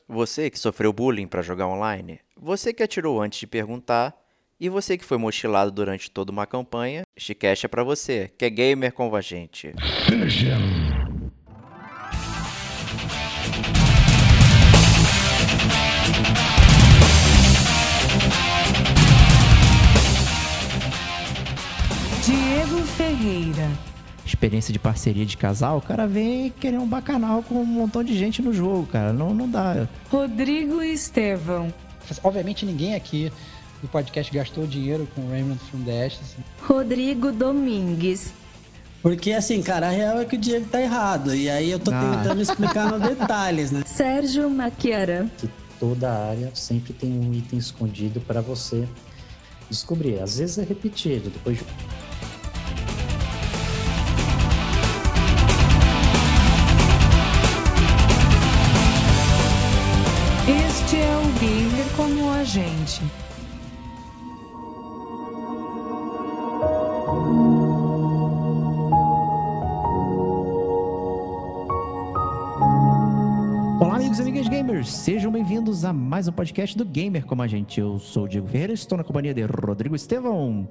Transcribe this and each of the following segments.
Você que sofreu bullying pra jogar online, você que atirou antes de perguntar e você que foi mochilado durante toda uma campanha, este cast é pra você, que é gamer como a gente. Diego Ferreira. Experiência de parceria de casal, o cara vem querer um bacanal com um montão de gente no jogo, cara. Não dá. Rodrigo Estevão. Obviamente ninguém aqui do podcast gastou dinheiro com Remnant from the Ashes. Rodrigo Domingues. Porque assim, cara, a real é que o Diego tá errado. E aí eu tô tentando explicar nos detalhes, né? Sérgio Maquiara. Que toda área sempre tem um item escondido para você descobrir. Às vezes é repetido, depois de... Este é o Gamer como a gente. Olá, amigos e amigas gamers, sejam bem-vindos a mais um podcast do Gamer como a gente. Eu sou o Diego Ferreira, estou na companhia de Rodrigo Estevão.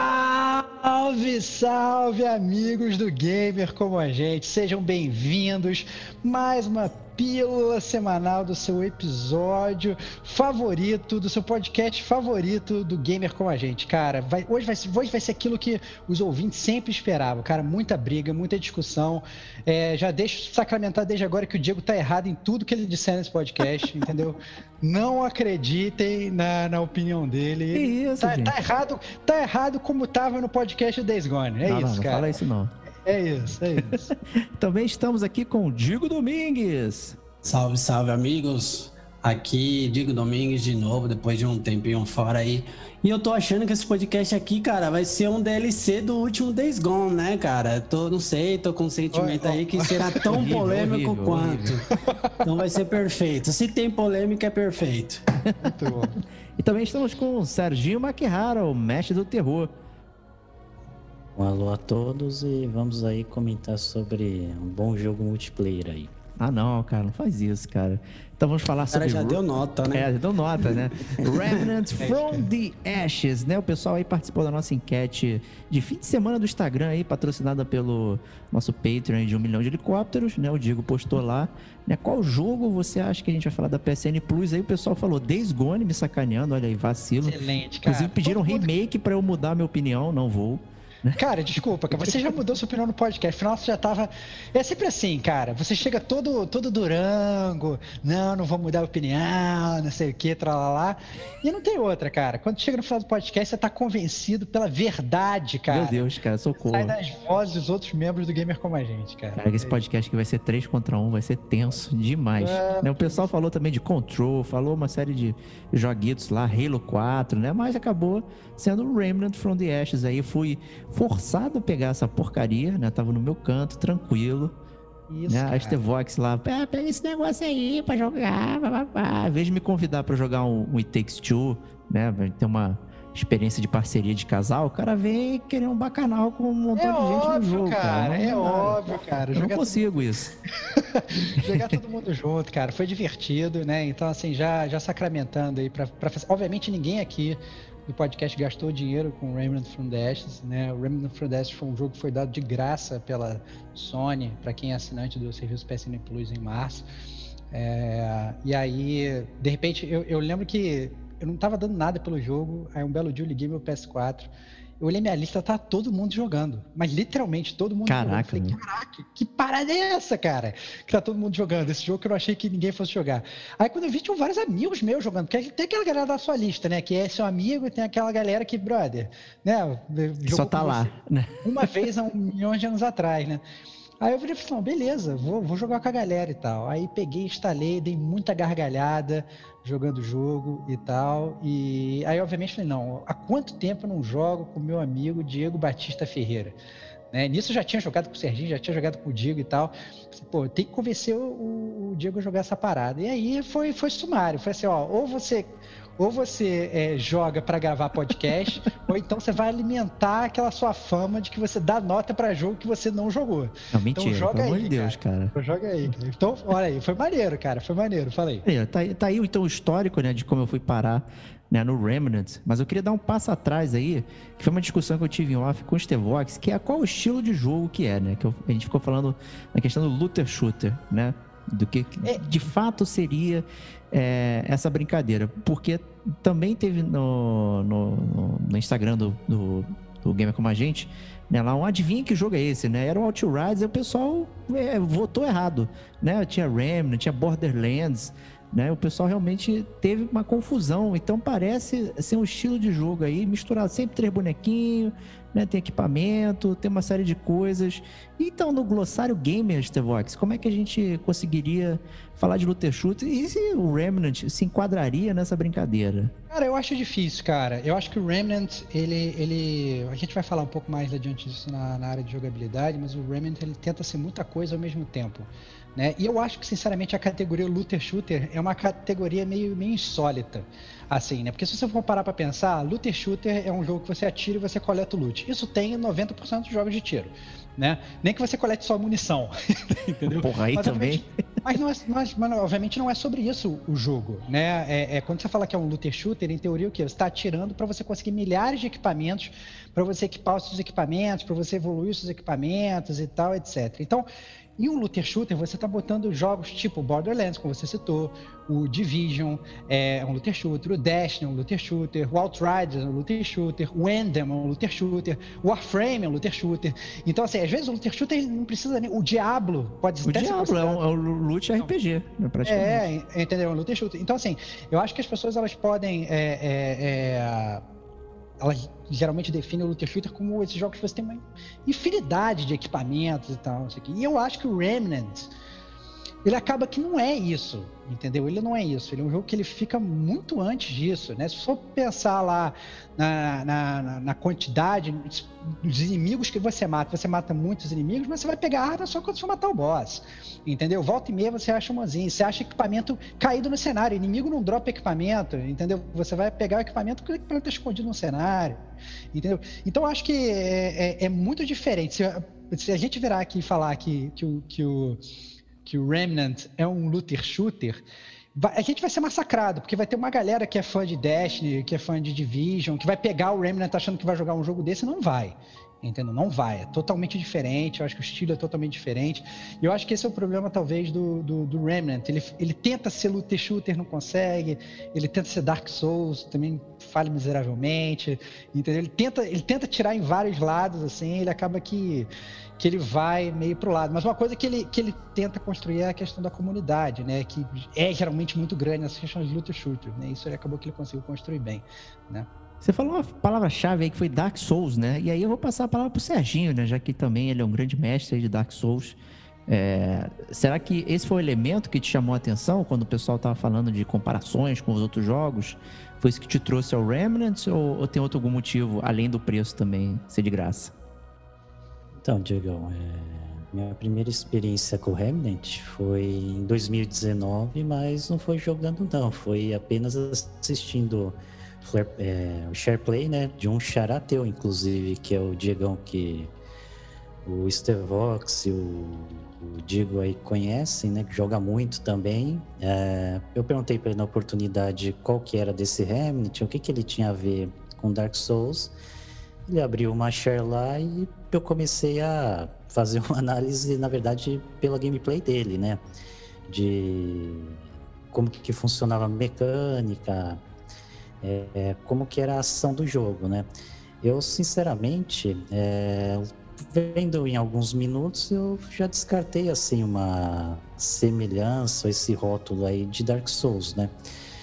Salve, salve, amigos do Gamer como a gente. Sejam bem-vindos. Mais uma pílula semanal do seu episódio favorito, do seu podcast favorito do Gamer como a gente. Cara, hoje vai ser aquilo que os ouvintes sempre esperavam, cara. Muita briga, muita discussão. Já deixo sacramentar desde agora que o Diego tá errado em tudo que ele disser nesse podcast, entendeu? Não acreditem na opinião dele. Que isso, gente? Tá errado como tava no podcast Days Gone. Não, isso, não cara. Fala isso não. É isso. Também estamos aqui com o Diego Domingues. Salve, salve, amigos. Aqui, Diego Domingues de novo, depois de um tempinho fora aí. E eu tô achando que esse podcast aqui, cara, vai ser um DLC do último Days Gone, né, cara? Tô com um sentimento aí que será tão Horrível, polêmico horrível, quanto. Então vai ser perfeito. Se tem polêmica, é perfeito. Muito bom. E também estamos com o Serginho Maquihara, o mestre do terror. Um alô a todos e vamos aí comentar sobre um bom jogo multiplayer aí. Ah não, cara, não faz isso, cara. Então vamos falar sobre... já deu nota, né? Deu nota, né? Remnant from the Ashes, né? O pessoal aí participou da nossa enquete de fim de semana do Instagram aí, patrocinada pelo nosso Patreon de 1 milhão de helicópteros, né? O Diego postou lá, né? Qual jogo você acha que a gente vai falar da PSN Plus? Aí o pessoal falou Days Gone, me sacaneando, olha aí, vacilo. Excelente, cara. Inclusive pediram remake pra eu mudar a minha opinião, não vou. Cara, desculpa, você já mudou sua opinião no podcast, afinal você já tava... É sempre assim, cara, você chega todo durango, não vou mudar a opinião, não sei o que, tralalá, e não tem outra, cara. Quando chega no final do podcast, você tá convencido pela verdade, cara. Meu Deus, cara, socorro. Sai das vozes dos outros membros do Gamer como a gente, cara. Cara, esse podcast que vai ser 3 contra 1, vai ser tenso demais. Né? O pessoal falou também de Control, falou uma série de joguitos lá, Halo 4, né? Mas acabou sendo o Remnant from the Ashes. Aí fui forçado a pegar essa porcaria, né? Tava no meu canto, tranquilo. Isso, né? cara. A Stevox lá, pega esse negócio aí pra jogar, Em vez de me convidar pra jogar um It Takes Two, né? Ter uma experiência de parceria de casal, o cara vem querer um bacanal com um montão de gente no jogo, cara. Óbvio, cara. Eu não consigo isso. Jogar todo mundo junto, cara. Foi divertido, né? Então, assim, já sacramentando aí obviamente ninguém aqui do podcast gastou dinheiro com Remnant from the Ashes, né? O Remnant from the Ashes foi um jogo que foi dado de graça pela Sony, para quem é assinante do serviço PSN Plus em março. E aí, de repente, eu lembro que eu não tava dando nada pelo jogo, aí um belo dia eu liguei meu PS4, eu olhei minha lista, tá todo mundo jogando, mas literalmente todo mundo jogando. Eu falei, caraca, que parada é essa, cara? Que tá todo mundo jogando, esse jogo que eu não achei que ninguém fosse jogar. Aí quando eu vi, tinham vários amigos meus jogando, porque tem aquela galera da sua lista, né, que é seu amigo, e tem aquela galera que, brother, né, só tá lá, né? Uma vez há 1 milhão de anos atrás, né? Aí eu falei, não, beleza, vou jogar com a galera e tal. Aí peguei, instalei, dei muita gargalhada jogando o jogo e tal. E aí, obviamente, falei, não, há quanto tempo eu não jogo com o meu amigo Diego Batista Ferreira? Né? Nisso eu já tinha jogado com o Serginho, já tinha jogado com o Diego e tal. Pô, tem que convencer o Diego a jogar essa parada. E aí foi sumário. Foi assim, ó, ou você Ou você joga pra gravar podcast, ou então você vai alimentar aquela sua fama de que você dá nota pra jogo que você não jogou. Não, mentira, então joga pelo amor aí, de Deus, cara. Então, joga aí, cara. Então, olha aí, foi maneiro, cara. Foi maneiro, falei. Tá aí então o histórico, né, de como eu fui parar, né, no Remnant. Mas eu queria dar um passo atrás aí, que foi uma discussão que eu tive em off com o Stevox, que é qual o estilo de jogo que é, né? Que a gente ficou falando na questão do looter shooter, né? Do que de fato seria essa brincadeira. Porque também teve no Instagram do Gamer Como a Gente, né, lá um adivinha que jogo é esse, né? Era o Outriders e o pessoal votou errado, né? Tinha Remnant, tinha Borderlands, né? O pessoal realmente teve uma confusão. Então parece ser um estilo de jogo aí misturado, sempre 3 bonequinhos, né? Tem equipamento, tem uma série de coisas. Então no glossário gamer, Stevox, como é que a gente conseguiria falar de looter shooter e se o Remnant se enquadraria nessa brincadeira? Cara, eu acho difícil, cara. Eu acho que o Remnant, a gente vai falar um pouco mais adiante disso na área de jogabilidade, mas o Remnant, ele tenta ser muita coisa ao mesmo tempo, né? E eu acho que, sinceramente, a categoria looter shooter é uma categoria meio insólita, assim, né? Porque se você for parar pra pensar, looter shooter é um jogo que você atira e você coleta o loot. Isso tem em 90% dos jogos de tiro, né? Nem que você colete só munição, entendeu? Porra, aí mas, também. Mas obviamente não é sobre isso o jogo, né? Quando você fala que é um looter shooter, em teoria o quê? Você está atirando para você conseguir milhares de equipamentos, para você equipar os seus equipamentos, para você evoluir os seus equipamentos e tal, etc. Então, em um looter shooter, você está botando jogos tipo Borderlands, como você citou, o Division é um looter shooter, o Destiny é um looter shooter, o Outriders é um looter shooter, o Anthem é um looter shooter, o Warframe é um looter shooter. Então, assim, às vezes o looter shooter ele não precisa nem... O Diablo pode até ser considerado... é um loot RPG, né, praticamente. Entendeu? É um looter shooter. Então, assim, eu acho que as pessoas elas podem... Elas geralmente definem o looter shooter como esses jogos que você tem uma infinidade de equipamentos e tal, isso aqui. E eu acho que o Remnant, ele acaba que não é isso, entendeu? Ele não é isso. Ele é um jogo que ele fica muito antes disso, né? Se for pensar lá na quantidade dos inimigos que você mata muitos inimigos, mas você vai pegar a arma só quando você matar o boss, entendeu? Volta e meia você acha umazinha, você acha equipamento caído no cenário, o inimigo não dropa equipamento, entendeu? Você vai pegar o equipamento porque o equipamento está escondido no cenário, entendeu? Então acho que é muito diferente. Se a gente virar aqui e falar que o Remnant é um looter shooter, a gente vai ser massacrado, porque vai ter uma galera que é fã de Destiny, que é fã de Division, que vai pegar o Remnant achando que vai jogar um jogo desse e não vai. Entendeu? Não vai, é totalmente diferente, eu acho que o estilo é totalmente diferente, e eu acho que esse é o problema talvez do Remnant, ele tenta ser looter shooter, não consegue, ele tenta ser Dark Souls, também falha miseravelmente, entendeu? Ele tenta tirar em vários lados, assim, ele acaba que ele vai meio pro lado, mas uma coisa que ele tenta construir é a questão da comunidade, né, que é geralmente muito grande nessas questões de looter shooter, né, isso ele acabou que ele conseguiu construir bem, né. Você falou uma palavra-chave aí que foi Dark Souls, né? E aí eu vou passar a palavra pro Serginho, né? Já que também ele é um grande mestre de Dark Souls. Será que esse foi o elemento que te chamou a atenção quando o pessoal tava falando de comparações com os outros jogos? Foi isso que te trouxe ao Remnant ou tem algum motivo, além do preço também ser de graça? Então, Diegão, minha primeira experiência com o Remnant foi em 2019, mas não foi jogando não, foi apenas assistindo o SharePlay, né, de um xará teu, inclusive, que é o Diegão, que o Stevox e o Diego aí conhecem, né, que joga muito também. Eu perguntei para ele na oportunidade qual que era desse Remnant, o que ele tinha a ver com Dark Souls. Ele abriu uma share lá e eu comecei a fazer uma análise, na verdade, pela gameplay dele, né, de como que funcionava a mecânica, como que era a ação do jogo, né? Eu, sinceramente, vendo em alguns minutos, eu já descartei, assim, uma semelhança, esse rótulo aí de Dark Souls, né?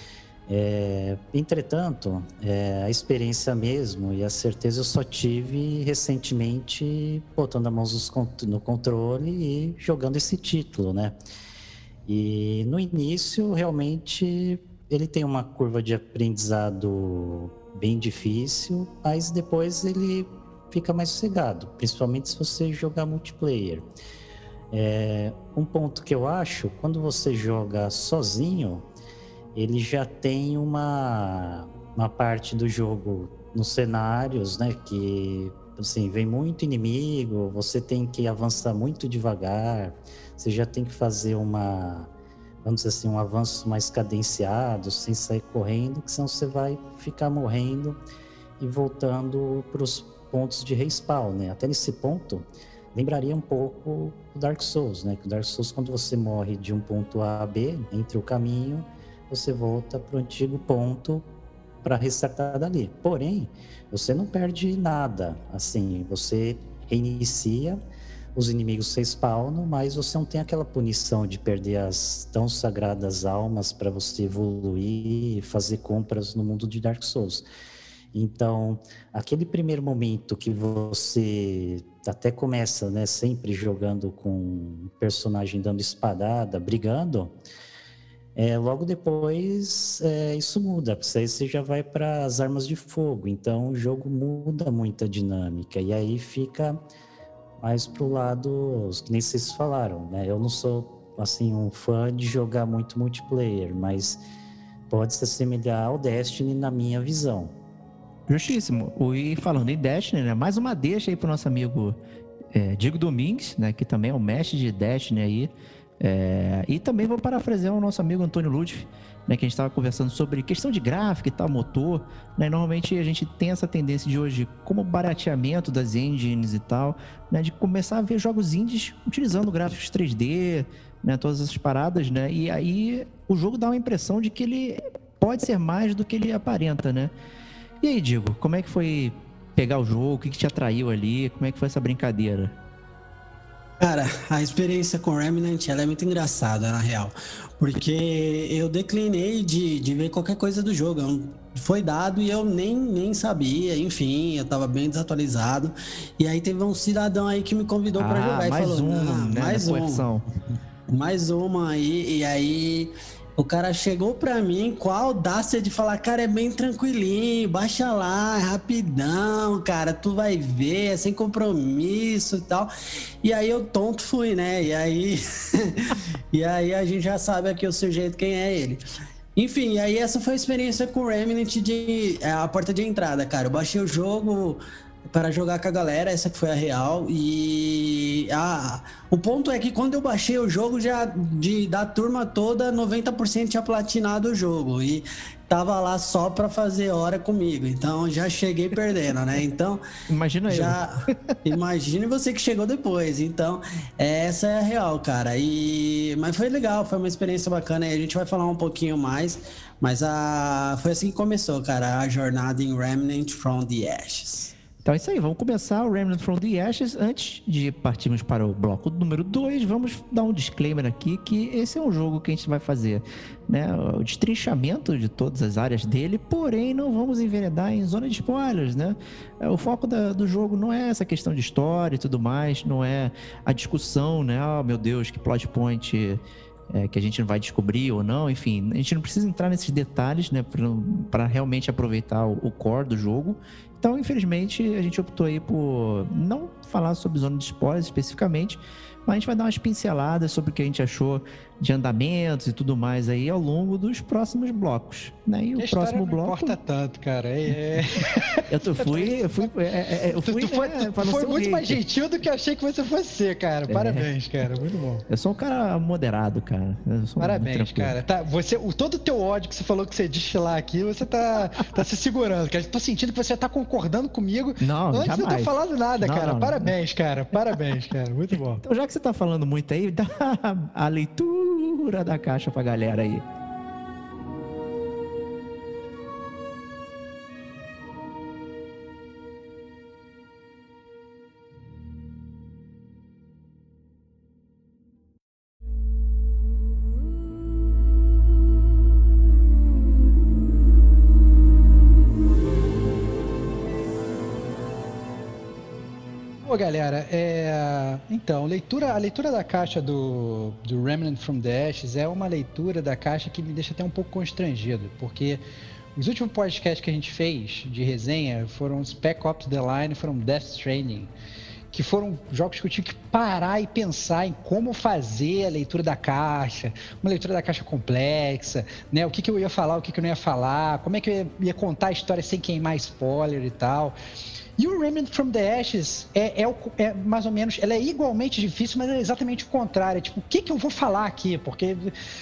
Entretanto, a experiência mesmo e a certeza eu só tive recentemente botando a mão no controle e jogando esse título, né? E no início, realmente, ele tem uma curva de aprendizado bem difícil, mas depois ele fica mais sossegado, principalmente se você jogar multiplayer. Um ponto que eu acho, quando você joga sozinho, ele já tem uma parte do jogo nos cenários, né, que assim, vem muito inimigo, você tem que avançar muito devagar, você já tem que fazer vamos dizer assim, um avanço mais cadenciado, sem sair correndo, que senão você vai ficar morrendo e voltando para os pontos de respawn, né? Até nesse ponto, lembraria um pouco o Dark Souls, né? Que o Dark Souls, quando você morre de um ponto A a B, entre o caminho, você volta para o antigo ponto para restartar dali. Porém, você não perde nada, assim, você reinicia, os inimigos respawnam, mas você não tem aquela punição de perder as tão sagradas almas para você evoluir e fazer compras no mundo de Dark Souls. Então, aquele primeiro momento que você até começa, né, sempre jogando com um personagem dando espadada, brigando, logo depois isso muda, porque aí você já vai para as armas de fogo, então o jogo muda muito a dinâmica, e aí fica mais pro lado, que nem vocês falaram, né? Eu não sou, assim, um fã de jogar muito multiplayer, mas pode se assemelhar ao Destiny na minha visão. Justíssimo. E falando em Destiny, né? Mais uma deixa aí pro nosso amigo Diego Domingues, né? Que também é o mestre de Destiny aí. E também vou parafrasear o nosso amigo Antônio Ludwig, né, que a gente estava conversando sobre questão de gráfico e tal, motor, né? Normalmente a gente tem essa tendência de hoje, como barateamento das engines e tal, né, de começar a ver jogos indies utilizando gráficos 3D, né, todas essas paradas, né? E aí o jogo dá uma impressão de que ele pode ser mais do que ele aparenta, né? E aí, Diego, como é que foi pegar o jogo? O que te atraiu ali? Como é que foi essa brincadeira? Cara, a experiência com Remnant, ela é muito engraçada, na real. Porque eu declinei de ver qualquer coisa do jogo. Foi dado e eu nem sabia, enfim, eu tava bem desatualizado. E aí teve um cidadão aí que me convidou pra jogar e falou, né, mais uma aí, e aí o cara chegou pra mim com a audácia de falar, cara, é bem tranquilinho, baixa lá, é rapidão, cara, tu vai ver, é sem compromisso e tal. E aí eu tonto fui, né? E aí e aí a gente já sabe aqui o sujeito quem é ele. Enfim, aí essa foi a experiência com o Remnant a porta de entrada, cara. Eu baixei o jogo para jogar com a galera, essa que foi a real. E o ponto é que quando eu baixei o jogo, já da turma toda, 90% tinha platinado o jogo. E tava lá só para fazer hora comigo. Então já cheguei perdendo, né? Então. Imagina Imagine você que chegou depois. Então, essa é a real, cara. Mas foi legal, foi uma experiência bacana. E a gente vai falar um pouquinho mais. Mas foi assim que começou, cara, a jornada em Remnant from the Ashes. Então é isso aí, vamos começar o Remnant from the Ashes. Antes de partirmos para o bloco número 2, vamos dar um disclaimer aqui que esse é um jogo que a gente vai fazer, né, o destrinchamento de todas as áreas dele, porém não vamos enveredar em zona de spoilers, né? O foco do jogo não é essa questão de história e tudo mais, não é a discussão, né? Oh, meu Deus, que plot point que a gente não vai descobrir ou não, enfim, a gente não precisa entrar nesses detalhes, né, para realmente aproveitar o core do jogo. Então, infelizmente, a gente optou aí por não falar sobre zona de spoilers especificamente, mas a gente vai dar umas pinceladas sobre o que a gente achou de andamentos e tudo mais aí ao longo dos próximos blocos, né? E o próximo bloco... Não importa tanto, cara. Tu foi muito mais gentil do que eu achei que você fosse ser, cara. Parabéns, cara. Muito bom. Eu sou um cara moderado, cara. Parabéns, cara. Tá, todo o teu ódio que você falou que você destilar aqui, você tá se segurando, cara. Tô sentindo que você tá concordando comigo. Não, antes jamais. de eu ter falado nada, não, cara. Não, Parabéns, cara. Parabéns, cara. Muito bom. Então, já que você tá falando muito aí, dá a leitura da caixa pra galera aí. Bom, galera, então, a leitura da caixa do Remnant from the Ashes é uma leitura da caixa que me deixa até um pouco constrangido, porque os últimos podcasts que a gente fez de resenha foram Spec Ops The Line, foram Death Stranding, que foram jogos que eu tive que parar e pensar em como fazer a leitura da caixa, uma leitura da caixa complexa, né? O que eu ia falar, o que eu não ia falar, como é que eu ia contar a história sem queimar spoiler e tal. E o Remnant from the Ashes é mais ou menos, ela é igualmente difícil, mas é exatamente o contrário. Tipo, o que eu vou falar aqui? Porque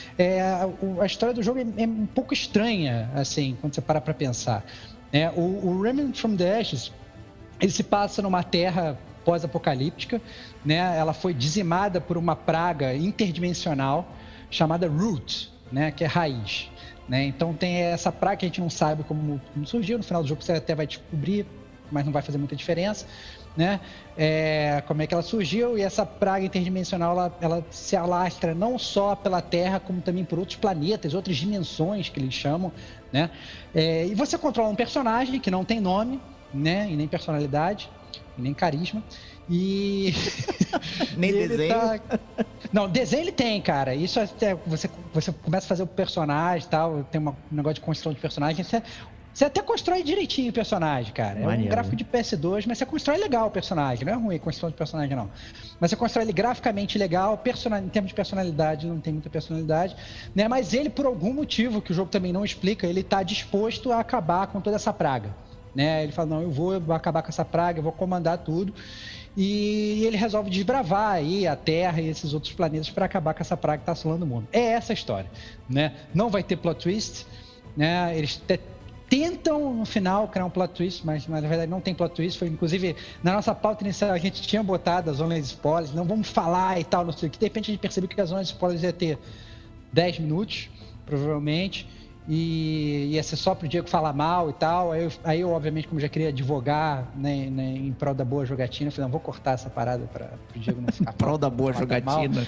a história do jogo é um pouco estranha, assim, quando você para pra pensar. O Remnant from the Ashes, ele se passa numa terra pós-apocalíptica, né? Ela foi dizimada por uma praga interdimensional chamada Root, né? Que é raiz, né? Então tem essa praga que a gente não sabe como surgiu. No final do jogo você até vai descobrir, mas não vai fazer muita diferença, né? Como é que ela surgiu. E essa praga interdimensional ela se alastra não só pela Terra, como também por outros planetas, outras dimensões que eles chamam, né? E você controla um personagem que não tem nome, né? E nem personalidade, e nem carisma. E nem desenho. Não, desenho ele tem, cara. Isso até você começa a fazer o personagem e tal, tem um negócio de construção de personagem. Você até constrói direitinho o personagem, cara. É um gráfico de PS2, mas você constrói legal o personagem. Não é ruim a construção de personagem, não. Mas você constrói ele graficamente legal, em termos de personalidade, não tem muita personalidade, né? Mas ele, por algum motivo, que o jogo também não explica, ele tá disposto a acabar com toda essa praga, né? Ele fala, não, eu vou acabar com essa praga, eu vou comandar tudo. E ele resolve desbravar aí a Terra e esses outros planetas para acabar com essa praga que está assolando o mundo. É essa a história, né? Não vai ter plot twist, né? Eles tentam no final criar um plot twist, mas na verdade não tem plot twist. Foi inclusive na nossa pauta inicial a gente tinha botado as zonas de spoilers, não vamos falar e tal, não sei o que. De repente a gente percebeu que as zonas de spoilers ia ter 10 minutos, provavelmente. E ia ser só pro Diego falar mal e tal. Aí eu obviamente, como já queria advogar, né, em prol da boa jogatina, eu falei, não, vou cortar essa parada pro Diego não ficar em prol da boa jogatina.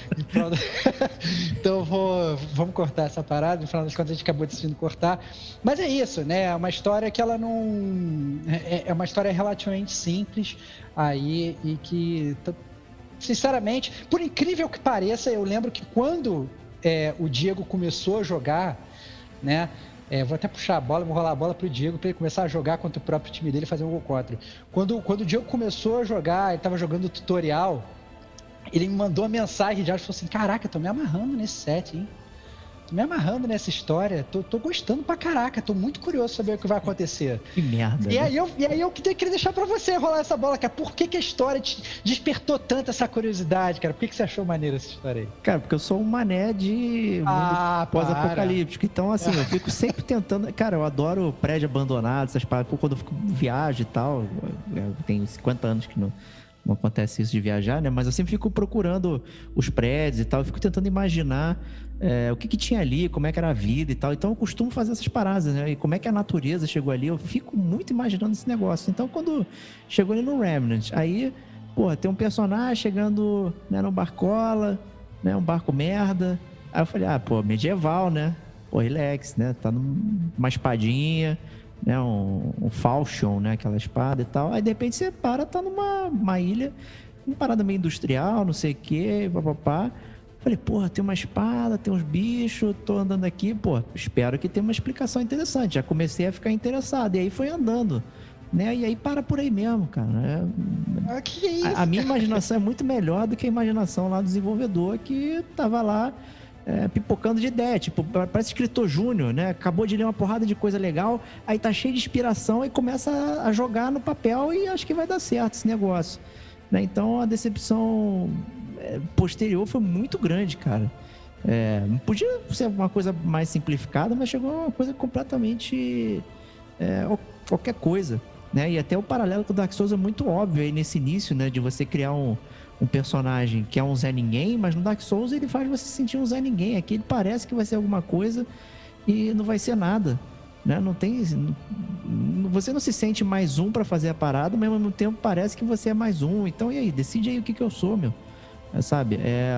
Então vamos cortar essa parada. No final das contas a gente acabou decidindo cortar. Mas é isso, né? É uma história que ela não... É uma história relativamente simples aí e que, sinceramente, por incrível que pareça, eu lembro que quando o Diego começou a jogar, né? Vou até puxar a bola, vou rolar a bola pro Diego para ele começar a jogar contra o próprio time dele e fazer um gol contra. Quando o Diego começou a jogar, ele tava jogando o tutorial, ele me mandou uma mensagem de áudio e falou assim: caraca, tô me amarrando nesse set, hein? Tô me amarrando nessa história, tô gostando pra caraca, tô muito curioso saber o que vai acontecer. Que merda. E aí eu queria deixar pra você rolar essa bola, cara. Por que a história te despertou tanto essa curiosidade, cara? Por que você achou maneira essa história aí? Cara, porque eu sou um mané de mundo pós-apocalíptico. Então, assim, eu fico sempre tentando... Cara, eu adoro prédio abandonado, essas paradas. Quando eu fico viagem e tal, eu tenho 50 anos que não acontece isso de viajar, né? Mas eu sempre fico procurando os prédios e tal. Eu fico tentando imaginar o que tinha ali, como é que era a vida e tal. Então eu costumo fazer essas paradas, né? E como é que a natureza chegou ali. Eu fico muito imaginando esse negócio. Então quando chegou ali no Remnant, aí, pô, tem um personagem chegando, né, no barcola, né? Um barco merda. Aí eu falei, medieval, né? Pô, relax, né? Tá numa espadinha, né, um falchion, né, aquela espada e tal. Aí de repente você tá numa ilha, uma parada meio industrial, não sei o que, papapá. Falei, porra, tem uma espada, tem uns bichos, tô andando aqui, pô, espero que tenha uma explicação interessante. Já comecei a ficar interessado, e aí foi andando, né, e aí para por aí mesmo, cara. Que é isso, a minha imaginação é muito melhor do que a imaginação lá do desenvolvedor que tava lá pipocando de ideia, tipo, parece escritor júnior, né? Acabou de ler uma porrada de coisa legal, aí tá cheio de inspiração e começa a jogar no papel e acho que vai dar certo esse negócio, né? Então a decepção posterior foi muito grande, cara. Podia ser uma coisa mais simplificada, mas chegou uma coisa completamente qualquer coisa, né? E até o paralelo com o Dark Souls é muito óbvio aí nesse início, né? De você criar um personagem que é um Zé Ninguém, mas no Dark Souls ele faz você sentir um Zé Ninguém. Aqui ele parece que vai ser alguma coisa e não vai ser nada, né? Não tem... Você não se sente mais um pra fazer a parada, mas ao mesmo tempo parece que você é mais um. Então, e aí? Decide aí o que eu sou, meu. Sabe?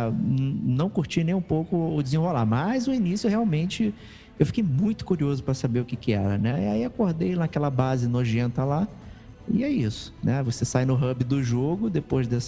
Não curti nem um pouco o desenrolar, mas o início realmente... Eu fiquei muito curioso pra saber o que era, né? E aí acordei naquela base nojenta lá, e é isso, né? Você sai no hub do jogo, depois desse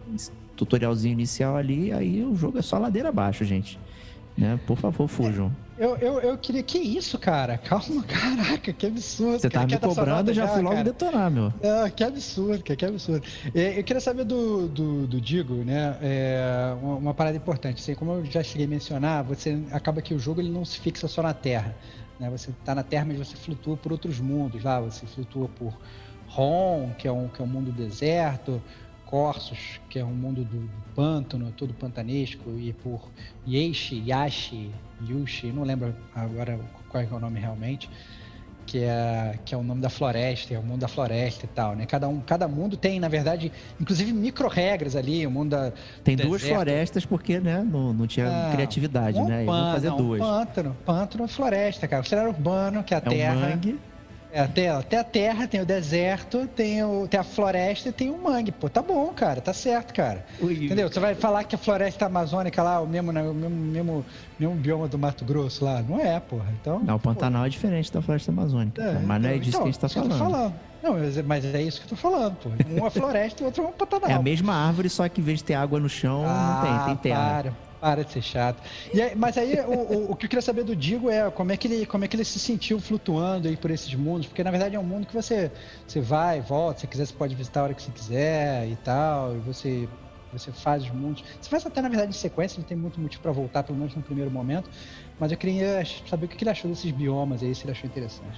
tutorialzinho inicial ali, aí o jogo é só ladeira abaixo, gente, né? Por favor, fujam. Eu queria... Que isso, cara? Calma, caraca, que absurdo. Você tá me cobrando, já fui logo detonar, meu. Que absurdo, cara, que absurdo. Eu queria saber do Digo, né? Uma parada importante. Assim, como eu já cheguei a mencionar, você acaba que o jogo ele não se fixa só na Terra. Né? Você tá na Terra, mas você flutua por outros mundos lá. Você flutua por Ron, que é um mundo deserto, Corsos, que é um mundo do pântano, todo pantanesco, e por Yashi, não lembro agora qual é o nome realmente, que é o nome da floresta, é o mundo da floresta e tal, né? Cada mundo tem, na verdade, inclusive micro-regras ali, o mundo da... Tem duas florestas porque, né, não tinha criatividade, né? Vamos fazer duas. Pântano e floresta, cara. O cenário urbano, que é a terra... o mangue. Até a terra, tem o deserto, tem a floresta e tem o mangue. Pô, tá bom, cara, tá certo, cara. Entendeu? Você vai falar que a floresta amazônica lá, o mesmo bioma do Mato Grosso lá, não é, porra. Então, não, o Pantanal é diferente da floresta amazônica, mas não é disso que a gente tá falando. Não, mas é isso que eu tô falando, pô. Um é floresta e o outro é um Pantanal. É a mesma árvore, só que em vez de ter água no chão, não tem terra. Para de ser chato. Mas aí o que eu queria saber do Digo é como é que ele se sentiu flutuando aí por esses mundos, porque na verdade é um mundo que você vai, volta, se quiser você pode visitar a hora que você quiser e tal, e você faz os mundos. Você faz até na verdade em sequência, não tem muito motivo para voltar, pelo menos no primeiro momento, mas eu queria saber o que ele achou desses biomas aí, se ele achou interessante.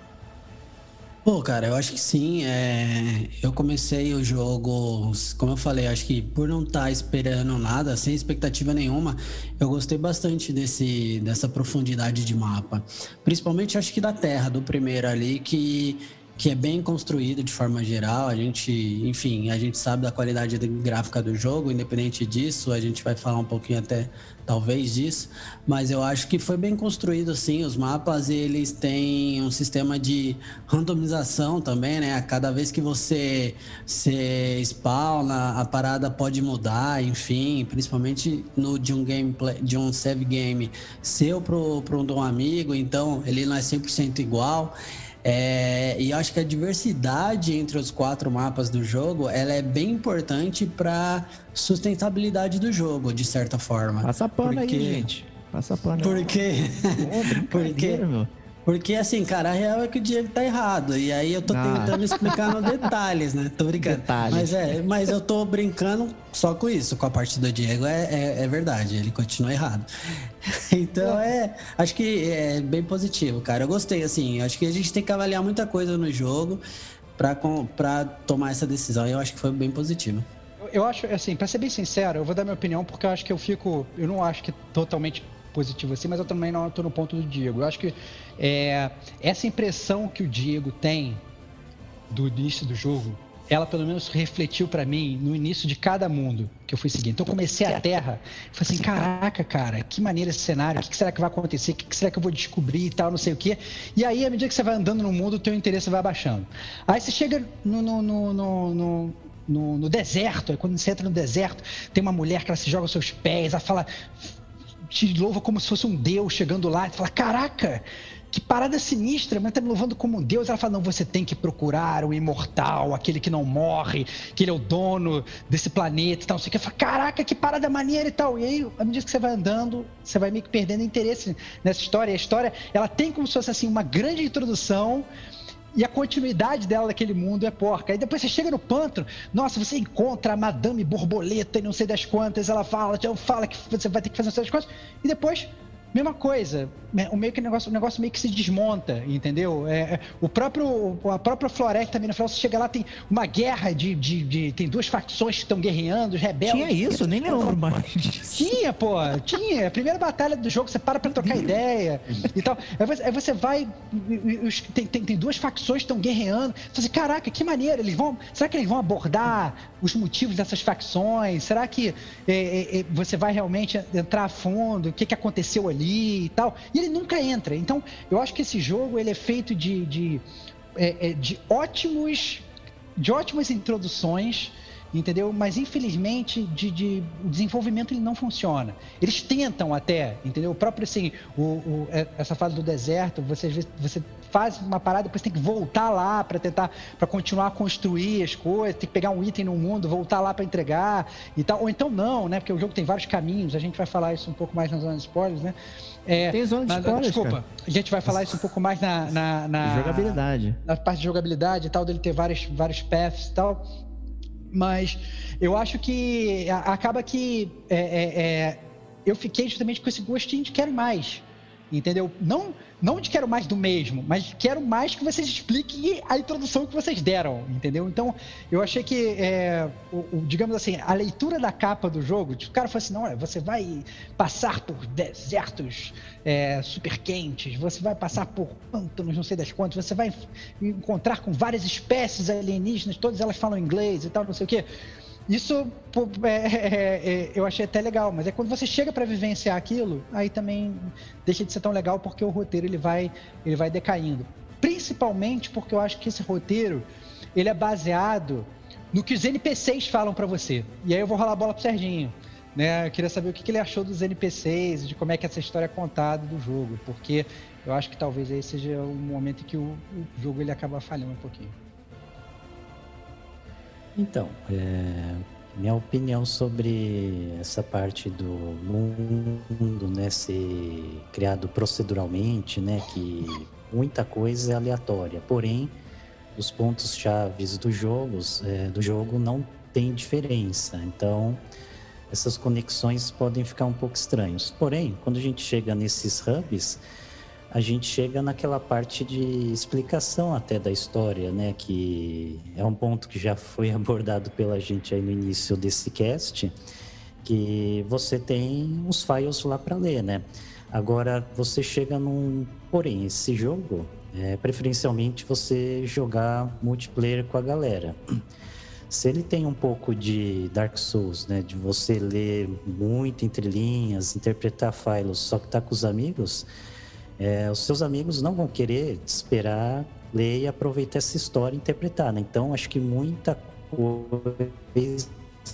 Pô, cara, eu acho que sim. Eu comecei o jogo, como eu falei, acho que por não estar esperando nada, sem expectativa nenhuma, eu gostei bastante dessa profundidade de mapa. Principalmente, acho que da Terra, do primeiro ali, que é bem construído de forma geral. A gente sabe da qualidade gráfica do jogo, independente disso, a gente vai falar um pouquinho até, talvez, disso, mas eu acho que foi bem construído, sim. Os mapas, eles têm um sistema de randomização também, né? A cada vez que você se spawna, a parada pode mudar, enfim, principalmente de um gameplay, de um save game seu pro de um amigo, então ele não é 100% igual. E eu acho que a diversidade entre os 4 mapas do jogo, ela é bem importante para sustentabilidade do jogo, de certa forma. Passa pano aí, gente. Passa pano. Por quê? Porque assim, cara, a real é que o Diego tá errado. E aí eu tô tentando explicar nos detalhes, né? Tô brincando. Mas eu tô brincando só com isso. Com a parte do Diego é verdade. Ele continua errado. Então acho que é bem positivo, cara. Eu gostei, assim. Acho que a gente tem que avaliar muita coisa no jogo pra tomar essa decisão. E eu acho que foi bem positivo. Eu acho, assim, pra ser bem sincero, eu vou dar minha opinião porque eu acho que eu não acho que totalmente positivo assim, mas eu também não estou no ponto do Diego. Eu acho que essa impressão que o Diego tem do início do jogo, ela pelo menos refletiu para mim no início de cada mundo que eu fui seguindo. Então eu comecei a Terra, falei assim, caraca, cara, que maneiro esse cenário, o que será que vai acontecer, o que será que eu vou descobrir e tal, não sei o quê. E aí, à medida que você vai andando no mundo, o teu interesse vai baixando. Aí você chega no deserto, aí quando você entra no deserto, tem uma mulher que ela se joga aos seus pés, ela fala... te louva como se fosse um deus chegando lá, e fala, caraca, que parada sinistra, mas tá me louvando como um deus. Ela fala, não, você tem que procurar o imortal, aquele que não morre, que ele é o dono desse planeta e tal, não sei o que. Fala, caraca, que parada maneira e tal. E aí, à medida que você vai andando, você vai meio que perdendo interesse nessa história. E a história, ela tem como se fosse assim, uma grande introdução, e a continuidade dela daquele mundo é porca. Aí depois você chega no pântano, nossa, você encontra a Madame Borboleta e não sei das quantas, ela fala que você vai ter que fazer não sei das quantas, e depois, mesma coisa, o negócio meio que se desmonta, entendeu? A própria floresta também, no final, você chega lá, tem uma guerra tem 2 facções que estão guerreando, os rebeldes. Tinha isso, nem lembro mais disso. Tinha. A primeira batalha do jogo, você para pra trocar ideia e tal. Aí você vai, tem 2 facções que estão guerreando. Você fala assim, caraca, que maneiro, será que eles vão abordar os motivos dessas facções? Será que você vai realmente entrar a fundo, o que aconteceu ali e tal? E ele nunca entra. Então, eu acho que esse jogo ele é feito de ótimas introduções entendeu? Mas infelizmente o desenvolvimento ele não funciona. Eles tentam até, entendeu? O próprio assim, essa fase do deserto, você faz uma parada, depois tem que voltar lá para continuar a construir as coisas, tem que pegar um item no mundo, voltar lá para entregar e tal, ou então não, né? Porque o jogo tem vários caminhos, a gente vai falar isso um pouco mais na zona de spoilers, né? Tem zona de spoilers, desculpa, cara. A gente vai falar isso um pouco mais na jogabilidade. Na parte de jogabilidade e tal, dele ter vários paths e tal. Mas eu acho que acaba que eu fiquei justamente com esse gostinho de quero mais, entendeu? Não de quero mais do mesmo, mas quero mais que vocês expliquem a introdução que vocês deram, entendeu? Então, eu achei que, digamos assim, a leitura da capa do jogo, tipo, o cara falou assim, não, você vai passar por desertos super quentes, você vai passar por pântanos, não sei das quantas, você vai encontrar com várias espécies alienígenas, todas elas falam inglês e tal, não sei o quê. Isso eu achei até legal, mas quando você chega para vivenciar aquilo, aí também deixa de ser tão legal porque o roteiro ele vai decaindo. Principalmente porque eu acho que esse roteiro ele é baseado no que os NPCs falam para você. E aí eu vou rolar a bola pro Serginho, né? Eu queria saber o que ele achou dos NPCs, de como é que essa história é contada do jogo, porque eu acho que talvez aí seja um momento em que o jogo ele acaba falhando um pouquinho. Então, minha opinião sobre essa parte do mundo, né, ser criado proceduralmente, né, que muita coisa é aleatória, porém, os pontos chaves do jogo não tem diferença, então essas conexões podem ficar um pouco estranhas. Porém, quando a gente chega nesses hubs, a gente chega naquela parte de explicação até da história, né? Que é um ponto que já foi abordado pela gente aí no início desse cast, que você tem os files lá para ler, né? Agora, você chega Porém, esse jogo, preferencialmente você jogar multiplayer com a galera. Se ele tem um pouco de Dark Souls, né? De você ler muito entre linhas, interpretar files, só que tá com os amigos... os seus amigos não vão querer te esperar, ler e aproveitar essa história e interpretar, né? Então, acho que muita coisa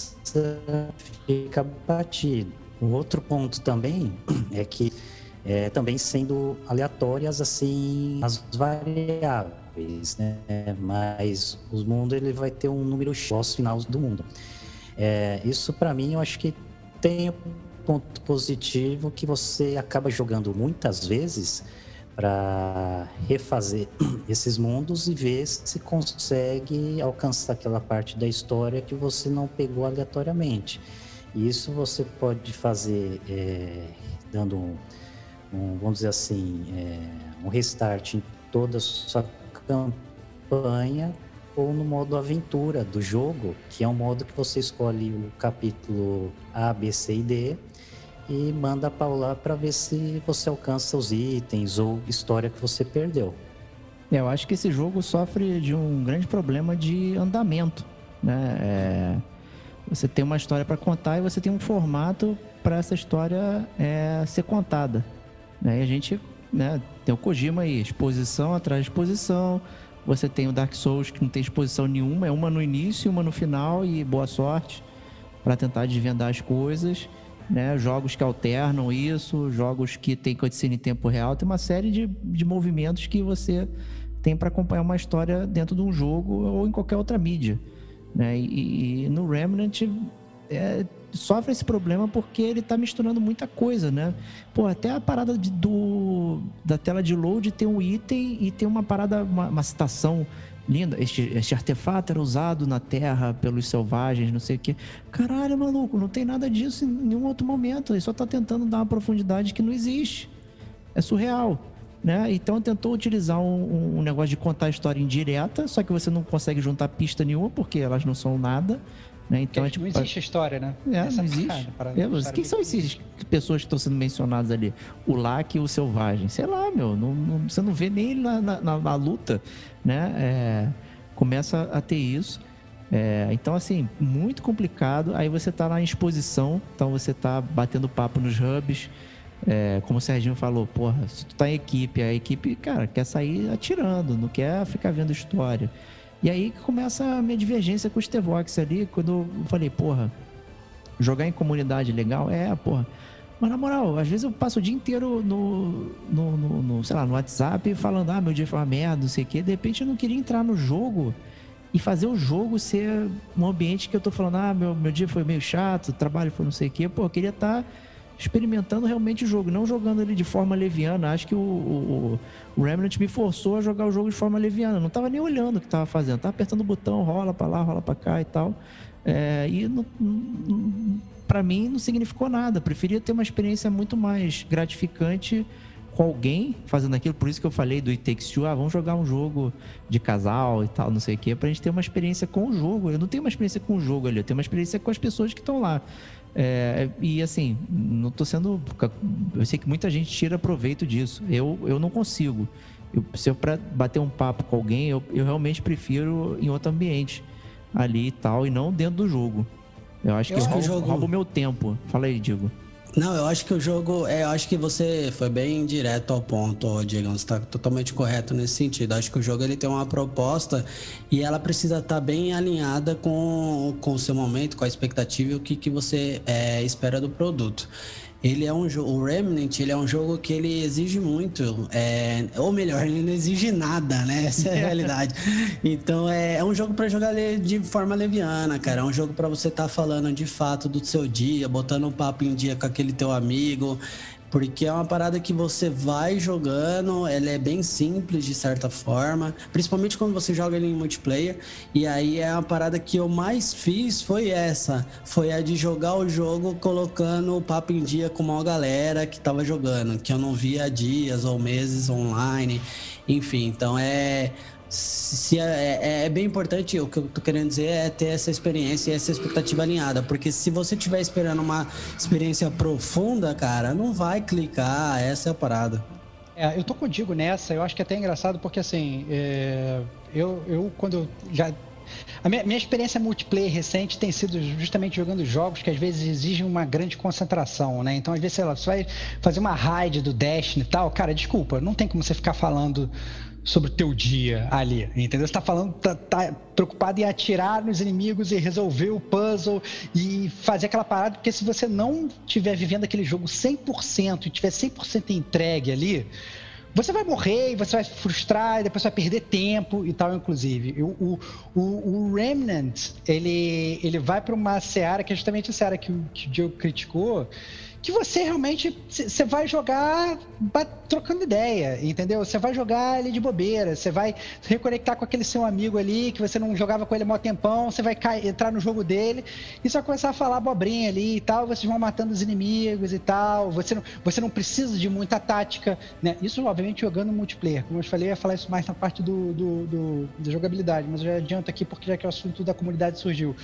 fica batido. Um outro ponto também é que, também sendo aleatórias, assim, as variáveis, né? Mas o mundo, ele vai ter um número X final do mundo. Isso, para mim, eu acho que tem ponto positivo que você acaba jogando muitas vezes para refazer esses mundos e ver se consegue alcançar aquela parte da história que você não pegou aleatoriamente. E isso você pode fazer dando vamos dizer assim, um restart em toda a sua campanha ou no modo aventura do jogo, que é um modo que você escolhe o capítulo A, B, C e D e manda para lá para ver se você alcança os itens ou história que você perdeu. Eu acho que esse jogo sofre de um grande problema de andamento, né? Você tem uma história para contar e você tem um formato para essa história ser contada, né? E a gente, né, tem o Kojima aí, exposição atrás de exposição. Você tem o Dark Souls, que não tem exposição nenhuma, é uma no início e uma no final, e boa sorte para tentar desvendar as coisas, né? Jogos que alternam isso, jogos que tem cutscene em tempo real, tem uma série de movimentos que você tem para acompanhar uma história dentro de um jogo ou em qualquer outra mídia, né? E no Remnant sofre esse problema porque ele tá misturando muita coisa, né? Pô, até a parada da tela de load tem um item e tem uma parada, uma citação linda. Este artefato era usado na Terra pelos selvagens, não sei o quê. Caralho, maluco, não tem nada disso em nenhum outro momento. Ele só tá tentando dar uma profundidade que não existe. É surreal, né? Então tentou utilizar um negócio de contar a história indireta, só que você não consegue juntar pista nenhuma porque elas não são nada. Né? Então, não existe a história, né? Não existe. Quem são essas pessoas que estão sendo mencionadas ali? O Lack e o Selvagem. Sei lá, meu. Você não vê nem na luta, né? Começa a ter isso. Então, assim, muito complicado. Aí você tá na exposição, então você tá batendo papo nos hubs. Como o Serginho falou, porra, se tu tá em equipe, a equipe, cara, quer sair atirando, não quer ficar vendo história. E aí que começa a minha divergência com o Stevox ali, quando eu falei, porra, jogar em comunidade legal? Porra. Mas na moral, às vezes eu passo o dia inteiro sei lá, no WhatsApp falando, meu dia foi uma merda, não sei o quê. De repente eu não queria entrar no jogo e fazer o jogo ser um ambiente que eu tô falando, meu dia foi meio chato, o trabalho foi não sei o quê. Pô, eu queria estar experimentando realmente o jogo, não jogando ele de forma leviana. Acho que o Remnant me forçou a jogar o jogo de forma leviana. Não tava nem olhando o que tava fazendo, tava apertando o botão, rola pra lá, rola pra cá e tal. Pra mim não significou nada. Preferia ter uma experiência muito mais gratificante com alguém fazendo aquilo. Por isso que eu falei do It Takes Two. Vamos jogar um jogo de casal e tal, não sei o quê, pra gente ter uma experiência com o jogo. Eu não tenho uma experiência com o jogo ali, eu tenho uma experiência com as pessoas que estão lá. E assim, não tô sendo... Eu sei que muita gente tira proveito disso. Eu não consigo. Se eu pra bater um papo com alguém, eu realmente prefiro em outro ambiente ali e tal, e não dentro do jogo. Eu acho que rouba o meu tempo. Fala aí, Diego. Não, eu acho que o jogo... eu acho que você foi bem direto ao ponto, Diego. Você está totalmente correto nesse sentido. Eu acho que o jogo ele tem uma proposta e ela precisa estar bem alinhada com o seu momento, com a expectativa e o que você espera do produto. Ele é um jogo, o Remnant, ele é um jogo que ele exige muito, ou melhor, ele não exige nada, né? Essa é a realidade. Então, é um jogo para jogar de forma leviana, cara. É um jogo para você estar falando de fato do seu dia, botando um papo em dia com aquele teu amigo, porque é uma parada que você vai jogando, ela é bem simples de certa forma, principalmente quando você joga ele em multiplayer. E aí é uma parada que eu mais fiz foi a de jogar o jogo colocando o papo em dia com uma galera que tava jogando, que eu não via há dias ou meses online, enfim. Então é bem importante. O que eu tô querendo dizer é ter essa experiência e essa expectativa alinhada, porque se você estiver esperando uma experiência profunda, cara, não vai clicar. Essa é a parada. Eu tô contigo nessa. Eu acho que é até engraçado porque assim, quando eu já... A minha experiência multiplayer recente tem sido justamente jogando jogos que às vezes exigem uma grande concentração, né? Então, às vezes, sei lá, você vai fazer uma raid do Destiny e tal, cara, desculpa, não tem como você ficar falando sobre o teu dia ali, entendeu? Você tá falando, tá preocupado em atirar nos inimigos e resolver o puzzle e fazer aquela parada, porque se você não estiver vivendo aquele jogo 100% e tiver 100% entregue ali, você vai morrer e você vai se frustrar e depois vai perder tempo e tal, inclusive. O Remnant, ele vai para uma seara que é justamente a seara que o Diego criticou, que você realmente, você vai jogar trocando ideia, entendeu? Você vai jogar ali de bobeira, você vai se reconectar com aquele seu amigo ali, que você não jogava com ele há mó tempão, você vai entrar no jogo dele e você vai começar a falar abobrinha ali e tal, vocês vão matando os inimigos e tal, você não precisa de muita tática, né? Isso, obviamente, jogando multiplayer. Como eu falei, eu ia falar isso mais na parte da jogabilidade, mas eu já adianto aqui porque já que o assunto da comunidade surgiu.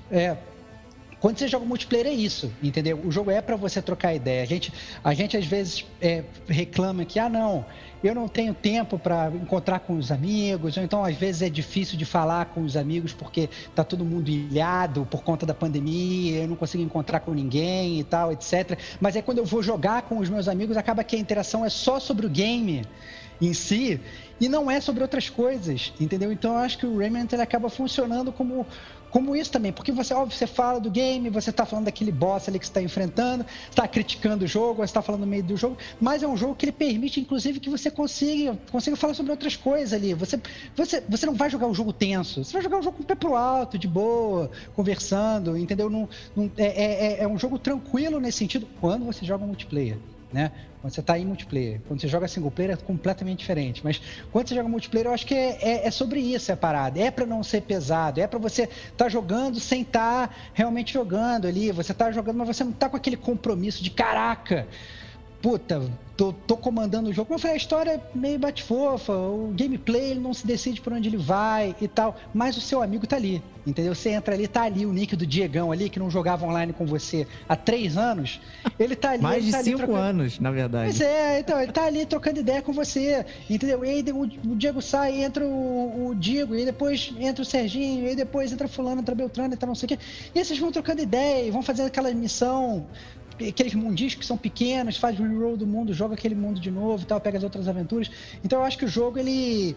Quando você joga multiplayer é isso, entendeu? O jogo é para você trocar ideia. A gente às vezes reclama que, não, eu não tenho tempo para encontrar com os amigos, ou então às vezes é difícil de falar com os amigos porque tá todo mundo ilhado por conta da pandemia, eu não consigo encontrar com ninguém e tal, etc. Mas aí quando eu vou jogar com os meus amigos, acaba que a interação é só sobre o game em si e não é sobre outras coisas, entendeu? Então eu acho que o Remnant ele acaba funcionando como isso também, porque você fala do game, você tá falando daquele boss ali que você tá enfrentando, está criticando o jogo, você está falando no meio do jogo, mas é um jogo que ele permite, inclusive, que você consiga falar sobre outras coisas ali. Você não vai jogar um jogo tenso, você vai jogar um jogo com o pé pro alto, de boa, conversando, entendeu? É um jogo tranquilo nesse sentido, quando você joga multiplayer, né? Quando você está em multiplayer. Quando você joga single player é completamente diferente. Mas quando você joga multiplayer, eu acho que é sobre isso a parada. É para não ser pesado. É para você estar jogando sem estar realmente jogando ali. Você está jogando, mas você não está com aquele compromisso de caraca, puta, tô comandando o jogo. Como eu falei, a história é meio bate-fofa, o gameplay ele não se decide por onde ele vai e tal, mas o seu amigo tá ali, entendeu? Você entra ali, tá ali o nick do Diegão ali, que não jogava online com você há 3 anos, ele tá ali... Mais de 5 trocando... anos, na verdade. Pois então, ele tá ali trocando ideia com você, entendeu? E aí o Diego sai, entra o Diego, e aí depois entra o Serginho, e aí depois entra fulano, entra Beltrano, entra não sei o quê, e aí vocês vão trocando ideia, e vão fazer aquela missão... aqueles mundinhos que são pequenos, faz o reroll do mundo, joga aquele mundo de novo e tal, pega as outras aventuras. Então eu acho que o jogo, ele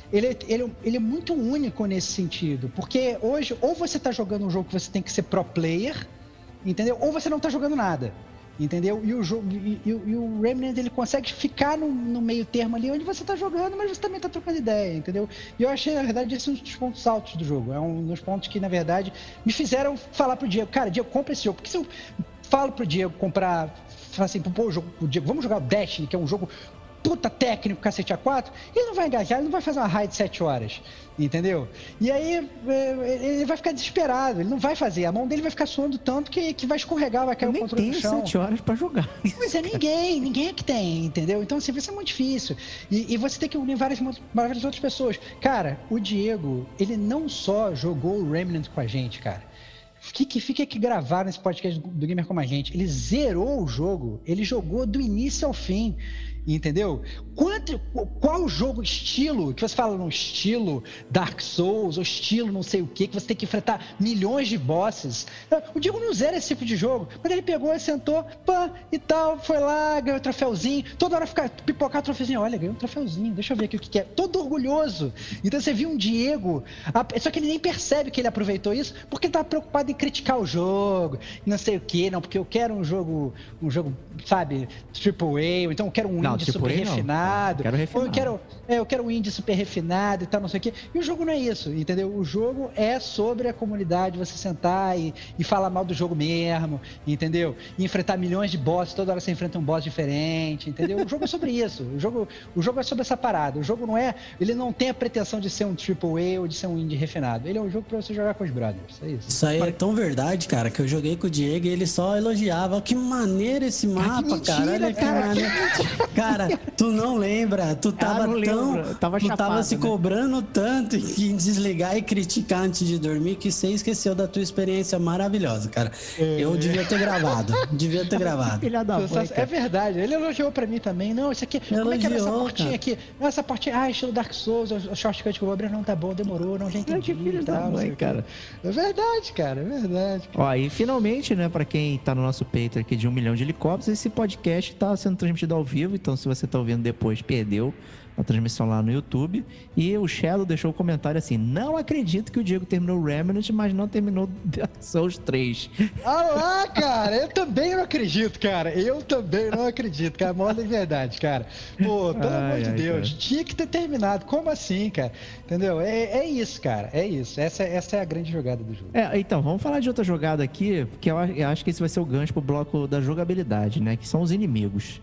ele é muito único nesse sentido. Porque hoje, ou você tá jogando um jogo que você tem que ser pro player, entendeu? Ou você não tá jogando nada. Entendeu? E o jogo, e o Remnant, ele consegue ficar no meio termo ali onde você tá jogando, mas você também tá trocando ideia, entendeu? E eu achei, na verdade, esse é um dos pontos altos do jogo. É um dos pontos que, na verdade, me fizeram falar pro Diego, cara, Diego, compra esse jogo. Porque se eu falo pro Diego comprar, falar assim, pô, o Diego, vamos jogar o Destiny, que é um jogo puta técnico, cacete A4, ele não vai engajar, ele não vai fazer uma raid de 7 horas, entendeu? E aí ele vai ficar desesperado, ele não vai fazer, a mão dele vai ficar suando tanto que vai escorregar, vai cair o controle no chão. Eu nem tenho 7 horas pra jogar. Mas é ninguém é que tem, entendeu? Então assim, vai ser muito difícil. E você tem que unir várias outras pessoas. Cara, o Diego, ele não só jogou o Remnant com a gente, cara. Que fica aqui gravado nesse podcast do Gamer Como a Gente. Ele zerou o jogo, ele jogou do início ao fim, entendeu? Qual jogo, estilo, que você fala no estilo Dark Souls, ou estilo não sei o que você tem que enfrentar milhões de bosses. O Diego não zera esse tipo de jogo, mas ele pegou, sentou, pã, e tal, foi lá, ganhou o troféuzinho, toda hora pipocar o troféuzinho, olha, ganhou um troféuzinho, deixa eu ver aqui o que é, todo orgulhoso. Então você viu um Diego, só que ele nem percebe que ele aproveitou isso, porque ele tava preocupado em criticar o jogo, não sei o que, não, porque eu quero um jogo, sabe, AAA, ou então eu quero um indie super refinado, eu quero um indie super refinado e tal, não sei o que, e o jogo não é isso, entendeu? O jogo é sobre a comunidade, você sentar e falar mal do jogo mesmo, entendeu? E enfrentar milhões de bosses, toda hora você enfrenta um boss diferente, entendeu? O jogo é sobre isso, o jogo é sobre essa parada, o jogo ele não tem a pretensão de ser um AAA ou de ser um indie refinado, ele é um jogo pra você jogar com os brothers, é isso. Isso aí é tão verdade, cara, que eu joguei com o Diego e ele só elogiava, que maneiro esse mapa, cara, olha que maneiro. Cara, tu não lembra, tu tava tava se cobrando tanto em desligar e criticar antes de dormir que você esqueceu da tua experiência maravilhosa, cara. Eu devia ter gravado. Filha da mãe, é verdade, ele elogiou pra mim também. Não, isso aqui, como é que era essa portinha cara. Aqui? Não, essa portinha, estilo Dark Souls, o shortcut que eu vou abrir, não tá bom, demorou, não, já entendi. Que filho da mãe, cara. É verdade, cara, é verdade. Ó, e finalmente, né, pra quem tá no nosso Patreon aqui de 1 milhão de helicópteros, esse podcast tá sendo transmitido ao vivo, então se você tá ouvindo depois, perdeu a transmissão lá no YouTube. E o Shadow deixou o comentário assim: não acredito que o Diego terminou o Remnant, mas não terminou Dark Souls 3. Ah lá, cara, eu também não acredito, cara. Mostra de verdade, cara. Pô, pelo amor de Deus, cara. Tinha que ter terminado. Como assim, cara? Entendeu? É isso, cara. É isso. Essa é a grande jogada do jogo. Então, vamos falar de outra jogada aqui, porque eu acho que esse vai ser o gancho pro bloco da jogabilidade, né? Que são os inimigos.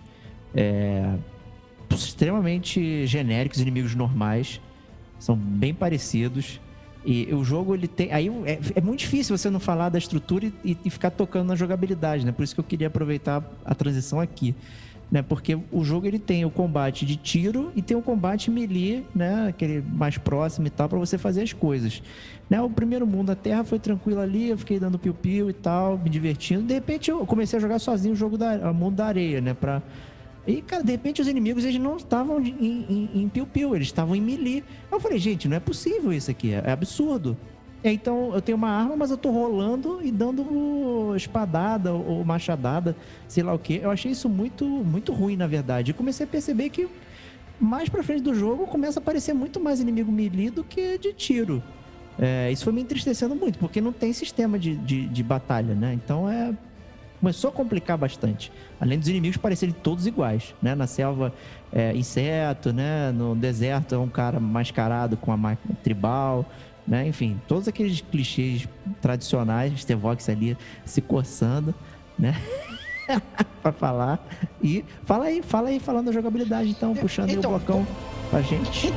Extremamente genéricos, inimigos normais, são bem parecidos, e o jogo ele tem, aí é muito difícil você não falar da estrutura e ficar tocando na jogabilidade, né? Por isso que eu queria aproveitar a transição aqui, né? Porque o jogo ele tem o combate de tiro e tem o combate melee, né? Aquele mais próximo e tal, para você fazer as coisas, né? O primeiro mundo da Terra foi tranquilo ali, eu fiquei dando piu-piu e tal, me divertindo. De repente eu comecei a jogar sozinho o mundo da areia, né? E, cara, de repente os inimigos, eles não estavam em piu-piu, eles estavam em melee. Eu falei, gente, não é possível isso aqui, é absurdo. Então, eu tenho uma arma, mas eu tô rolando e dando espadada ou machadada, sei lá o quê. Eu achei isso muito, muito ruim, na verdade. E comecei a perceber que mais pra frente do jogo começa a aparecer muito mais inimigo melee do que de tiro. Isso foi me entristecendo muito, porque não tem sistema de batalha, né? Então, começou a complicar bastante. Além dos inimigos parecerem todos iguais, né? Na selva, inseto, né? No deserto é um cara mascarado com a máquina tribal, né? Enfim, todos aqueles clichês tradicionais, Stevox ali se coçando, né? Pra falar. E fala aí, falando da jogabilidade, então, puxando aí o blocão pra gente.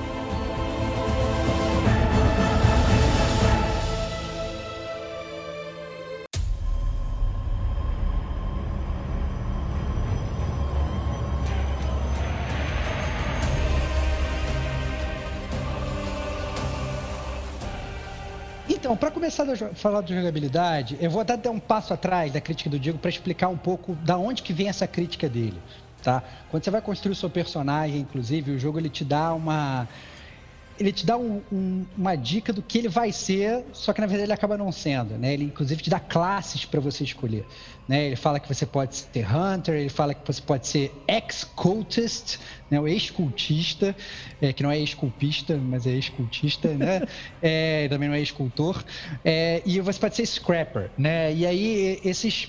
Então, para começar a falar de jogabilidade, eu vou dar um passo atrás da crítica do Diego para explicar um pouco da onde que vem essa crítica dele, tá? Quando você vai construir o seu personagem, inclusive, o jogo ele te dá ele te dá uma dica do que ele vai ser, só que na verdade ele acaba não sendo, né? Ele inclusive te dá classes para você escolher, né? Ele fala que você pode ser Hunter, ele fala que você pode ser ex-cultist, né? O ex-cultista, que não é ex-culpista, mas é ex-cultista, né? Também não é ex-cultor. E você pode ser Scrapper, né? E aí esses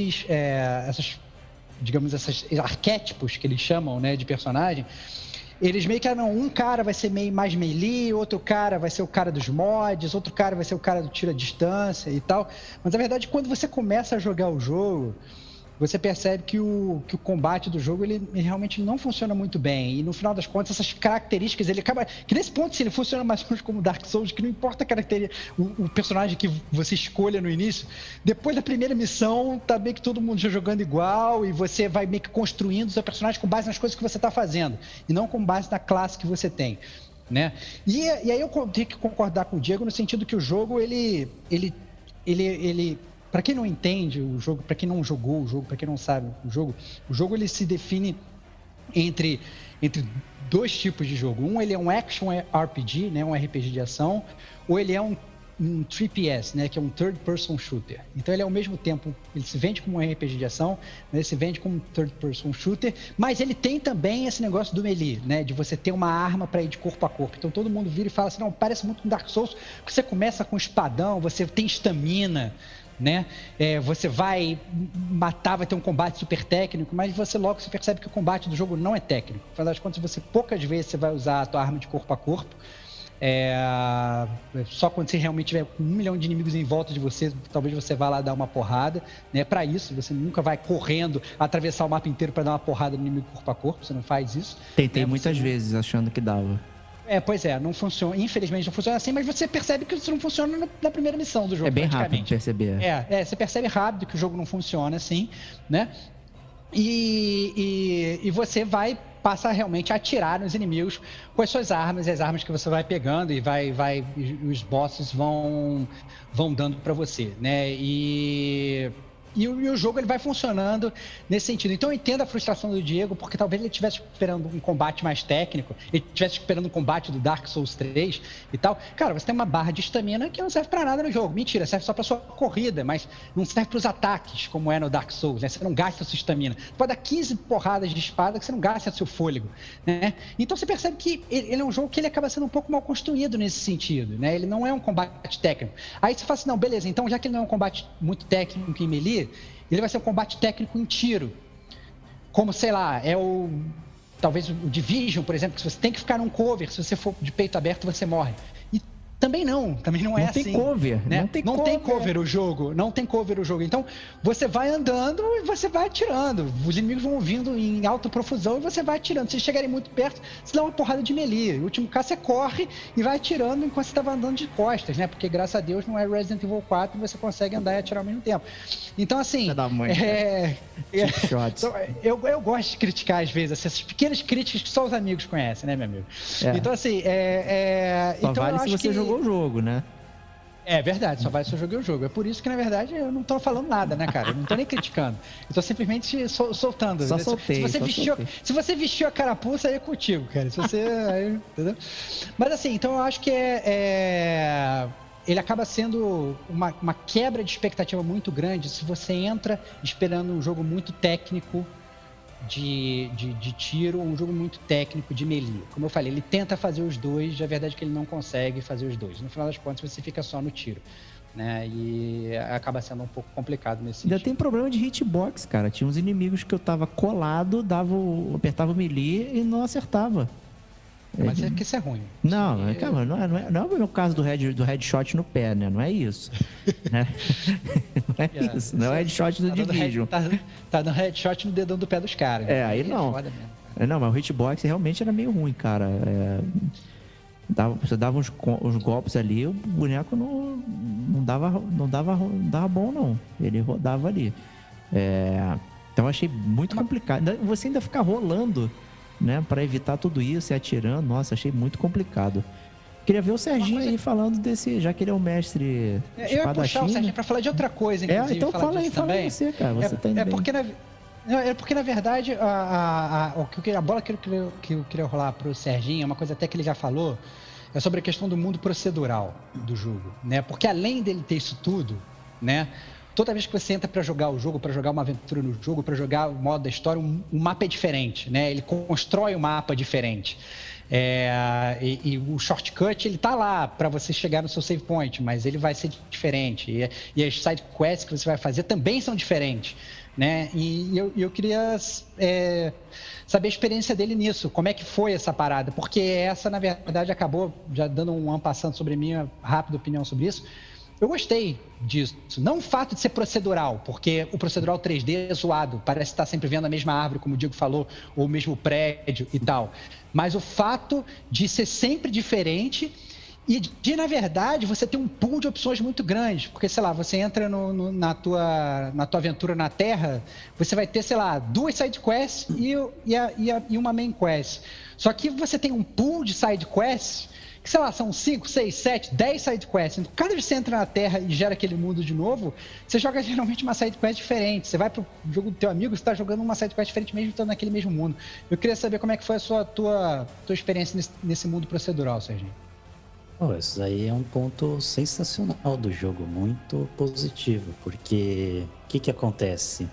arquétipos que eles chamam, né, de personagem, eles meio que, um cara vai ser meio mais melee, outro cara vai ser o cara dos mods, outro cara vai ser o cara do tiro à distância e tal. Mas, na verdade, quando você começa a jogar o jogo, você percebe que o combate do jogo, ele realmente não funciona muito bem. E, no final das contas, essas características, ele acaba... Que nesse ponto, se ele funciona mais ou menos como Dark Souls, que não importa a característica, o personagem que você escolha no início, depois da primeira missão, tá meio que todo mundo já jogando igual, e você vai meio que construindo o seu personagem com base nas coisas que você tá fazendo, e não com base na classe que você tem, né? E aí eu tenho que concordar com o Diego no sentido que o jogo, ele para quem não entende o jogo, para quem não jogou o jogo, para quem não sabe o jogo ele se define entre dois tipos de jogo. Ele é um action RPG, né, um RPG de ação, ou ele é um 3PS, né, que é um third person shooter. Então ele é ao mesmo tempo, ele se vende como um RPG de ação, né, ele se vende como um third person shooter, mas ele tem também esse negócio do melee, né, de você ter uma arma para ir de corpo a corpo. Então todo mundo vira e fala assim, não, parece muito com Dark Souls, porque você começa com espadão, você tem estamina, né? Você vai matar, vai ter um combate super técnico, mas logo você percebe que o combate do jogo não é técnico. Afinal das contas, poucas vezes você vai usar a tua arma de corpo a corpo. Só quando você realmente tiver 1 milhão de inimigos em volta de você, talvez você vá lá dar uma porrada, né? Para isso, você nunca vai correndo, atravessar o mapa inteiro para dar uma porrada no inimigo corpo a corpo, você não faz isso. Tentei muitas vezes achando que dava. Pois é, não funciona, infelizmente não funciona assim, mas você percebe que isso não funciona na primeira missão do jogo. É bem rápido perceber. Você percebe rápido que o jogo não funciona assim, né? E você vai passar realmente a atirar nos inimigos com as suas armas, as armas que você vai pegando e os bosses vão dando para você, né? E o jogo ele vai funcionando nesse sentido. Então eu entendo a frustração do Diego, porque talvez ele estivesse esperando um combate mais técnico, ele estivesse esperando um combate do Dark Souls 3 e tal. Cara, você tem uma barra de estamina que não serve pra nada no jogo. Mentira, serve só pra sua corrida, mas não serve pros ataques, como é no Dark Souls, né? Você não gasta a sua estamina. Você pode dar 15 porradas de espada que você não gasta seu fôlego, né? Então você percebe que ele é um jogo que ele acaba sendo um pouco mal construído nesse sentido, né? Ele não é um combate técnico. Aí você fala assim, não, beleza, então já que ele não é um combate muito técnico em melee, ele vai ser um combate técnico em tiro. Como, sei lá, talvez o Division, por exemplo, que você tem que ficar num cover, se você for de peito aberto, você morre. E também não é assim. Não tem cover, né? Não tem cover o jogo. Então, você vai andando e você vai atirando. Os inimigos vão vindo em alta profusão e você vai atirando. Se chegarem muito perto, você dá uma porrada de melee. No último caso, você corre e vai atirando enquanto você estava andando de costas, né? Porque, graças a Deus, não é Resident Evil 4 e você consegue andar e atirar ao mesmo tempo. Então, assim... Eu gosto de criticar, às vezes, essas pequenas críticas que só os amigos conhecem, né, meu amigo? Então, assim... Só então, vale se você jogou o jogo, né? É verdade, só vale se eu joguei o jogo. É por isso que, na verdade, eu não tô falando nada, né, cara? Eu não tô nem criticando. Eu tô simplesmente soltando. Só soltei. Se você vestiu a carapuça, aí é contigo, cara. Se você... entendeu? Mas, assim, então eu acho que ele acaba sendo uma quebra de expectativa muito grande se você entra esperando um jogo muito técnico de tiro, um jogo muito técnico de melee. Como eu falei, ele tenta fazer os dois, a verdade é que ele não consegue fazer os dois. No final das contas, você fica só no tiro, né? E acaba sendo um pouco complicado nesse sentido. Ainda tem problema de hitbox, cara. Tinha uns inimigos que eu tava colado, apertava o melee e não acertava. Mas é que isso é ruim. Não, calma, não é o meu caso do headshot no pé, né? Não é isso. Né? Não é isso. Não é o headshot do Division. Tá no headshot no dedão do pé dos caras. Aí não. Não, mas o hitbox realmente era meio ruim, cara. Você dava uns golpes ali, o boneco não dava bom, não. Ele rodava ali. Então eu achei muito complicado. Você ainda ficar rolando, né, para evitar tudo isso e atirando, nossa, achei muito complicado. Queria ver o Serginho aí falando desse, já que ele é o mestre espadachim. Eu ia puxar o Serginho pra falar de outra coisa, inclusive. Então fala aí você, cara. Você tá indo bem. Porque, na verdade, a bola que eu queria rolar pro Serginho é uma coisa até que ele já falou, é sobre a questão do mundo procedural do jogo, né? Porque além dele ter isso tudo, né? Toda vez que você entra para jogar o jogo, para jogar uma aventura no jogo, para jogar o modo da história, o mapa é diferente, né? Ele constrói um mapa diferente. E o shortcut, ele tá lá para você chegar no seu save point, mas ele vai ser diferente. E as side quests que você vai fazer também são diferentes, né? E eu queria saber a experiência dele nisso. Como é que foi essa parada? Porque essa, na verdade, acabou já dando um passando sobre minha rápida opinião sobre isso. Eu gostei disso. Não o fato de ser procedural, porque o procedural 3D é zoado, parece estar sempre vendo a mesma árvore, como o Diego falou, ou o mesmo prédio e tal. Mas o fato de ser sempre diferente e de, na verdade, você ter um pool de opções muito grande. Porque, sei lá, você entra na tua aventura na Terra, você vai ter, sei lá, 2 side quests e uma main quest. Só que você tem um pool de side quests que, sei lá, são 5, 6, 7, 10 sidequests. Então, cada vez que você entra na Terra e gera aquele mundo de novo, você joga geralmente uma sidequest diferente. Você vai pro jogo do teu amigo, você tá jogando uma sidequest diferente mesmo estando naquele mesmo mundo. Eu queria saber como é que foi a tua experiência nesse mundo procedural, Serginho. Isso aí é um ponto sensacional do jogo, muito positivo, porque o que acontece?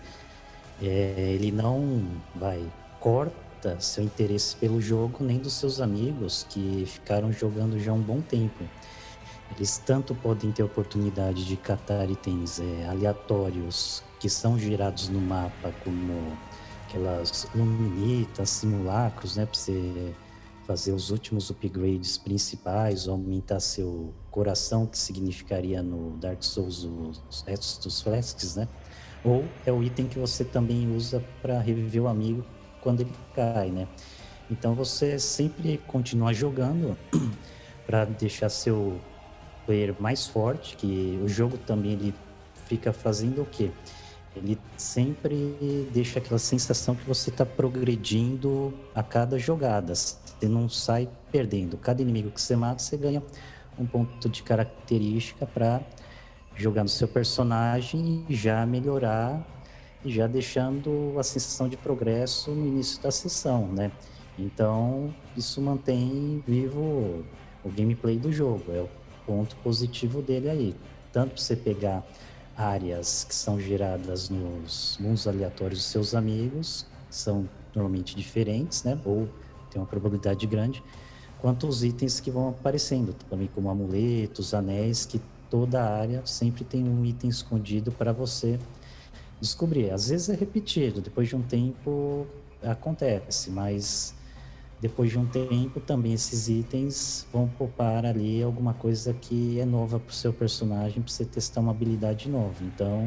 Ele não corta seu interesse pelo jogo, nem dos seus amigos que ficaram jogando já há um bom tempo. Eles tanto podem ter oportunidade de catar itens aleatórios que são gerados no mapa, como aquelas luminitas, simulacros, né, para você fazer os últimos upgrades principais, aumentar seu coração, que significaria no Dark Souls os restos dos flasks, né? Ou é o item que você também usa para reviver o amigo quando ele cai, né? Então você sempre continua jogando para deixar seu player mais forte, que o jogo também ele fica fazendo o quê? Ele sempre deixa aquela sensação que você está progredindo a cada jogada. Você não sai perdendo. Cada inimigo que você mata, você ganha um ponto de característica para jogar no seu personagem e já melhorar, já deixando a sensação de progresso no início da sessão, né? Então, isso mantém vivo o gameplay do jogo. É o ponto positivo dele aí. Tanto para você pegar áreas que são geradas nos mundos aleatórios dos seus amigos, que são normalmente diferentes, né? Ou tem uma probabilidade grande, quanto os itens que vão aparecendo, também como amuletos, anéis, que toda área sempre tem um item escondido para você descobrir. Às vezes é repetido, depois de um tempo acontece, mas depois de um tempo também esses itens vão poupar ali alguma coisa que é nova para o seu personagem, para você testar uma habilidade nova. Então,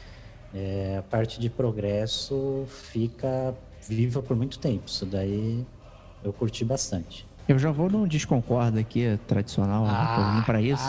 a parte de progresso fica viva por muito tempo. Isso daí eu curti bastante. Eu já vou no desconcordo aqui, tradicional, né, para isso.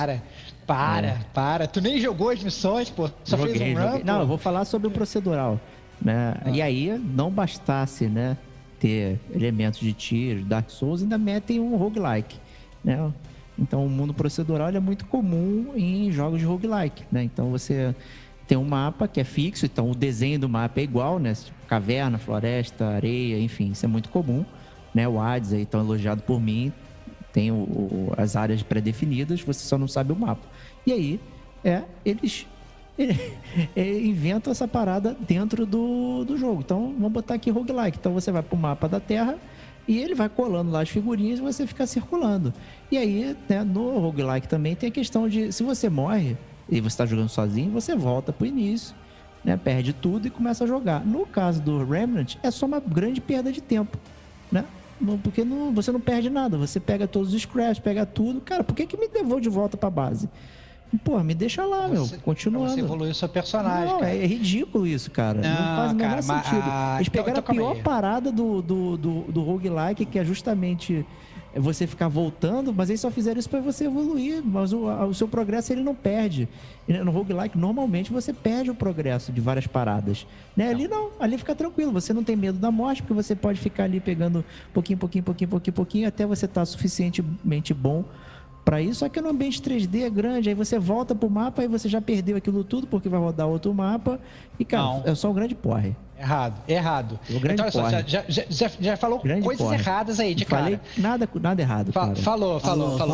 Para. Tu nem jogou as missões, pô. Só fez um run, Não, eu vou falar sobre o procedural, né? E aí, não bastasse, né, ter elementos de tiro, Dark Souls, ainda metem um roguelike, né? Então, o mundo procedural ele é muito comum em jogos de roguelike, né? Então, você tem um mapa que é fixo, então o desenho do mapa é igual, né? Caverna, floresta, areia, enfim, isso é muito comum, né? O Hades aí, tão elogiado por mim, tem as áreas pré-definidas, você só não sabe o mapa. E aí, eles inventam essa parada dentro do jogo. Então, vamos botar aqui roguelike. Então, você vai pro mapa da Terra e ele vai colando lá as figurinhas e você fica circulando. E aí, né, no roguelike também tem a questão de, se você morre e você está jogando sozinho, você volta pro início, né, perde tudo e começa a jogar. No caso do Remnant, é só uma grande perda de tempo, né? Porque você não perde nada, você pega todos os scraps, pega tudo. Cara, por que me levou de volta pra base? Pô, me deixa lá, continuando. Você evoluiu seu personagem, não, cara. É ridículo isso, cara. Não faz o menor sentido. Eles pegaram a pior parada do roguelike, que é justamente você ficar voltando, mas eles só fizeram isso pra você evoluir, mas o seu progresso ele não perde. No roguelike, normalmente você perde o progresso de várias paradas, né? Ali não, ali fica tranquilo, você não tem medo da morte, porque você pode ficar ali pegando pouquinho, até você estar suficientemente bom para isso. Só que no ambiente 3D é grande, aí você volta pro mapa, aí você já perdeu aquilo tudo, porque vai rodar outro mapa, e cara, é só um grande porre. Errado. O grande Então, olha só, porre. já falou Grande coisas porre. erradas aí de Não falei cara. nada errado, cara. Falou. Eu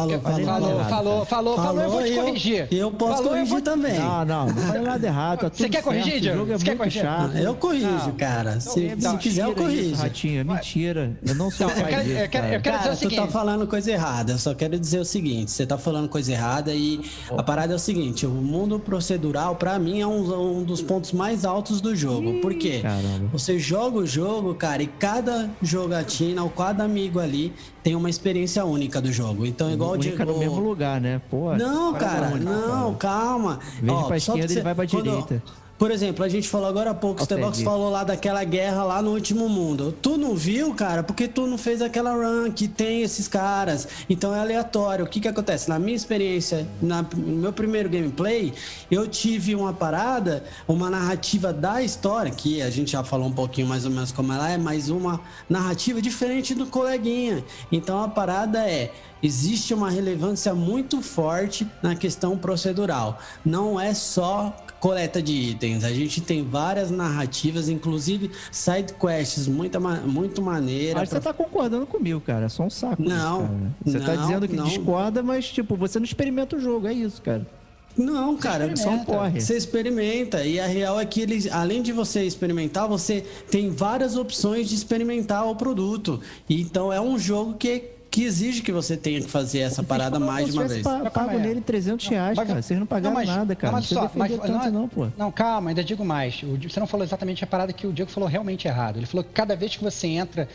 vou te corrigir. Eu posso corrigir também. Não falei nada errado. Tá tudo Você quer corrigir, certo. Diego? O jogo é Você quer muito corrigir? chato. Eu corrijo, Não. cara. Se Mentira quiser, eu corrijo. isso, Ratinho, é mentira. Eu não sou Não, eu pai quero- disso, eu quero- cara. eu quero dizer Cara, o tu tá seguinte. falando coisa errada. Eu só quero dizer o seguinte: você tá falando coisa errada e a parada é o seguinte: o mundo procedural, pra mim, é um dos pontos mais altos do jogo. Por quê? Caramba. Você joga o jogo, cara, e cada jogatina ou cada amigo ali tem uma experiência única do jogo. Então, igual o Única Diego. no mesmo lugar, né? Pô, Não, cara, única, não, calma. Vez Ó, pra só esquerda, ele vai pra quando- direita. Por exemplo, a gente falou agora há pouco, o Ó, Starbucks Fred. falou lá daquela guerra lá no último mundo. Tu não viu, cara, porque tu não fez aquela run que tem esses caras. Então é aleatório. O que que acontece? Na minha experiência, no meu primeiro gameplay, eu tive uma parada, uma narrativa da história, que a gente já falou um pouquinho mais ou menos como ela é, mas uma narrativa diferente do coleguinha. Então a parada existe uma relevância muito forte na questão procedural. Não é só coleta de itens. A gente tem várias narrativas, inclusive side quests muito maneira. Acho que você tá concordando comigo, cara. É só um saco. Não, isso, cara. Você tá não, dizendo que não. discorda, mas, tipo, você não experimenta o jogo. É isso, cara. Não, cara, Só um porre. você experimenta. E a real é que eles, além de você experimentar, você tem várias opções de experimentar o produto. E então é um jogo que exige que você tenha que fazer essa parada mais de uma vez. Pago Calma aí. nele R$300, Mas- cara. Vocês não pagaram mas- nada, cara. Não mas precisa só, defender mas- tanto, não, pô. Não, calma, ainda digo mais. Você não falou exatamente a parada que o Diego falou realmente errado. Ele falou que cada vez que você entra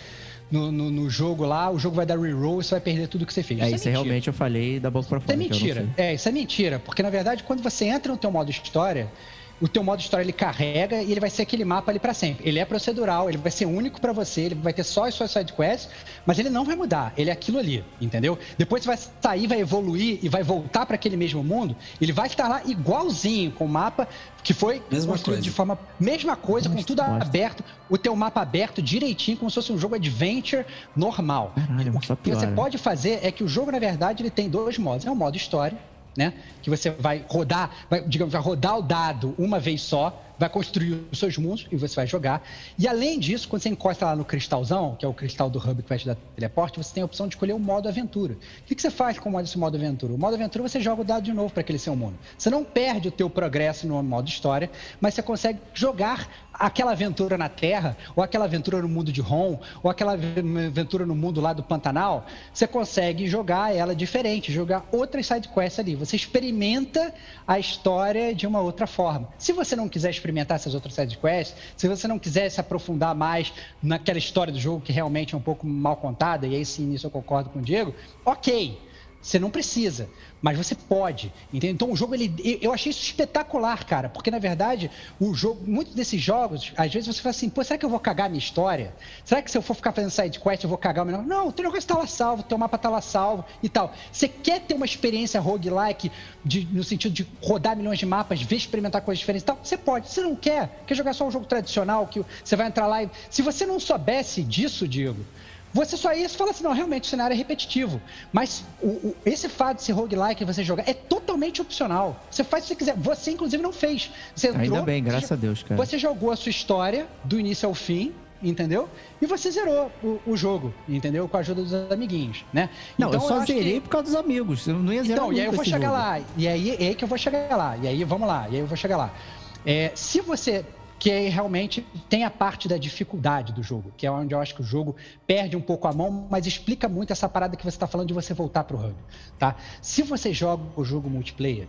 no jogo lá, o jogo vai dar reroll e você vai perder tudo que você fez. É, isso mentira. realmente eu falei da boca pra Isso fora. é que eu não mentira. sei. Isso é mentira. Porque, na verdade, quando você entra no teu modo história, o teu modo história ele carrega e ele vai ser aquele mapa ali pra sempre. Ele é procedural, ele vai ser único pra você, ele vai ter só as suas sidequests, mas ele não vai mudar. Ele é aquilo ali, entendeu? Depois você vai sair, vai evoluir e vai voltar pra aquele mesmo mundo. Ele vai estar lá igualzinho com o mapa que foi Mesma construído coisa. de forma... Mesma coisa, com Nossa, tudo bosta. aberto. O teu mapa aberto direitinho, como se fosse um jogo adventure normal. Caralho, O só que você piora. pode fazer é que o jogo, na verdade, ele tem dois modos. É o modo história, né? Que você vai rodar, vai rodar o dado uma vez só, vai construir os seus mundos e você vai jogar. E além disso, quando você encosta lá no cristalzão, que é o cristal do hub que vai te dar teleporte, você tem a opção de escolher o modo aventura. O que você faz com esse modo aventura? O modo aventura você joga o dado de novo para aquele seu mundo. Você não perde o teu progresso no modo história, mas você consegue jogar aquela aventura na Terra, ou aquela aventura no mundo de Ron, ou aquela aventura no mundo lá do Pantanal, você consegue jogar ela diferente, jogar outras sidequests ali. Você experimenta a história de uma outra forma. Se você não quiser experimentar essas outras sidequests, se você não quiser se aprofundar mais naquela história do jogo que realmente é um pouco mal contada, e aí sim, nisso eu concordo com o Diego, ok. Você não precisa, mas você pode, entendeu? Então o jogo, eu achei isso espetacular, cara, porque na verdade, o jogo, muitos desses jogos, às vezes você fala assim, pô, será que eu vou cagar a minha história? Será que se eu for ficar fazendo side quest eu vou cagar o meu... Não, o teu negócio tá lá salvo, o teu mapa tá lá salvo e tal. Você quer ter uma experiência roguelike, no sentido de rodar milhões de mapas, ver, experimentar coisas diferentes e tal? Você pode. Se não quer jogar só um jogo tradicional, que você vai entrar lá e... Se você não soubesse disso, Diego, você só ia falar assim, não, realmente o cenário é repetitivo. Mas esse fato de ser roguelike você jogar é totalmente opcional. Você faz se você quiser. Você, inclusive, não fez. Você entrou, Ainda bem, graças a Deus, cara. Você jogou a sua história do início ao fim, entendeu? E você zerou o jogo, entendeu? Com a ajuda dos amiguinhos, né? Não, então, eu só acho que- zerei por causa dos amigos. Eu não ia zerar Então, e aí eu nunca vou esse chegar jogo. lá. E aí é aí que eu vou chegar lá. E aí, vamos lá. E aí eu vou chegar lá. Se você... que realmente tem a parte da dificuldade do jogo, que é onde eu acho que o jogo perde um pouco a mão, mas explica muito essa parada que você está falando de você voltar para o hub, tá? Se você joga o jogo multiplayer,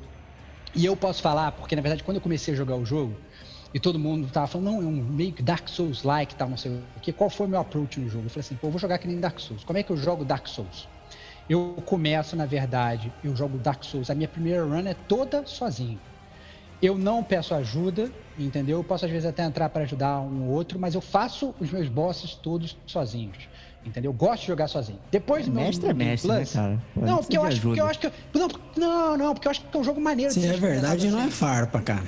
e eu posso falar, porque na verdade quando eu comecei a jogar o jogo, e todo mundo tava falando, não, é um meio que Dark Souls-like, tal, não sei o que, qual foi o meu approach no jogo? Eu falei assim, pô, eu vou jogar que nem Dark Souls. Como é que eu jogo Dark Souls? Eu começo, na verdade, eu jogo Dark Souls, a minha primeira run é toda sozinho. Eu não peço ajuda, entendeu? Eu posso às vezes até entrar para ajudar um ou outro, mas eu faço os meus bosses todos sozinhos, entendeu? Eu gosto de jogar sozinho. Depois do meu Mestre é mestre, né, cara? Pô, Não, não porque eu precisa de acho que porque eu acho que é um jogo maneiro. Se de é ser experimentado verdade, não é assim. farpa, cara.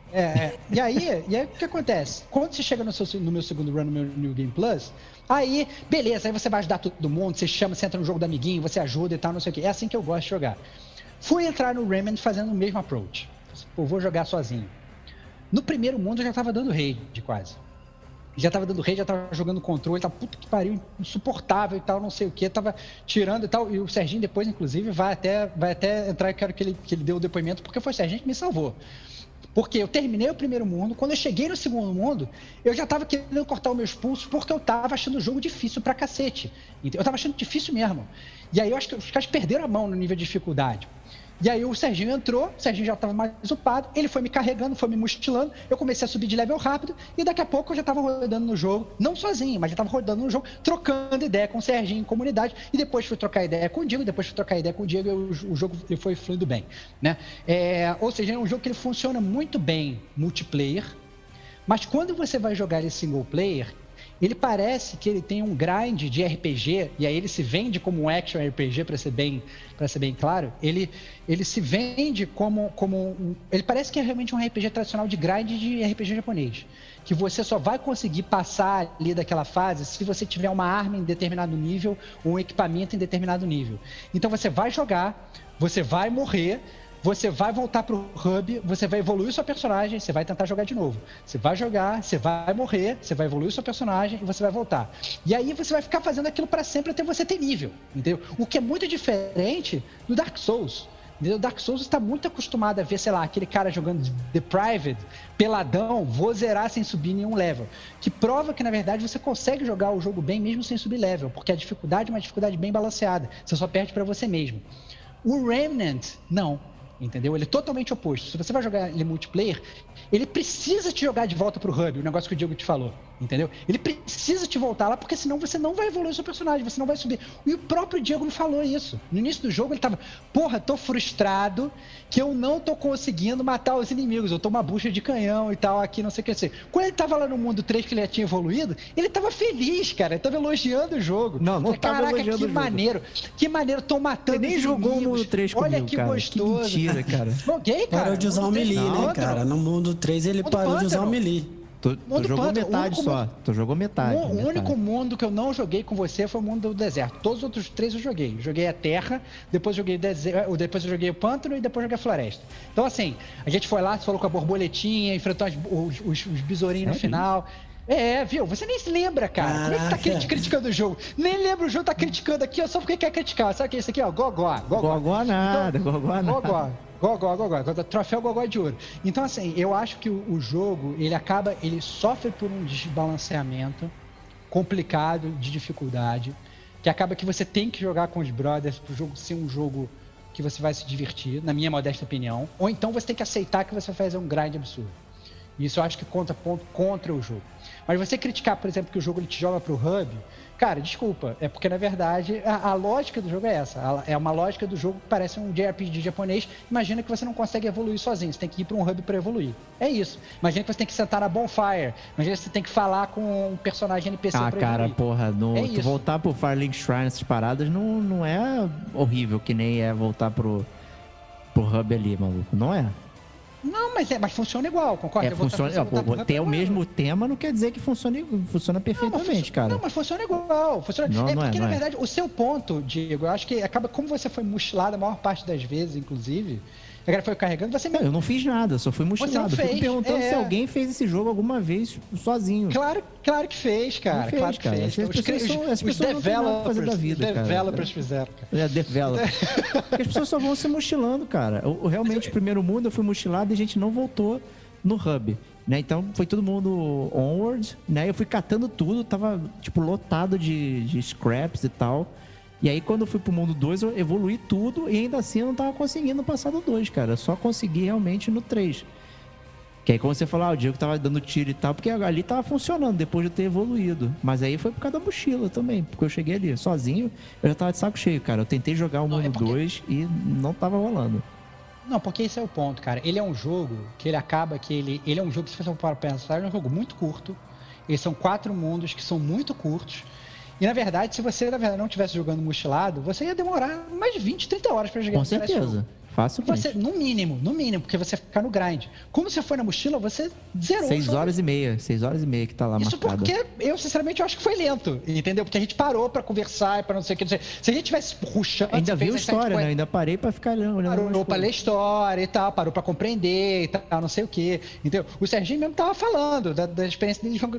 E aí o que acontece? Quando você chega no meu segundo run, no meu New Game Plus, aí, beleza, aí você vai ajudar todo mundo, você chama, você entra no jogo do amiguinho, você ajuda e tal, não sei o quê. É assim que eu gosto de jogar. Fui entrar no Remnant fazendo o mesmo approach. Pô, vou jogar sozinho. No primeiro mundo eu já tava dando raid, quase. Já tava dando rei, já tava jogando controle, tava puta que pariu, insuportável e tal, não sei o que, tava tirando e tal. E o Serginho depois, inclusive, vai até entrar, eu quero que ele dê o depoimento, porque foi o Serginho que me salvou. Porque eu terminei o primeiro mundo, quando eu cheguei no segundo mundo, eu já tava querendo cortar os meus pulsos, porque eu tava achando o jogo difícil pra cacete. Eu tava achando difícil mesmo. E aí eu acho que os caras perderam a mão no nível de dificuldade. E aí o Serginho entrou, o Serginho já estava mais upado, ele foi me carregando, foi me mochilando, eu comecei a subir de level rápido, e daqui a pouco eu já estava rodando no jogo, não sozinho, mas já estava rodando no jogo, trocando ideia com o Serginho em comunidade, e depois fui trocar ideia com o Diego, e o jogo foi fluindo bem, né? Ou seja, é um jogo que ele funciona muito bem multiplayer, mas quando você vai jogar ele single player, ele parece que ele tem um grind de RPG, e aí ele se vende como um action RPG, para ser bem claro. Ele se vende como ele parece que é realmente um RPG tradicional de grind de RPG japonês. Que você só vai conseguir passar ali daquela fase se você tiver uma arma em determinado nível ou um equipamento em determinado nível. Então você vai jogar, você vai morrer, você vai voltar pro hub, você vai evoluir o seu personagem, você vai tentar jogar de novo. Você vai jogar, você vai morrer, você vai evoluir o seu personagem e você vai voltar. E aí você vai ficar fazendo aquilo para sempre até você ter nível, entendeu? O que é muito diferente do Dark Souls. O Dark Souls está muito acostumado a ver, sei lá, aquele cara jogando The Private, peladão, vou zerar sem subir nenhum level. Que prova que, na verdade, você consegue jogar o jogo bem mesmo sem subir level, porque a dificuldade é uma dificuldade bem balanceada. Você só perde para você mesmo. O Remnant, não. Entendeu? Ele é totalmente oposto. Se você vai jogar ele multiplayer, ele precisa te jogar de volta pro hub, o negócio que o Diego te falou, entendeu? Ele precisa te voltar lá, porque senão você não vai evoluir o seu personagem, você não vai subir. E o próprio Diego me falou isso. No início do jogo ele tava, porra, tô frustrado que eu não tô conseguindo matar os inimigos, eu tô uma bucha de canhão e tal, aqui, não sei o que ser. Quando ele tava lá no mundo 3, que ele já tinha evoluído, ele tava feliz, cara, ele tava elogiando o jogo. Não tava elogiando que o jogo. que maneiro, tô matando Você nem jogou o mundo 3 comigo, olha que cara. gostoso. Que mentira, cara. Joguei, cara. Parou de usar o melee, né, cara? No mundo 3 ele parou de usar o melee. Tu jogou metade só. Tu jogou metade. O único mundo que eu não joguei com você foi o mundo do deserto. Todos os outros 3 eu joguei. Joguei a terra, depois joguei o deserto, depois eu joguei o pântano e depois joguei a floresta. Então, assim, a gente foi lá, você falou com a borboletinha, enfrentou os besourinhos no final. Viu? Você nem se lembra, cara. Como é que tá criticando o jogo? Nem lembra o jogo, tá criticando aqui, ó, só porque quer criticar. Sabe o que é isso aqui, ó? Gogó. Gogó nada, então, gogó nada. Gogó, troféu Gogó de ouro. Então, assim, eu acho que o jogo, ele sofre por um desbalanceamento complicado, de dificuldade, que acaba que você tem que jogar com os brothers pro jogo ser um jogo que você vai se divertir, na minha modesta opinião, ou então você tem que aceitar que você vai fazer um grind absurdo. Isso eu acho que conta ponto contra o jogo. Mas você criticar, por exemplo, que o jogo ele te joga pro hub, cara, desculpa, é porque na verdade a lógica do jogo é essa. É uma lógica do jogo que parece um JRPG japonês. Imagina que você não consegue evoluir sozinho, você tem que ir para um hub para evoluir. É isso. Imagina que você tem que sentar na bonfire. Imagina que você tem que falar com um personagem NPC pra evoluir. Cara, porra, tu voltar pro Firelink Shrine, essas paradas, não é horrível que nem é voltar pro hub ali, maluco. Não é. Não, mas funciona igual, concorda? Ter o mesmo tema não quer dizer que funciona perfeitamente, cara. Não, mas funciona igual. Porque, na verdade, o seu ponto, Diego, eu acho que acaba, como você foi mochilado a maior parte das vezes, inclusive, a galera foi carregando, você mesmo. Eu não fiz nada, só fui mochilado. Eu fico perguntando se alguém fez esse jogo alguma vez sozinho. Claro que fez, cara. Claro que fez. As pessoas não têm nada pra fazer da vida, cara. Developers fizeram, cara. Developers. Porque as pessoas só vão se mochilando, cara. Realmente, o primeiro mundo eu fui mochilado e a gente não voltou no hub. Né? Então foi todo mundo onward, né? Eu fui catando tudo, tava tipo lotado de scraps e tal. E aí, quando eu fui pro mundo 2, eu evoluí tudo e ainda assim eu não tava conseguindo passar do 2, cara. Eu só consegui realmente no 3. Que aí, quando você falou, o Diego tava dando tiro e tal, porque ali tava funcionando depois de eu ter evoluído. Mas aí foi por causa da mochila também, porque eu cheguei ali sozinho, eu já tava de saco cheio, cara. Eu tentei jogar o mundo 2 e não tava rolando. Não, porque esse é o ponto, cara. Ele é um jogo que ele acaba que ele é um jogo que, se você for pensar, é um jogo muito curto. Eles são 4 mundos que são muito curtos. E, na verdade, se você não estivesse jogando mochilado, você ia demorar mais de 20, 30 horas para jogar. Com certeza. Facilmente. No mínimo, porque você ficar no grind. Como você foi na mochila, você zerou. 6 horas e meia que tá lá isso marcado. Isso porque eu, sinceramente, eu acho que foi lento, entendeu? Porque a gente parou pra conversar e pra não sei o que. Se a gente tivesse rushando... Ainda viu história, né? Ainda parei pra ficar olhando. Parou pra ler história e tal, parou pra compreender e tal, não sei o que, entendeu? O Serginho mesmo tava falando da experiência dele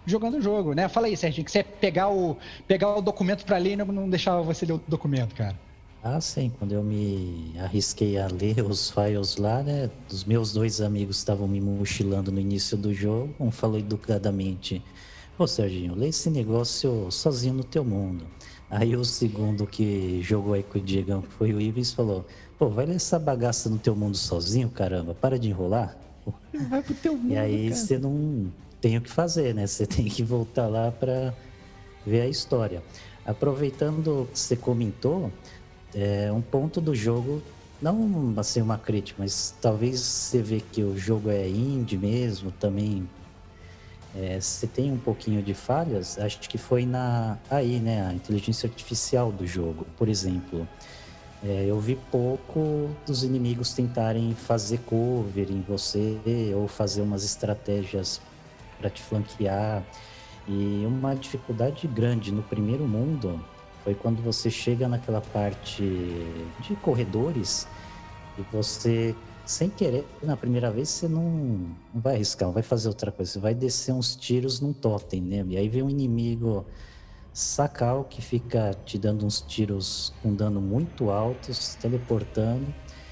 jogando o jogo, né? Fala aí, Serginho, que você ia pegar o documento para ler e não deixava você ler o documento, cara. Ah, sim, quando eu me arrisquei a ler os files lá, né? Os meus 2 amigos estavam me mochilando no início do jogo. Um falou educadamente: Ô Serginho, lê esse negócio sozinho no teu mundo. Aí o segundo que jogou aí com o Diegão, que foi o Ives, falou: Pô, vai ler essa bagaça no teu mundo sozinho, caramba, para de enrolar. Vai pro teu mundo, E aí cara. você não tem o que fazer, né? Você tem que voltar lá para ver a história. Aproveitando o que você comentou, um ponto do jogo, não assim uma crítica, mas talvez você vê que o jogo é indie mesmo, também você tem um pouquinho de falhas, acho que foi né, a inteligência artificial do jogo. Por exemplo, eu vi pouco dos inimigos tentarem fazer cover em você ou fazer umas estratégias para te flanquear. E uma dificuldade grande no primeiro mundo foi quando você chega naquela parte de corredores e você, sem querer, na primeira vez você não vai arriscar, não vai fazer outra coisa. Você vai descer uns tiros num totem, né? E aí vem um inimigo sacal que fica te dando uns tiros com dano muito alto, se teleportando.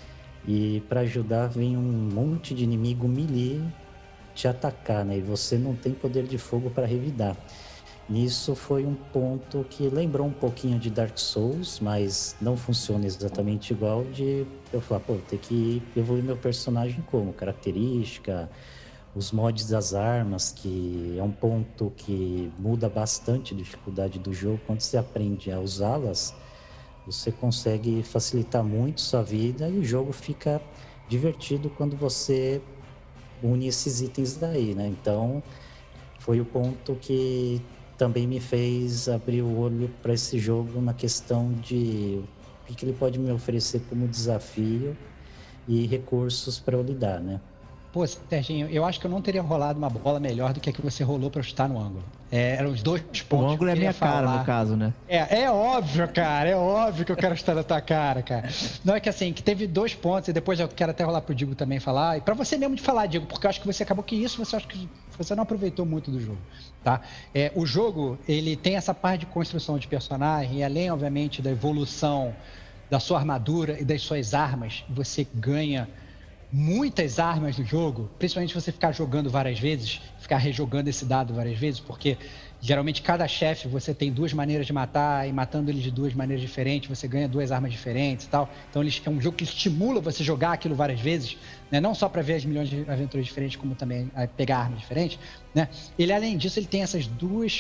E para ajudar vem um monte de inimigo melee te atacar, né? E você não tem poder de fogo para revidar. Nisso foi um ponto que lembrou um pouquinho de Dark Souls, mas não funciona exatamente igual de eu falar, pô, tem que evoluir meu personagem como característica, os mods das armas, que é um ponto que muda bastante a dificuldade do jogo. Quando você aprende a usá-las, você consegue facilitar muito sua vida e o jogo fica divertido quando você une esses itens daí, né? Então, foi o ponto que também me fez abrir o olho para esse jogo na questão de o que ele pode me oferecer como desafio e recursos para eu lidar, né? Pô, Serginho, eu acho que eu não teria rolado uma bola melhor do que a que você rolou pra eu chutar no ângulo. Eram os 2 pontos. O ângulo é minha cara, no caso, né? É óbvio, cara. É óbvio que eu quero chutar na tua cara, cara. Não é que assim, que teve 2 pontos e depois eu quero até rolar pro Diego também falar. E pra você mesmo de falar, Diego, porque eu acho que você acabou que isso, você acha que você não aproveitou muito do jogo, tá? O jogo, ele tem essa parte de construção de personagem e além, obviamente, da evolução da sua armadura e das suas armas, você ganha muitas armas do jogo, principalmente se você ficar jogando várias vezes, ficar rejogando esse dado várias vezes, porque geralmente cada chefe você tem 2 maneiras de matar e matando ele de 2 maneiras diferentes, você ganha 2 armas diferentes e tal. Então é um jogo que estimula você jogar aquilo várias vezes, né? Não só para ver as milhões de aventuras diferentes, como também pegar armas diferentes, né? Ele, além disso, ele tem essas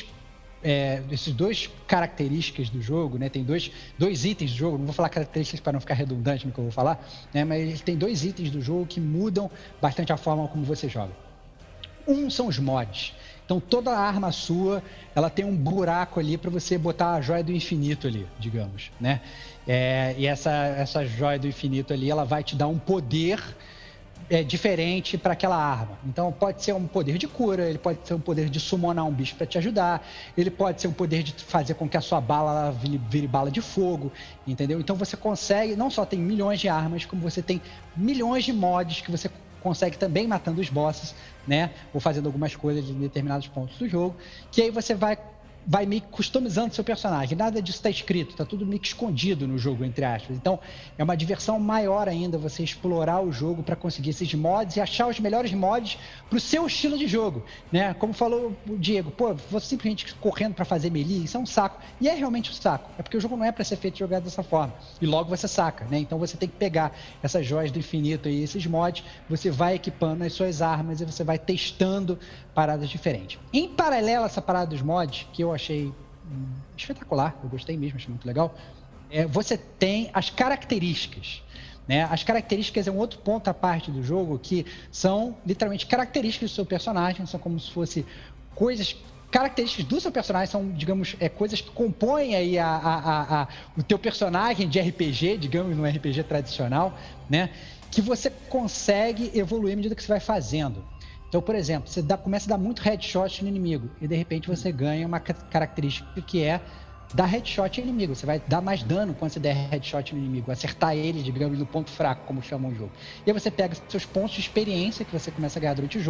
esses 2 características do jogo, né? Tem dois itens do jogo, não vou falar características para não ficar redundante no que eu vou falar, né? Mas ele tem 2 itens do jogo que mudam bastante a forma como você joga. São os mods. Então toda arma sua, ela tem um buraco ali para você botar a joia do infinito ali, digamos, né? E essa joia do infinito ali, ela vai te dar um poder diferente para aquela arma. Então pode ser um poder de cura, ele pode ser um poder de summonar um bicho para te ajudar, ele pode ser um poder de fazer com que a sua bala vire bala de fogo, entendeu? Então você consegue, não só tem milhões de armas, como você tem milhões de mods que você consegue também matando os bosses, né? Ou fazendo algumas coisas em determinados pontos do jogo, que aí você vai meio que customizando seu personagem. Nada disso está escrito, está tudo meio que escondido no jogo, entre aspas. Então, é uma diversão maior ainda você explorar o jogo para conseguir esses mods e achar os melhores mods para o seu estilo de jogo, né? Como falou o Diego, pô, você simplesmente correndo para fazer melee, isso é um saco. E é realmente um saco. É porque o jogo não é para ser feito jogado dessa forma. E logo você saca, né? Então você tem que pegar essas joias do infinito e esses mods, você vai equipando as suas armas e você vai testando paradas diferentes. Em paralelo a essa parada dos mods, que eu achei espetacular, eu gostei mesmo, achei muito legal, você tem as características, né? As características é um outro ponto à parte do jogo, que são literalmente características do seu personagem, são como se fosse características do seu personagem, são, digamos, coisas que compõem aí o teu personagem de RPG, digamos, no RPG tradicional, né? Que você consegue evoluir à medida que você vai fazendo. Então, por exemplo, você começa a dar muito headshot no inimigo e de repente você ganha uma característica que é dar headshot no inimigo. Você vai dar mais dano quando você der headshot no inimigo, acertar ele, digamos, no ponto fraco, como chama o jogo. E aí você pega seus pontos de experiência que você começa a ganhar durante o jogo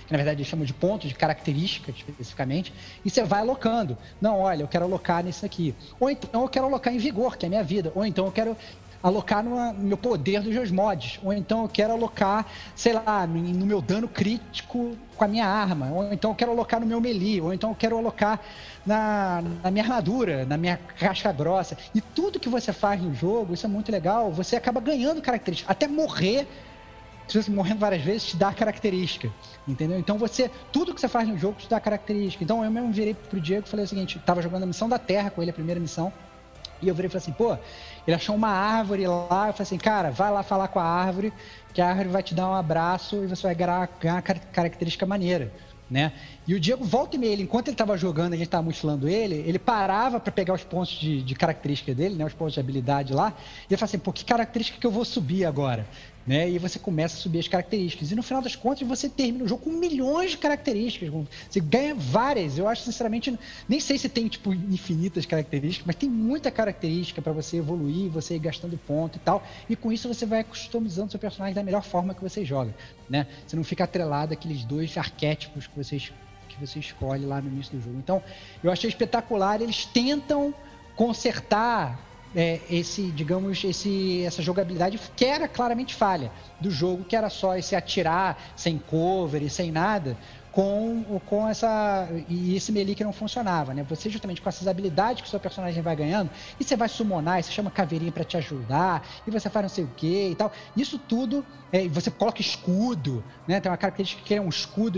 que na verdade eles chamam de pontos, de característica especificamente, e você vai alocando. Não, olha, eu quero alocar nisso aqui. Ou então eu quero alocar em vigor, que é a minha vida. Ou então eu quero alocar no meu poder dos meus mods. Ou então eu quero alocar, sei lá, no meu dano crítico com a minha arma. Ou então eu quero alocar no meu melee. Ou então eu quero alocar na minha armadura, na minha casca grossa. E tudo que você faz no jogo, isso é muito legal, você acaba ganhando características. Até morrer, se você morrendo várias vezes, te dá característica. Entendeu? Então tudo que você faz no jogo te dá característica. Então eu mesmo virei pro Diego e falei o seguinte, tava jogando a missão da Terra com ele, a primeira missão. E eu virei e falei assim, pô, ele achou uma árvore lá, eu falei assim, cara, vai lá falar com a árvore, que a árvore vai te dar um abraço e você vai ganhar uma característica maneira, né? E o Diego volta e meia, enquanto ele estava jogando, a gente estava mochilando ele parava para pegar os pontos de característica dele, né, os pontos de habilidade lá, e ele fala assim, pô, que característica que eu vou subir agora? Né? E você começa a subir as características. E no final das contas, você termina o jogo com milhões de características. Você ganha várias. Eu acho, sinceramente, nem sei se tem, tipo, infinitas características, mas tem muita característica para você evoluir, você ir gastando ponto e tal. E com isso você vai customizando seu personagem da melhor forma que você joga, né? Você não fica atrelado àqueles 2 arquétipos que você escolhe lá no início do jogo. Então, eu achei espetacular. Eles tentam consertar essa jogabilidade que era claramente falha do jogo, que era só esse atirar sem cover e sem nada, com esse melee que não funcionava, né? Você justamente com essas habilidades que o seu personagem vai ganhando, e você vai summonar, e você chama caveirinha para te ajudar, e você faz não sei o que e tal. Isso tudo, você coloca escudo, né? Tem uma característica que é um escudo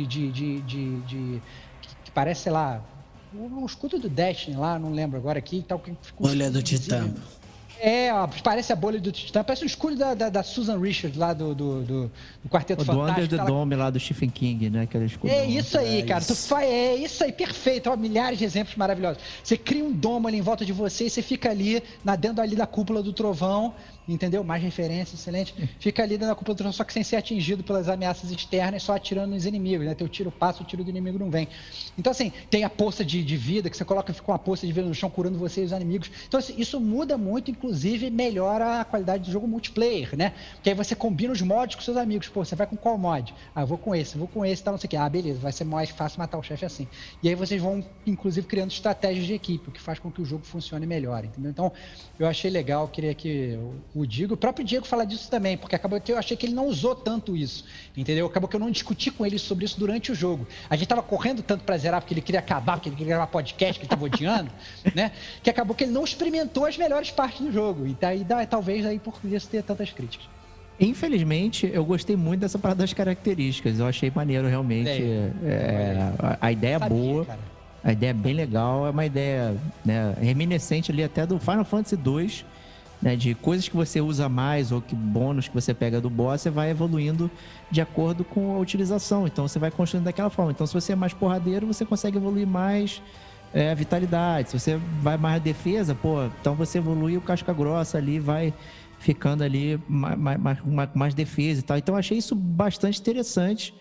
que parece, sei lá, um escudo do Destiny lá, não lembro agora aqui e tal. Bolha do Titã. Parece a bolha do Titã, parece o escudo da Susan Richards lá do Quarteto Fantástico. Do Under the Dome lá do Stephen King, né? Aquele escudo. É isso aí, cara. É isso aí, perfeito. Ó, milhares de exemplos maravilhosos. Você cria um domo ali em volta de você e você fica ali, dentro ali da cúpula do trovão, entendeu? Mais referência, excelente. Fica ali dentro da cúpula do trovão, só que sem ser atingido pelas ameaças externas, só atirando nos inimigos, né? Teu tiro passa, o tiro do inimigo não vem. Então, assim, tem a poça de vida, que você coloca e fica uma poça de vida no chão, curando você e os inimigos. Então, assim, isso muda muito, inclusive melhora a qualidade do jogo multiplayer, né? Porque aí você combina os mods com seus amigos. Pô, você vai com qual mod? Ah, eu vou com esse, tal, não sei o que. Ah, beleza, vai ser mais fácil matar o chefe assim. E aí vocês vão, inclusive, criando estratégias de equipe, o que faz com que o jogo funcione melhor, entendeu? Então, eu achei legal, queria que o próprio Diego fala disso também, porque acabou que eu achei que ele não usou tanto isso, entendeu? Acabou que eu não discuti com ele sobre isso durante o jogo. A gente tava correndo tanto pra zerar, porque ele queria acabar, porque ele queria gravar podcast, que ele tava odiando, né? Que acabou que ele não experimentou as melhores partes do jogo. E daí, talvez, por isso ter tantas críticas. Infelizmente, eu gostei muito dessa parada das características. Eu achei maneiro, realmente. A ideia é boa. Cara. A ideia é bem legal. É uma ideia, né, reminiscente ali até do Final Fantasy II, né, de coisas que você usa mais ou que bônus que você pega do boss, você vai evoluindo de acordo com a utilização. Então, você vai construindo daquela forma. Então, se você é mais porradeiro, você consegue evoluir mais a vitalidade. Se você vai mais defesa, então você evolui o casca grossa ali, vai ficando ali mais defesa e tal. Então, eu achei isso bastante interessante.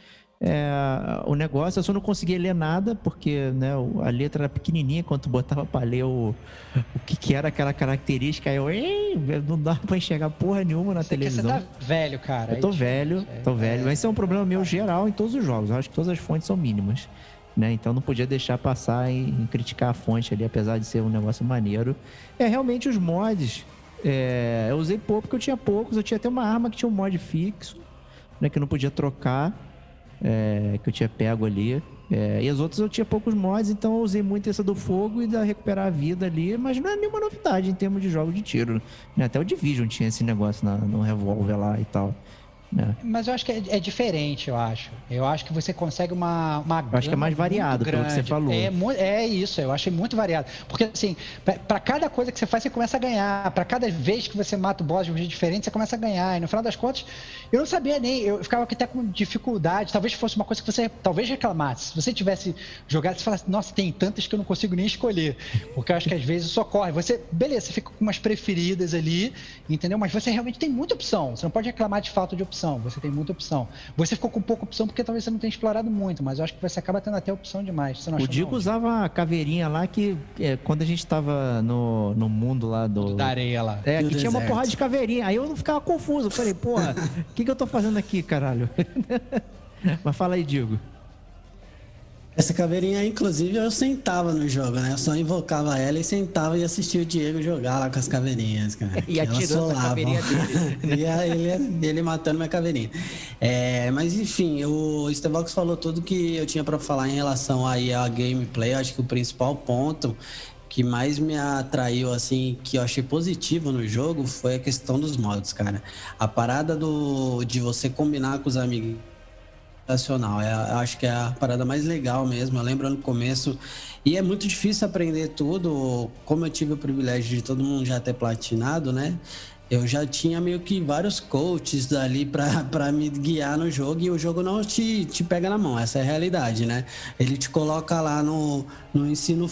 O negócio, eu só não conseguia ler nada, porque, né, a letra era pequenininha, quando tu botava pra ler o que era aquela característica, aí não dava pra enxergar porra nenhuma na televisão. Você tá velho, cara. Eu tô velho. Mas isso é um problema meu geral em todos os jogos. Eu acho que todas as fontes são mínimas, né? Então não podia deixar passar em criticar a fonte ali, apesar de ser um negócio maneiro. Realmente os mods, eu usei pouco, porque eu tinha poucos. Eu tinha até uma arma que tinha um mod fixo, né, que eu não podia trocar, que eu tinha pego ali. E as outras eu tinha poucos mods, então eu usei muito essa do fogo e da recuperar a vida ali, mas não é nenhuma novidade em termos de jogo de tiro, né? Até o Division tinha esse negócio no revólver lá e tal. Mas eu acho que é diferente, eu acho. Eu acho que você consegue uma eu acho que é mais variado, pelo que você falou. É isso, eu achei muito variado. Porque, assim, para cada coisa que você faz, você começa a ganhar. Para cada vez que você mata o boss de um jeito diferente, você começa a ganhar. E no final das contas, eu não sabia nem... Eu ficava até com dificuldade. Talvez fosse uma coisa que você talvez reclamasse. Se você tivesse jogado, você falasse, nossa, tem tantas que eu não consigo nem escolher. Porque eu acho que às vezes isso ocorre. Beleza, você fica com umas preferidas ali, entendeu? Mas você realmente tem muita opção. Você não pode reclamar de falta de opção. Você tem muita opção. Você ficou com pouca opção porque talvez você não tenha explorado muito, mas eu acho que você acaba tendo até opção demais. Você não o Dico usava a caveirinha lá que, quando a gente tava no mundo lá da areia lá. Que tinha uma porrada de caveirinha. Aí eu não ficava confuso. Eu falei, porra, o que eu tô fazendo aqui, caralho? Mas fala aí, Diego. Essa caveirinha, inclusive, eu sentava no jogo, né? Eu só invocava ela e sentava e assistia o Diego jogar lá com as caveirinhas, cara. E atirando a caveirinha dele. E ele matando minha caveirinha. Mas enfim, o Estevox falou tudo que eu tinha pra falar em relação aí à gameplay. Eu acho que o principal ponto que mais me atraiu, assim, que eu achei positivo no jogo foi a questão dos modos, cara. A parada de você combinar com os amigos nacional, eu acho que é a parada mais legal mesmo. Eu lembro no começo, e é muito difícil aprender tudo. Como eu tive o privilégio de todo mundo já ter platinado, né? Eu já tinha meio que vários coaches ali pra me guiar no jogo, e o jogo não te pega na mão, essa é a realidade, né? Ele te coloca lá no ensino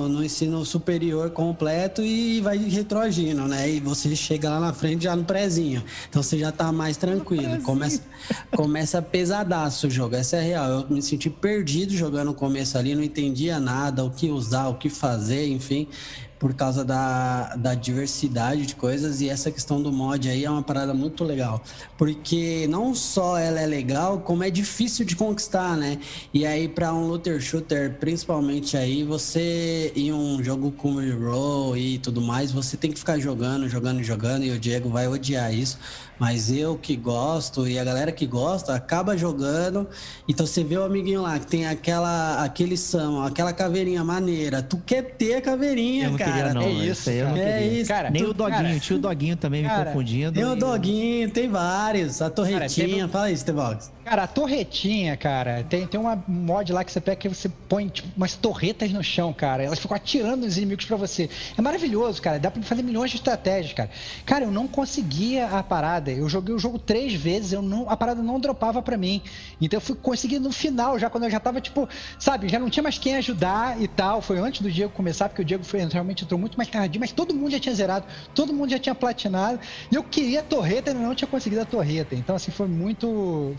superior completo e vai retroagindo, né? E você chega lá na frente já no prezinho, então você já tá mais tranquilo. Começa pesadaço o jogo, essa é a real. Eu me senti perdido jogando no começo ali, não entendia nada, o que usar, o que fazer, enfim, por causa da diversidade de coisas. E essa questão do mod aí é uma parada muito legal, porque não só ela é legal, como é difícil de conquistar, né? E aí para um looter shooter, principalmente aí, você em um jogo com reroll e tudo mais, você tem que ficar jogando, e o Diego vai odiar isso, mas eu que gosto e a galera que gosta acaba jogando. Então você vê o amiguinho lá que tem aquele Sam, aquela caveirinha maneira, tu quer ter a caveirinha, cara. Não, é isso aí eu não queria. isso. Cara, nem o Doguinho, tinha o Doguinho também me confundindo. Tem o Doguinho, tem vários. A torretinha, fala isso, T-Box. Cara, a torretinha, cara, tem uma mod lá que você pega que você põe tipo, umas torretas no chão, cara. Elas ficam atirando os inimigos pra você. É maravilhoso, cara. Dá pra fazer milhões de estratégias, cara. Cara, eu não conseguia a parada. Eu joguei o jogo 3 vezes, a parada não dropava pra mim. Então eu fui conseguindo no final, já quando eu já tava, tipo, sabe, já não tinha mais quem ajudar e tal. Foi antes do Diego começar, porque o Diego realmente entrou muito mais tarde, mas todo mundo já tinha zerado, todo mundo já tinha platinado. E eu queria a torreta e não tinha conseguido a torreta. Então, assim, foi muito.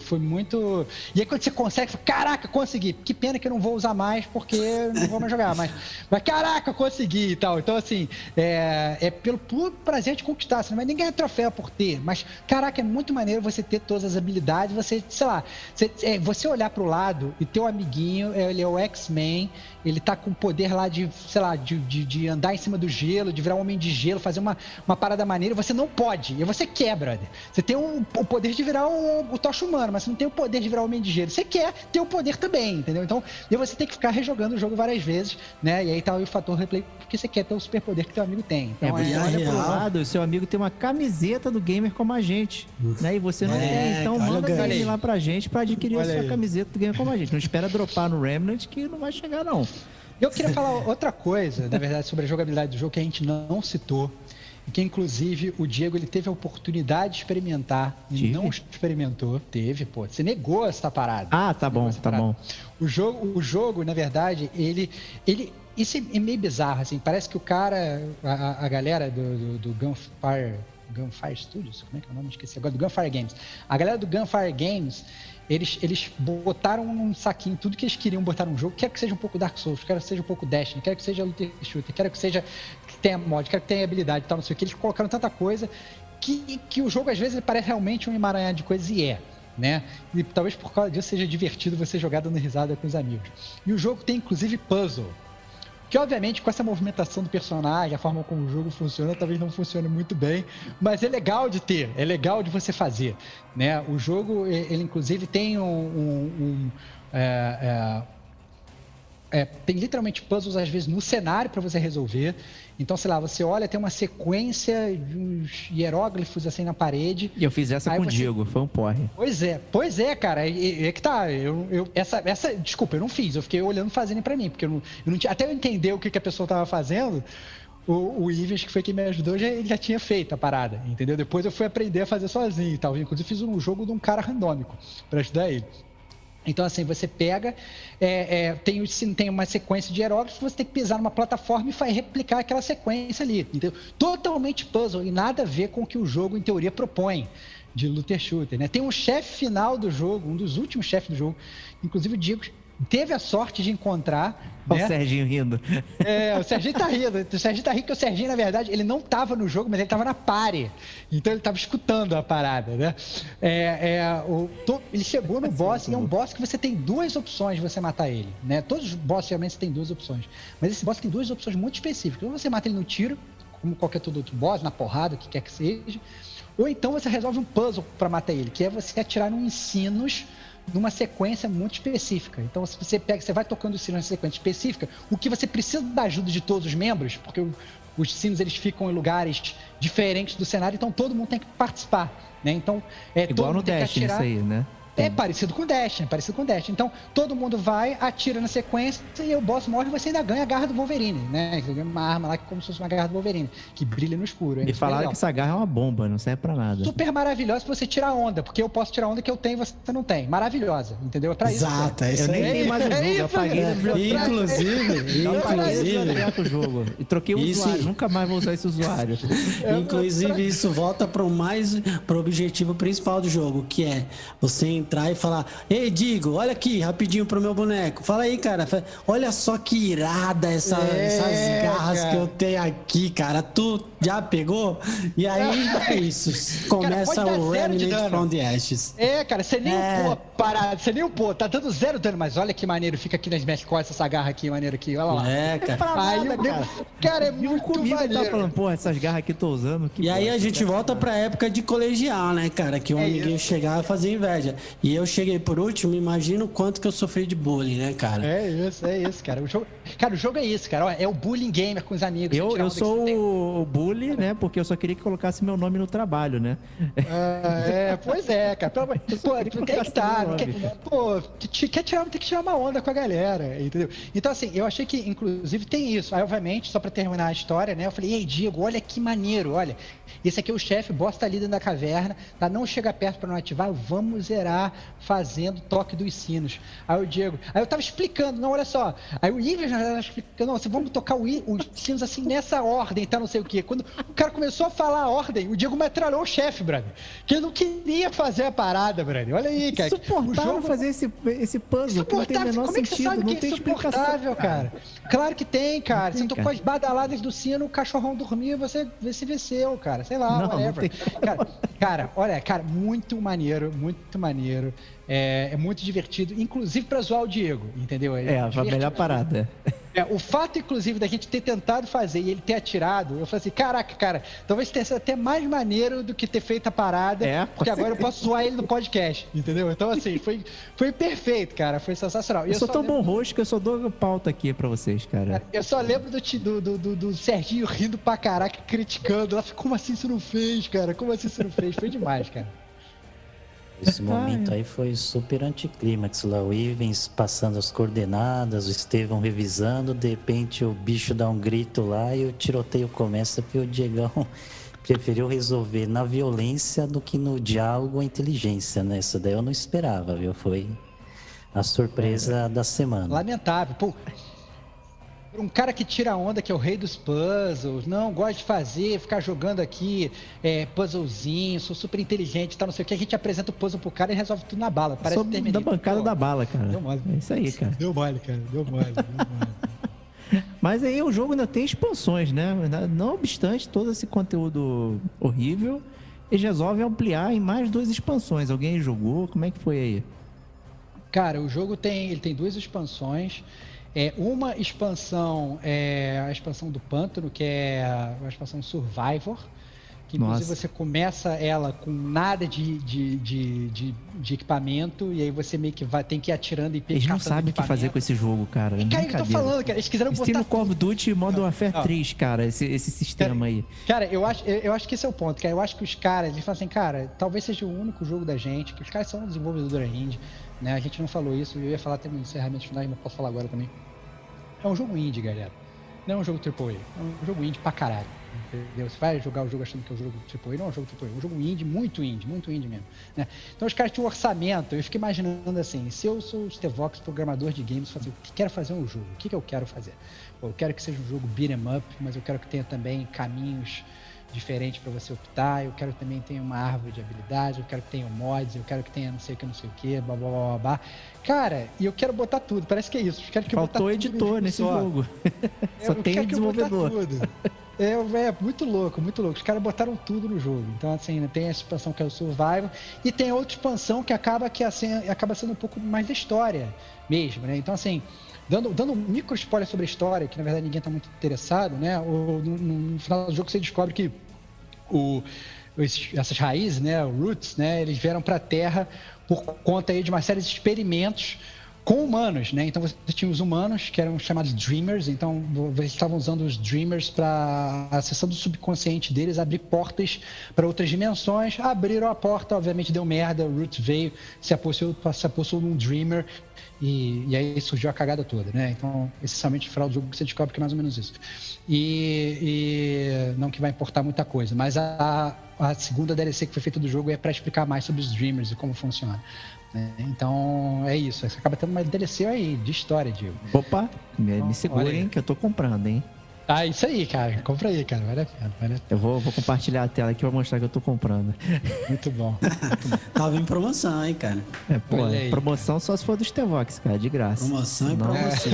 E aí quando você consegue, você fala, caraca, consegui. Que pena que eu não vou usar mais, porque eu não vou mais jogar. Mas caraca, consegui e tal. Então, assim, é pelo puro prazer de conquistar. Você não vai nem ganhar troféu por ter. Mas, caraca, é muito maneiro você ter todas as habilidades. Você, sei lá, você olhar pro lado e ter um amiguinho, ele é o X-Men, ele tá com poder lá de, sei lá, de andar em cima do gelo, de virar um homem de gelo, fazer uma parada maneira. Você não pode. E você quer, brother. Você tem o poder de virar o Tocha Humano, mas você não tem o poder de virar o homem de gelo. Você quer ter o poder também, entendeu? Então, e você tem que ficar rejogando o jogo várias vezes, né? E aí tá o fator replay, porque você quer ter o superpoder que teu amigo tem. Então, você olha pro lado, o seu amigo tem uma camiseta do gamer como a gente, né? E você não tem. Então manda ele lá pra gente pra adquirir a sua camiseta do gamer como a gente. Não espera dropar no Remnant, que não vai chegar, não. Eu queria falar outra coisa, na verdade, sobre a jogabilidade do jogo que a gente não citou, e que inclusive o Diego ele teve a oportunidade de experimentar e não experimentou. Você negou essa parada. Ah, tá bom, tá bom. O jogo, na verdade, isso é meio bizarro, assim, parece que o cara, a galera do Gunfire Studios, como é que é o nome? Esqueci agora, do Gunfire Games. A galera do Gunfire Games, eles botaram num saquinho tudo que eles queriam botar num jogo. Quero que seja um pouco Dark Souls, quero que seja um pouco Destiny, quero que seja Looter Shooter, quero que tenha mod, quero que tenha habilidade e tal, não sei o que. Eles colocaram tanta coisa que o jogo, às vezes, ele parece realmente um emaranhado de coisas, e né? E talvez por causa disso seja divertido você jogar dando risada com os amigos. E o jogo tem, inclusive, puzzle. Que, obviamente, com essa movimentação do personagem, a forma como o jogo funciona, talvez não funcione muito bem, mas é legal de ter, é legal de você fazer, né? O jogo, ele inclusive tem tem literalmente puzzles, às vezes, no cenário para você resolver. Então, sei lá, você olha, tem uma sequência de uns hieróglifos assim na parede. E eu fiz essa com o Diego, foi um porre. Pois é, cara. É que tá. Desculpa, eu não fiz. Eu fiquei olhando fazendo pra mim, porque eu não tinha. Até eu entender o que a pessoa tava fazendo, o Ives, que foi quem me ajudou, ele já tinha feito a parada, entendeu? Depois eu fui aprender a fazer sozinho e tal. Inclusive, fiz um jogo de um cara randômico pra ajudar ele. Então, assim, você pega, tem uma sequência de hieróglifos, você tem que pisar numa plataforma e replicar aquela sequência ali, entendeu? Totalmente puzzle e nada a ver com o que o jogo, em teoria, propõe de looter shooter, né? Tem um chefe final do jogo, um dos últimos chefes do jogo, inclusive o Diego teve a sorte de encontrar... Olha o Serginho rindo. O Serginho tá rindo. O Serginho tá rindo porque o Serginho, na verdade, ele não tava no jogo, mas ele tava na party. Então ele tava escutando a parada, né? Ele chegou no boss e é um boss que você tem duas opções de você matar ele, né? Todos os bosses realmente tem duas opções. Mas esse boss tem duas opções muito específicas. Ou você mata ele no tiro, como qualquer todo outro boss, na porrada, o que quer que seja. Ou então você resolve um puzzle para matar ele, que é você atirar em sinos numa sequência muito específica. Então, se você vai tocando os sinos nessa sequência específica, o que você precisa da ajuda de todos os membros, porque os sinos eles ficam em lugares diferentes do cenário, então todo mundo tem que participar, né? Então, igual todo no mundo tem que Destiny atirar. isso aí, né? É parecido com o Destiny, Então, todo mundo vai, atira na sequência e o boss morre e você ainda ganha a garra do Wolverine, né? Você ganha uma arma lá que é como se fosse uma garra do Wolverine, que brilha no escuro. E falaram que essa garra é uma bomba, não serve pra nada. Super maravilhosa pra você tirar onda, porque eu posso tirar onda que eu tenho e você não tem. Maravilhosa, entendeu? É pra isso. Exato, é isso eu nem aí. tenho mais o jogo, eu apaguei no biblioteca. Inclusive, o jogo. E troquei o usuário, nunca mais vou usar esse usuário. Inclusive, isso volta pro objetivo principal do jogo, que é você entrar e falar: ei, Digo, olha aqui, rapidinho pro meu boneco. Fala aí, cara. Olha só que irada essas garras cara. Que eu tenho aqui, cara. Tu já pegou? E aí, é isso. Começa cara, o Remnant from the Ashes. Cara, você nem upou a parada. Você nem upou. Tá dando 0 dano, mas olha que maneiro. Fica aqui nas Smash Coins essa garra aqui, maneiro aqui. Olha lá. Cara. Aí, cara, é muito maneiro. Tá falando, pô, essas garras aqui tô usando. E aí a gente volta pra época de colegial, né, cara? Que o amiguinho chegava e fazia inveja. E eu cheguei por último, imagina o quanto que eu sofri de bullying, né, cara? É isso, cara. O jogo é isso, cara. É o bullying gamer com os amigos. Eu sou o bully, né? Porque eu só queria que colocasse meu nome no trabalho, né? Pois é, cara. Quer tirar uma onda com a galera, entendeu? Então, assim, eu achei que, inclusive, tem isso. Aí, obviamente, só pra terminar a história, né? Eu falei, ei, Diego, olha que maneiro, olha. Esse aqui é o chefe, o boss tá ali dentro da caverna, tá? Não chega perto pra não ativar, vamos zerar fazendo toque dos sinos. Aí o Diego, aí eu tava explicando, não, olha só. Aí o Igor já tava explicando, não, vamos tocar os sinos assim nessa ordem, tá? Não sei o quê. Quando o cara começou a falar a ordem, o Diego metralhou o chefe, brother. Que ele não queria fazer a parada, brother. Olha aí, cara. Insuportável fazer esse puzzle, que não tem o menor sentido, não tem explicação. Cara. Claro que tem, cara. Você tocou as badaladas do sino, o cachorrão dormiu e você venceu, cara. Sei lá, whatever. Cara, olha, cara, muito maneiro, muito maneiro. É muito divertido, inclusive pra zoar o Diego, entendeu? A melhor parada. O fato, inclusive, da gente ter tentado fazer e ele ter atirado, eu falei assim, caraca, cara, talvez tenha sido até mais maneiro do que ter feito a parada, porque agora eu posso zoar ele no podcast, entendeu? Então, assim, foi perfeito, cara, foi sensacional. Eu sou tão bom rosto que eu só dou pauta aqui pra vocês, cara. Eu só lembro do Serginho rindo pra caraca, criticando, ela como assim você não fez, cara? Como assim você não fez? Foi demais, cara. Esse momento aí foi super anticlímax lá, o Ivens passando as coordenadas, o Estevão revisando, de repente o bicho dá um grito lá e o tiroteio começa porque o Diegão preferiu resolver na violência do que no diálogo ou inteligência, né? Isso daí eu não esperava, viu? Foi a surpresa da semana. Lamentável, pô. Um cara que tira onda, que é o rei dos puzzles, não, gosta de fazer, ficar jogando aqui puzzlezinho, sou super inteligente, tá, não sei o que, a gente apresenta o puzzle pro cara e resolve tudo na bala. Parece sou da bancada da bala, cara. Deu mole. É isso aí, cara. Deu mole. Mas aí o jogo ainda tem expansões, né? Não obstante todo esse conteúdo horrível, eles resolvem ampliar em mais 2 expansões. Alguém jogou? Como é que foi aí? Cara, o jogo ele tem 2 expansões. Uma expansão a expansão do Pântano, que é a expansão Survivor, que inclusive você começa ela com nada de equipamento, e aí você meio que tem que ir atirando e eles não sabem o que fazer com esse jogo, cara. Cara, eu tô falando, cara, eles quiseram botar... Tem no Call of Duty e Modern Warfare 3, cara, esse sistema aí. Cara, eu acho que esse é o ponto, cara. Eu acho que os caras, eles falam assim, cara, talvez seja o único jogo da gente, que os caras são desenvolvedora indie, né? A gente não falou isso, eu ia falar até no encerramento final, mas posso falar agora também. É um jogo indie, galera. Não é um jogo AAA. É um jogo indie pra caralho. Entendeu? Você vai jogar o jogo achando que é um jogo AAA. Não é um jogo AAA. É um jogo indie, muito indie mesmo. Né? Então os caras tinham um orçamento. Eu fico imaginando assim, se eu sou o Stevox, programador de games, quero fazer um jogo. O que eu quero fazer? Eu quero que seja um jogo beat'em up, mas eu quero que tenha também caminhos diferente para você optar, eu quero que também tenha uma árvore de habilidade, eu quero que tenha mods, eu quero que tenha não sei o que, blá blá blá blá. Cara, e eu quero botar tudo, parece que é isso. Eu quero que Faltou botar editor tudo nesse só. jogo. Só tem desenvolvedor. É muito louco, muito louco. Os caras botaram tudo no jogo. Então, assim, tem essa expansão que é o Survival e tem a outra expansão que acaba sendo um pouco mais da história mesmo, né? Então, assim, dando um micro spoiler sobre a história, que na verdade ninguém tá muito interessado, né? No final do jogo você descobre que essas raízes, né, roots, né, eles vieram para a Terra por conta aí de uma série de experimentos com humanos, né? Então você tinha os humanos que eram chamados Dreamers, então eles estavam usando os Dreamers para acessando o subconsciente deles, abrir portas para outras dimensões. Abriram a porta, obviamente deu merda, o Root veio, se apossou num Dreamer e aí surgiu a cagada toda, né? Então, essencialmente, no final do jogo você descobre que é mais ou menos isso. E não que vai importar muita coisa, mas a segunda DLC que foi feita do jogo é para explicar mais sobre os Dreamers e como funciona. Então, é isso. Você acaba tendo uma DLC aí de história, Diego. Opa, me segurem que eu tô comprando, hein? Ah, isso aí, cara. Compra aí, cara. Vale a pena. Eu vou compartilhar a tela aqui pra mostrar que eu tô comprando. Muito bom. Tava em promoção, hein, cara. Pô, aí, promoção só se for do Stevox, cara, de graça. Promoção e promoção.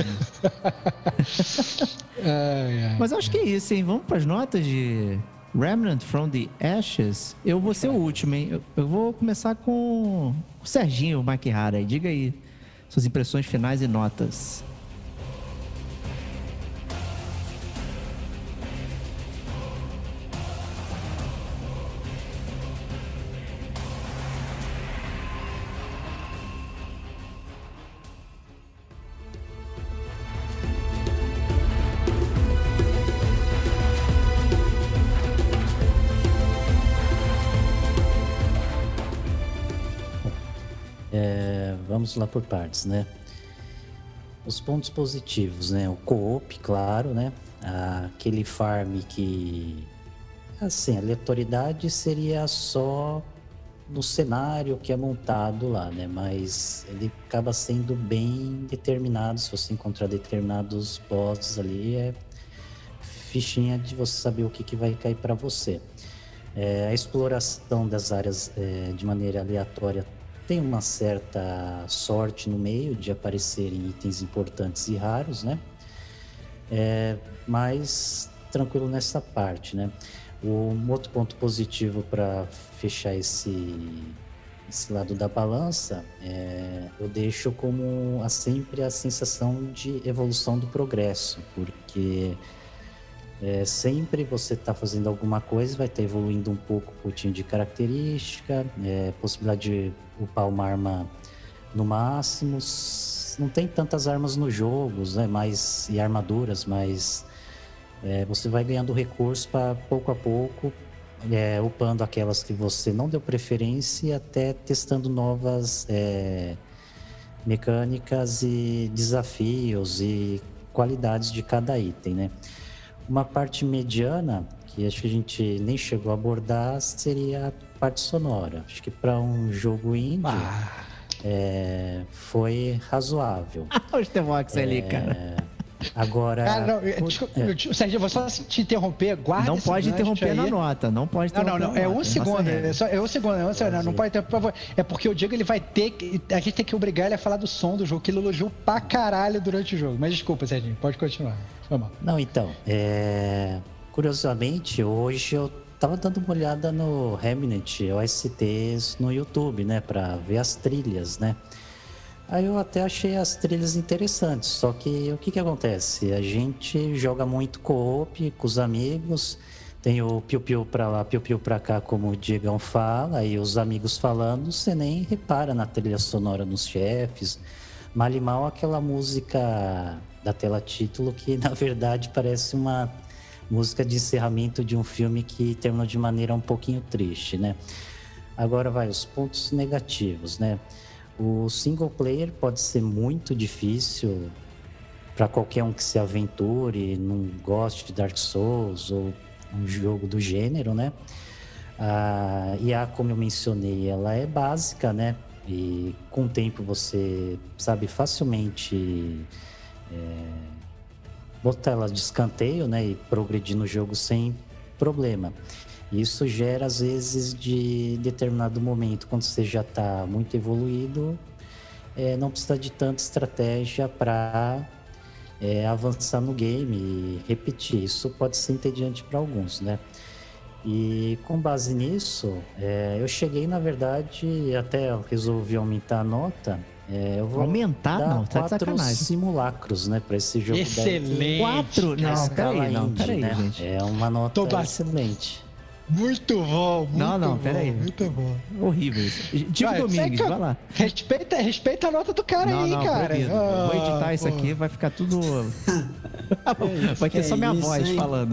Mas eu acho que é isso, hein? Vamos pras notas de Remnant from the Ashes. Eu vou ser o último, hein? Eu vou começar com o Serginho Makihara aí. Diga aí suas impressões finais e notas. Vamos lá por partes, né? Os pontos positivos, né? O co-op, claro, né? Aquele farm que, assim, a aleatoriedade seria só no cenário que é montado lá, né? Mas ele acaba sendo bem determinado. Se você encontrar determinados bosses ali, é fichinha de você saber o que vai cair para você. A exploração das áreas de maneira aleatória tem uma certa sorte no meio de aparecerem itens importantes e raros, né? Mas tranquilo nessa parte, né? Um outro ponto positivo para fechar esse lado da balança, eu deixo como sempre a sensação de evolução do progresso, porque sempre você está fazendo alguma coisa, vai estar evoluindo um pouco o pouquinho de característica, possibilidade de upar uma arma no máximo. Não tem tantas armas nos jogos, né? E armaduras, mas você vai ganhando recurso para pouco a pouco, upando aquelas que você não deu preferência e até testando novas mecânicas e desafios e qualidades de cada item, né? Uma parte mediana, que acho que a gente nem chegou a abordar, seria a parte sonora. Acho que para um jogo indie foi razoável. O Stevox ali, cara. Agora... Cara, não, desculpa, Sérgio, eu vou só te interromper. Guarda não esse pode interromper aí. na nota. Não pode interromper Não. É um segundo. É um segundo. Não pode interromper, por favor. É porque o Diego, ele vai ter que... A gente tem que obrigar ele a falar do som do jogo, que ele elogiou pra caralho durante o jogo. Mas desculpa, Serginho. Pode continuar. Foi mal. Não, então... Curiosamente, hoje eu tava dando uma olhada no Remnant OSTs no YouTube, né? Pra ver as trilhas, né? Aí eu até achei as trilhas interessantes, só que o que acontece? A gente joga muito co-op com os amigos, tem o piu-piu pra lá, piu-piu pra cá, como o Diegão fala, e os amigos falando, você nem repara na trilha sonora nos chefes, mal e mal aquela música da tela título, que na verdade parece uma música de encerramento de um filme que terminou de maneira um pouquinho triste, né? Agora os pontos negativos, né? O single player pode ser muito difícil para qualquer um que se aventure, não goste de Dark Souls ou um jogo do gênero, né? A IA, como eu mencionei, ela é básica, né? E com o tempo você sabe facilmente botar ela de escanteio, né? E progredir no jogo sem problema. Isso gera, às vezes, de determinado momento, quando você já está muito evoluído, não precisa de tanta estratégia para avançar no game e repetir. Isso pode ser entediante para alguns, né? E com base nisso, eu cheguei, na verdade, até resolvi aumentar a nota. Eu vou aumentar? dar Não, tá de 4 sacanagem. simulacros, né, para esse jogo. Excelente. 4? Não, peraí, né? gente. É uma nota excelente. Muito bom, muito não, bom. peraí. Muito bom. Horrível isso. Diego Domingues, vai lá. Respeita a nota do cara aí, cara. Proibido. Vou editar isso aqui, vai ficar tudo... vai ter só minha voz falando.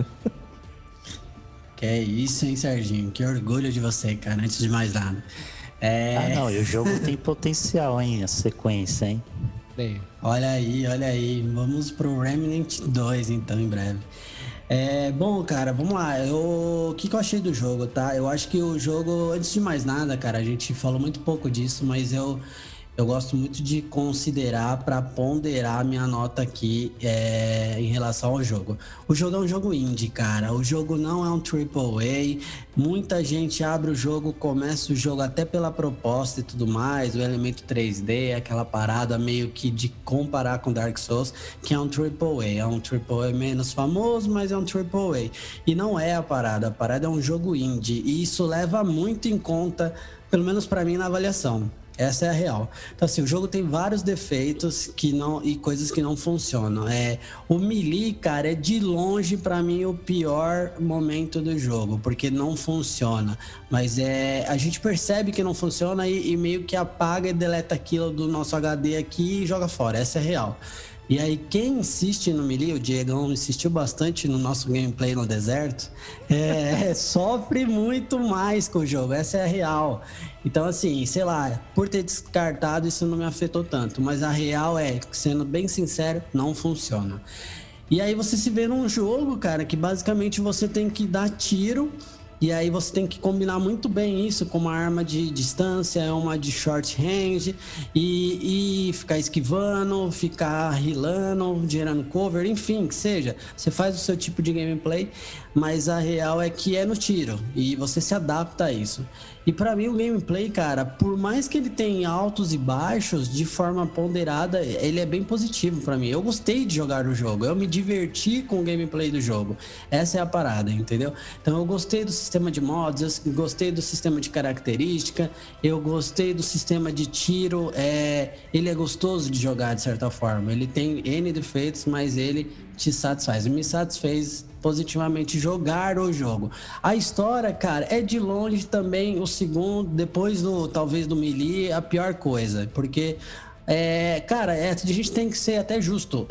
Que é isso, hein, Serginho? Que orgulho de você, cara, antes de mais nada. Não, e o jogo tem potencial, hein, a sequência, hein? Olha aí. Vamos pro Remnant 2, então, em breve. Bom, cara, vamos lá. O que eu achei do jogo, tá? Eu acho que o jogo, antes de mais nada, cara, a gente falou muito pouco disso, mas eu gosto muito de considerar para ponderar minha nota aqui em relação ao jogo. O jogo é um jogo indie, cara. O jogo não é um AAA. Muita gente abre o jogo, começa o jogo até pela proposta e tudo mais, o elemento 3D, aquela parada meio que de comparar com Dark Souls, que é um AAA. É um AAA menos famoso, mas é um AAA. E não é a parada é um jogo indie. E isso leva muito em conta, pelo menos para mim, na avaliação. Essa é a real. Então, assim, o jogo tem vários defeitos e coisas que não funcionam. O melee, cara, é de longe, pra mim, o pior momento do jogo, porque não funciona. Mas a gente percebe que não funciona e meio que apaga e deleta aquilo do nosso HD aqui e joga fora. Essa é a real. E aí, quem insiste no melee, o Diegão insistiu bastante no nosso gameplay no deserto, sofre muito mais com o jogo, essa é a real. Então, assim, sei lá, por ter descartado, isso não me afetou tanto, mas a real sendo bem sincero, não funciona. E aí você se vê num jogo, cara, que basicamente você tem que dar tiro. E aí você tem que combinar muito bem isso com uma arma de distância, uma de short range e ficar esquivando, ficar healando, gerando cover, enfim, que seja. Você faz o seu tipo de gameplay, mas a real é que é no tiro e você se adapta a isso. E pra mim o gameplay, cara, por mais que ele tenha altos e baixos, de forma ponderada, ele é bem positivo pra mim. Eu gostei de jogar o jogo, eu me diverti com o gameplay do jogo. Essa é a parada, entendeu? Então eu gostei do sistema de mods, eu gostei do sistema de característica, eu gostei do sistema de tiro. Ele é gostoso de jogar de certa forma. Ele tem N defeitos, mas ele te satisfaz. E me satisfez positivamente jogar o jogo. A história, cara, é de longe também o segundo, depois talvez do melee, a pior coisa, porque cara, a gente tem que ser até justo.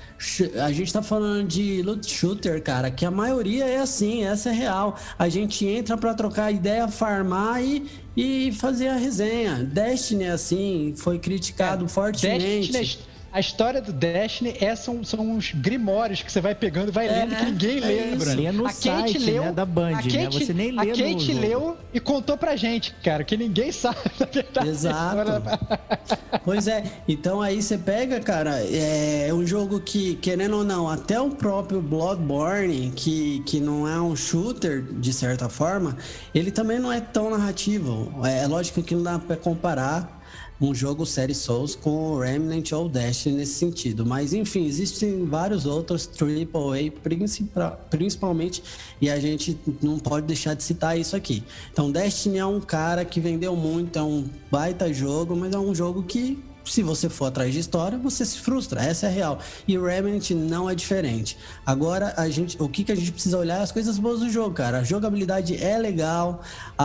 A gente tá falando de loot shooter, cara, que a maioria é assim, essa é real. A gente entra pra trocar ideia, farmar e fazer a resenha. Destiny é assim, foi criticado fortemente. Destiny, a história do Destiny são uns grimórios que você vai pegando e vai lendo que ninguém lembra. Lê no site, né, da Band, né? Você nem lê. A Kate leu e contou pra gente, cara, que ninguém sabe da verdade. Exato. Pois é, então aí você pega, cara, é um jogo que, querendo ou não, até o próprio Bloodborne, que não é um shooter, de certa forma, ele também não é tão narrativo. É lógico que não dá pra comparar um jogo série Souls com o Remnant ou Destiny nesse sentido, mas enfim, existem vários outros AAA principalmente, e a gente não pode deixar de citar isso aqui. Então Destiny é um cara que vendeu muito, é um baita jogo, mas é um jogo que, se você for atrás de história, você se frustra, essa é a real. E o Remnant não é diferente. Agora, o que a gente precisa olhar é as coisas boas do jogo, cara. A jogabilidade é legal,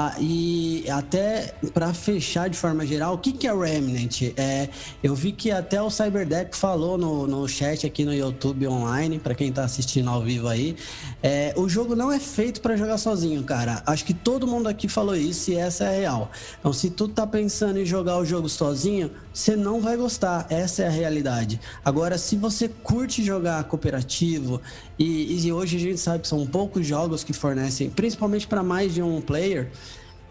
e até para fechar de forma geral, o que é o Remnant? Eu vi que até o Cyberdeck falou no chat aqui no YouTube online, para quem tá assistindo ao vivo aí, o jogo não é feito para jogar sozinho, cara. Acho que todo mundo aqui falou isso e essa é a real. Então, se tu tá pensando em jogar o jogo sozinho, você não vai gostar, essa é a realidade. Agora, se você curte jogar cooperativo, e hoje a gente sabe que são poucos jogos que fornecem, principalmente para mais de um player,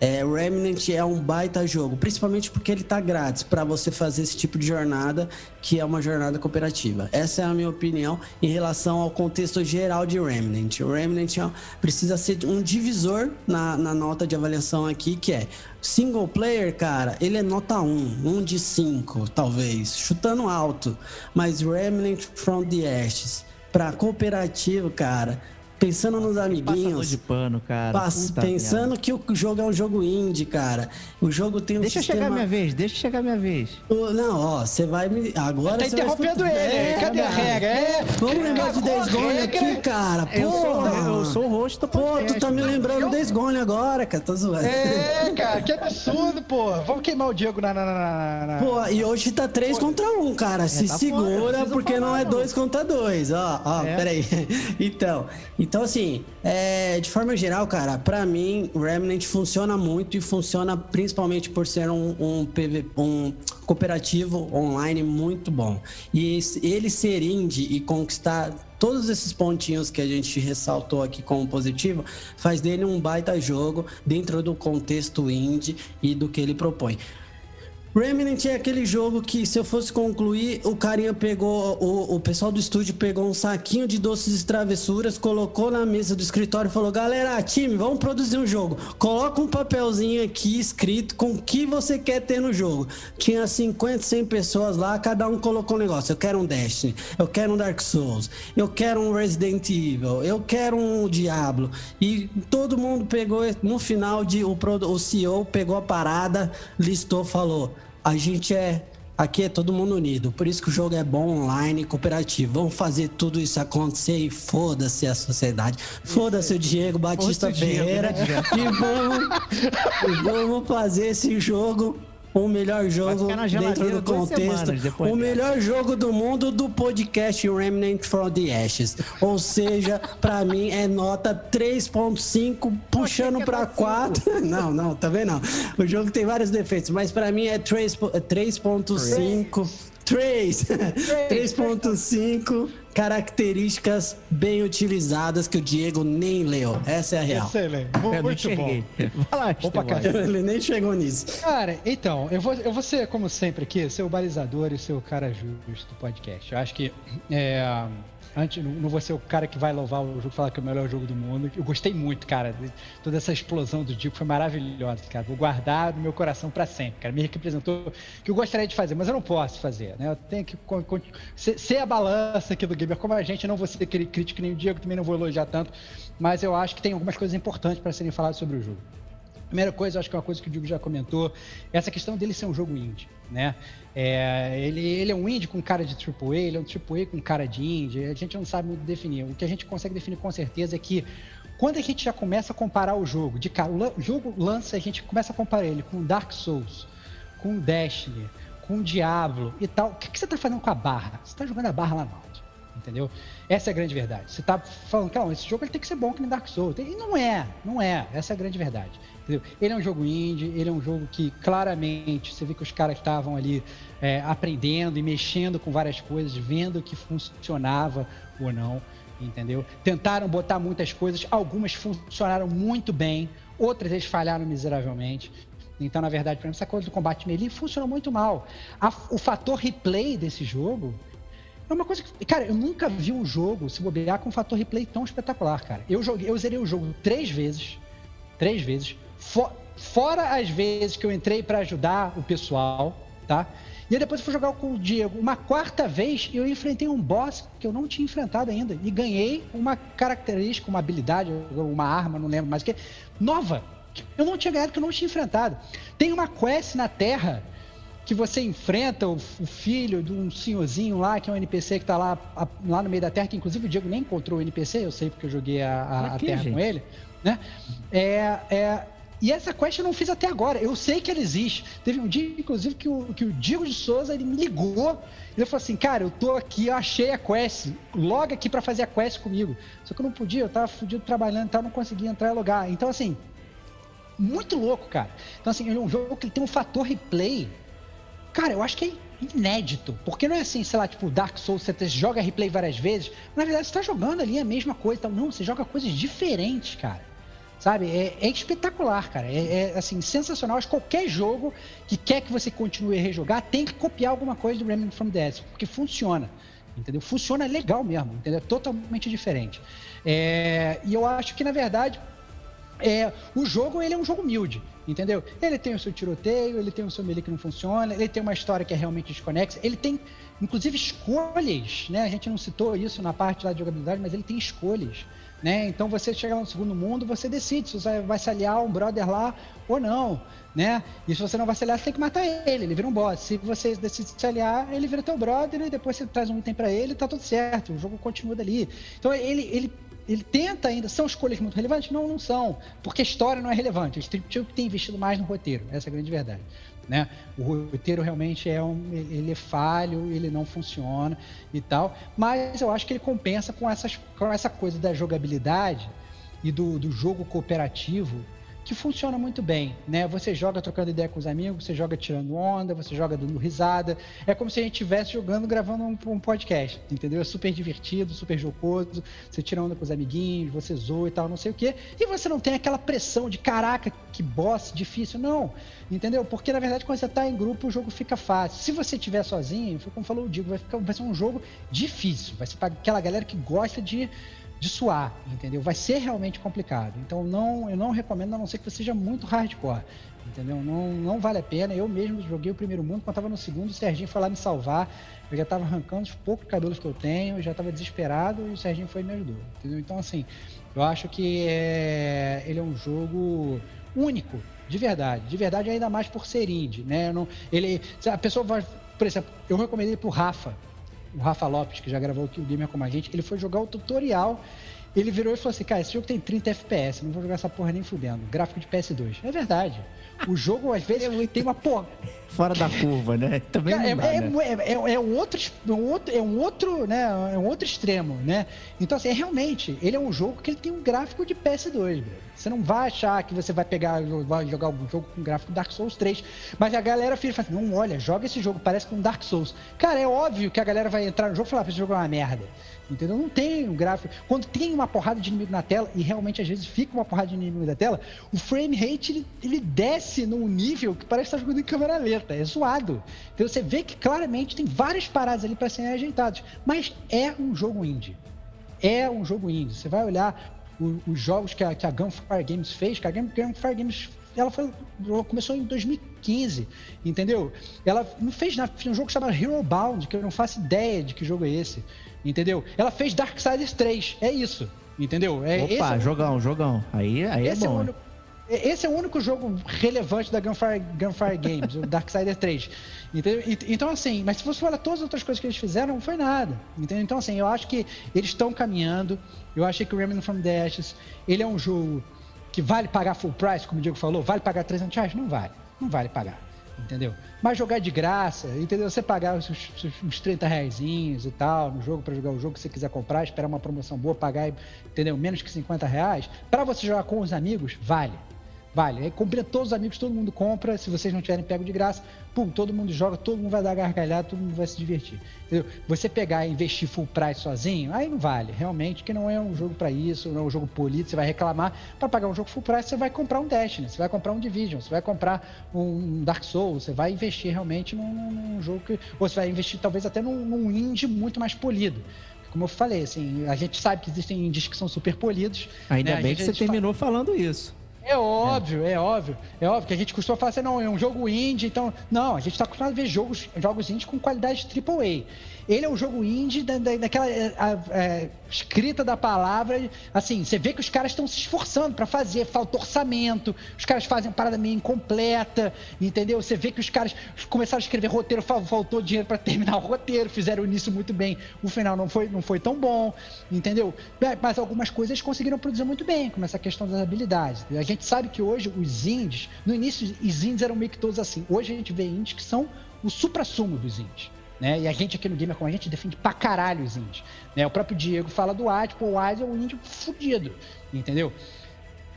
Remnant é um baita jogo, principalmente porque ele tá grátis para você fazer esse tipo de jornada, que é uma jornada cooperativa. Essa é a minha opinião em relação ao contexto geral de Remnant. O Remnant precisa ser um divisor na nota de avaliação aqui, que é single player, cara, ele é nota 1 de 5, talvez, chutando alto. Mas Remnant from the Ashes, pra cooperativo, cara... Pensando nos amiguinhos. Passador de pano, cara. Pensando que o jogo é um jogo indie, cara. O jogo tem um Deixa chegar minha vez. Não, ó, você vai me... Agora tá interrompendo ele. Cadê a regra? Vamos lembrar de Days Gone aqui, cara. Eu sou o host do podcast. Pô, tu tá me lembrando Days Gone agora, cara. Tô zoando. Cara, que absurdo, pô. Vamos queimar o Diego na... Pô, e hoje tá 3 contra 1, cara. Se tá segura, foda, porque não é 2 contra 2. Ó, peraí. Então, assim, de forma geral, cara, pra mim, Remnant funciona muito e funciona principalmente por ser um cooperativo online muito bom. E ele ser indie e conquistar todos esses pontinhos que a gente ressaltou aqui como positivo, faz dele um baita jogo dentro do contexto indie e do que ele propõe. Remnant é aquele jogo que, se eu fosse concluir, o carinha pegou, o pessoal do estúdio pegou um saquinho de doces e travessuras, colocou na mesa do escritório e falou: galera, time, vamos produzir um jogo. Coloca um papelzinho aqui escrito com o que você quer ter no jogo. Tinha 50, 100 pessoas lá, cada um colocou um negócio. Eu quero um Destiny, eu quero um Dark Souls, eu quero um Resident Evil, eu quero um Diablo. E todo mundo pegou, no final, o CEO pegou a parada, listou, falou: a gente aqui é todo mundo unido, por isso que o jogo é bom, online, cooperativo. Vamos fazer tudo isso acontecer e foda-se a sociedade. Foda-se o Diego Batista Ferreira. E vamos fazer esse jogo o melhor jogo dentro do contexto, o melhor jogo do mundo do podcast Remnant from the Ashes. Ou seja, pra mim é nota 3.5 puxando pra 4. Não, também não. O jogo tem vários defeitos, mas pra mim é 3.5. 3.5 características bem utilizadas que o Diego nem leu. Essa é a real. Excelente. Muito bom. Vai lá, ele nem chegou nisso. Cara, então, eu vou ser, como sempre aqui, ser o balizador e ser o cara justo do podcast. Eu acho que antes, não vou ser o cara que vai louvar o jogo e falar que é o melhor jogo do mundo. Eu gostei muito, cara. Toda essa explosão do Diego foi maravilhosa, cara. Vou guardar no meu coração pra sempre, cara. Me representou o que eu gostaria de fazer, mas eu não posso fazer, né? Eu tenho que ser a balança aqui do gamer. Como a gente, eu não vou ser aquele crítico que nem o Diego, também não vou elogiar tanto, mas eu acho que tem algumas coisas importantes para serem faladas sobre o jogo. Primeira coisa, acho que é uma coisa que o Diego já comentou, essa questão dele ser um jogo indie, né? Ele é um indie com cara de AAA, ele é um AAA com cara de indie, a gente não sabe muito definir. O que a gente consegue definir com certeza é que quando a gente já começa a comparar o jogo, de cara, o jogo lança, a gente começa a comparar ele com Dark Souls, com Destiny, com Diablo e tal, o que você tá fazendo com a barra? Você tá jogando a barra lá no alto, entendeu? Essa é a grande verdade. Você tá falando, calma, esse jogo ele tem que ser bom que nem Dark Souls. E não é. Essa é a grande verdade. Entendeu? Ele é um jogo indie, ele é um jogo que claramente você vê que os caras estavam ali aprendendo e mexendo com várias coisas, vendo o que funcionava ou não, entendeu? Tentaram botar muitas coisas, algumas funcionaram muito bem, outras eles falharam miseravelmente. Então, na verdade, por exemplo, essa coisa do combate melee funcionou muito mal. O fator replay desse jogo é uma coisa que... Cara, eu nunca vi um jogo se bobear com um fator replay tão espetacular, cara. Eu zerei o jogo 3 vezes. Fora as vezes que eu entrei pra ajudar o pessoal, tá? E aí depois eu fui jogar com o Diego. Uma 4ª vez eu enfrentei um boss que eu não tinha enfrentado ainda. E ganhei uma característica, uma habilidade, uma arma, não lembro mais o que, nova. Que eu não tinha ganhado, que eu não tinha enfrentado. Tem uma quest na Terra que você enfrenta o filho de um senhorzinho lá, que é um NPC que tá lá no meio da Terra, que inclusive o Diego nem encontrou o NPC, eu sei porque eu joguei a Terra com ele, né? E essa quest eu não fiz até agora. Eu sei que ela existe. Teve um dia, inclusive, que o Diego de Souza, ele me ligou. Ele falou assim, cara, eu tô aqui, eu achei a quest. Loga aqui pra fazer a quest comigo. Só que eu não podia, eu tava fudido trabalhando e tal, não conseguia entrar e logar. Então, assim, muito louco, cara. Então, assim, é um jogo que tem um fator replay. Cara, eu acho que é inédito. Porque não é assim, sei lá, tipo, Dark Souls, você joga replay várias vezes. Na verdade, você tá jogando ali a mesma coisa. Então, não, você joga coisas diferentes, cara. sabe? É espetacular, cara. Assim, sensacional. Acho que qualquer jogo que quer que você continue a rejogar tem que copiar alguma coisa do Remnant from the Ashes, porque funciona, entendeu? Funciona legal mesmo, entendeu? É totalmente diferente. E eu acho que, na verdade, o jogo, ele é um jogo humilde, entendeu? Ele tem o seu tiroteio, ele tem o seu melee que não funciona, ele tem uma história que é realmente desconexa, ele tem, inclusive, escolhas, né? A gente não citou isso na parte lá de jogabilidade, mas ele tem escolhas, né? Então, você chega lá no segundo mundo, você decide se você vai se aliar a um brother lá ou não, né? E se você não vai se aliar, você tem que matar ele vira um boss. Se você decide se aliar, ele vira teu brother e depois você traz um item pra ele e tá tudo certo, o jogo continua dali. Então, ele tenta ainda... São escolhas muito relevantes? Não, não são. Porque a história não é relevante. Eles tinham que ter investido mais no roteiro. Essa é a grande verdade, né? O roteiro realmente ele é falho, ele não funciona e tal. Mas eu acho que ele compensa com essa coisa da jogabilidade e do jogo cooperativo, que funciona muito bem, né? Você joga trocando ideia com os amigos, você joga tirando onda, você joga dando risada. É como se a gente estivesse jogando, gravando um podcast, entendeu? É super divertido, super jocoso. Você tira onda com os amiguinhos, você zoa e tal, não sei o quê. E você não tem aquela pressão de, caraca, que boss difícil. Não, entendeu? Porque, na verdade, quando você tá em grupo, o jogo fica fácil. Se você estiver sozinho, foi como falou o Diego, vai ser um jogo difícil. Vai ser para aquela galera que gosta de suar, entendeu? Vai ser realmente complicado. Então, eu não recomendo, a não ser que você seja muito hardcore, entendeu? Não vale a pena. Eu mesmo joguei o primeiro mundo, quando eu tava no segundo, o Serginho foi lá me salvar. Eu já tava arrancando os poucos cabelos que eu tenho, eu já tava desesperado e o Serginho foi e me ajudou, entendeu? Então, assim, eu acho que ele é um jogo único, de verdade, ainda mais por ser indie, né? A pessoa vai, por exemplo, eu recomendei pro Rafa, o Rafa Lopes, que já gravou aqui o Gamer Como a Gente, ele foi jogar o tutorial, ele virou e falou assim, cara, esse jogo tem 30 FPS, não vou jogar essa porra nem fudendo, gráfico de PS2. É verdade. O jogo, às vezes, tem uma porra... Fora da curva, né? Também não dá, é um outro extremo, né? Então, assim, realmente, ele é um jogo que ele tem um gráfico de PS2, bro. Você não vai achar que você vai jogar algum jogo com gráfico Dark Souls 3, mas a galera fala assim, não, olha, joga esse jogo, parece com Dark Souls. Cara, é óbvio que a galera vai entrar no jogo e falar, esse jogo é uma merda, entendeu? Não tem um gráfico... Quando tem uma porrada de inimigo na tela, e realmente às vezes fica uma porrada de inimigo na tela, o frame rate, ele desce num nível que parece estar jogando em câmera lenta, é zoado. Então você vê que claramente tem várias paradas ali para serem ajeitadas, mas é um jogo indie. Você vai olhar os jogos que a Gunfire Games fez, que a Gunfire Games ela começou em 2015, entendeu? Ela não fez nada, fez um jogo chamado Hero Bound, que eu não faço ideia de que jogo é esse, entendeu? Ela fez Darksiders 3, é isso, entendeu? Opa, jogão. Aí é bom. Esse é o único jogo relevante da Gunfire Games, o Darksiders 3. Entendeu? Então, assim, mas se você olhar todas as outras coisas que eles fizeram, não foi nada. Entendeu? Então, assim, eu acho que eles estão caminhando. Eu achei que o Remnant from the Ashes, ele é um jogo que vale pagar full price, como o Diego falou, vale pagar R$300? Não vale pagar. Entendeu? Mas jogar de graça, entendeu? Você pagar uns R$30 e tal no jogo, para jogar o jogo que você quiser comprar, esperar uma promoção boa, pagar, entendeu? Menos que R$50, para você jogar com os amigos, vale. Aí combina todos os amigos, todo mundo compra. Se vocês não tiverem pego de graça, pum, todo mundo joga, todo mundo vai dar gargalhada, todo mundo vai se divertir. Entendeu? Você pegar e investir full price sozinho, aí não vale. Realmente, que não é um jogo para isso, não é um jogo polido. Você vai reclamar. Para pagar um jogo full price, você vai comprar um Destiny, você vai comprar um Division, você vai comprar um Dark Souls, você vai investir realmente num jogo que... Ou você vai investir talvez até num indie muito mais polido. Como eu falei, assim, a gente sabe que existem indies que são super polidos. Ainda né? bem que você terminou falando isso. É óbvio que a gente costuma falar assim, não, é um jogo indie, então... Não, a gente tá acostumado a ver jogos indie com qualidade AAA. Ele é um jogo indie daquela escrita da palavra, assim, você vê que os caras estão se esforçando pra fazer, falta orçamento, os caras fazem uma parada meio incompleta, entendeu? Você vê que os caras começaram a escrever roteiro, faltou dinheiro pra terminar o roteiro, fizeram o início muito bem, o final não foi tão bom, entendeu? Mas algumas coisas eles conseguiram produzir muito bem, como essa questão das habilidades. A gente sabe que hoje os indies, no início os indies eram meio que todos assim, hoje a gente vê indies que são o supra-sumo dos indies. Né? E a gente aqui no Gamer Como a Gente defende pra caralho os indies. Né? O próprio Diego fala do Hades, o Hades é um indie fudido, entendeu?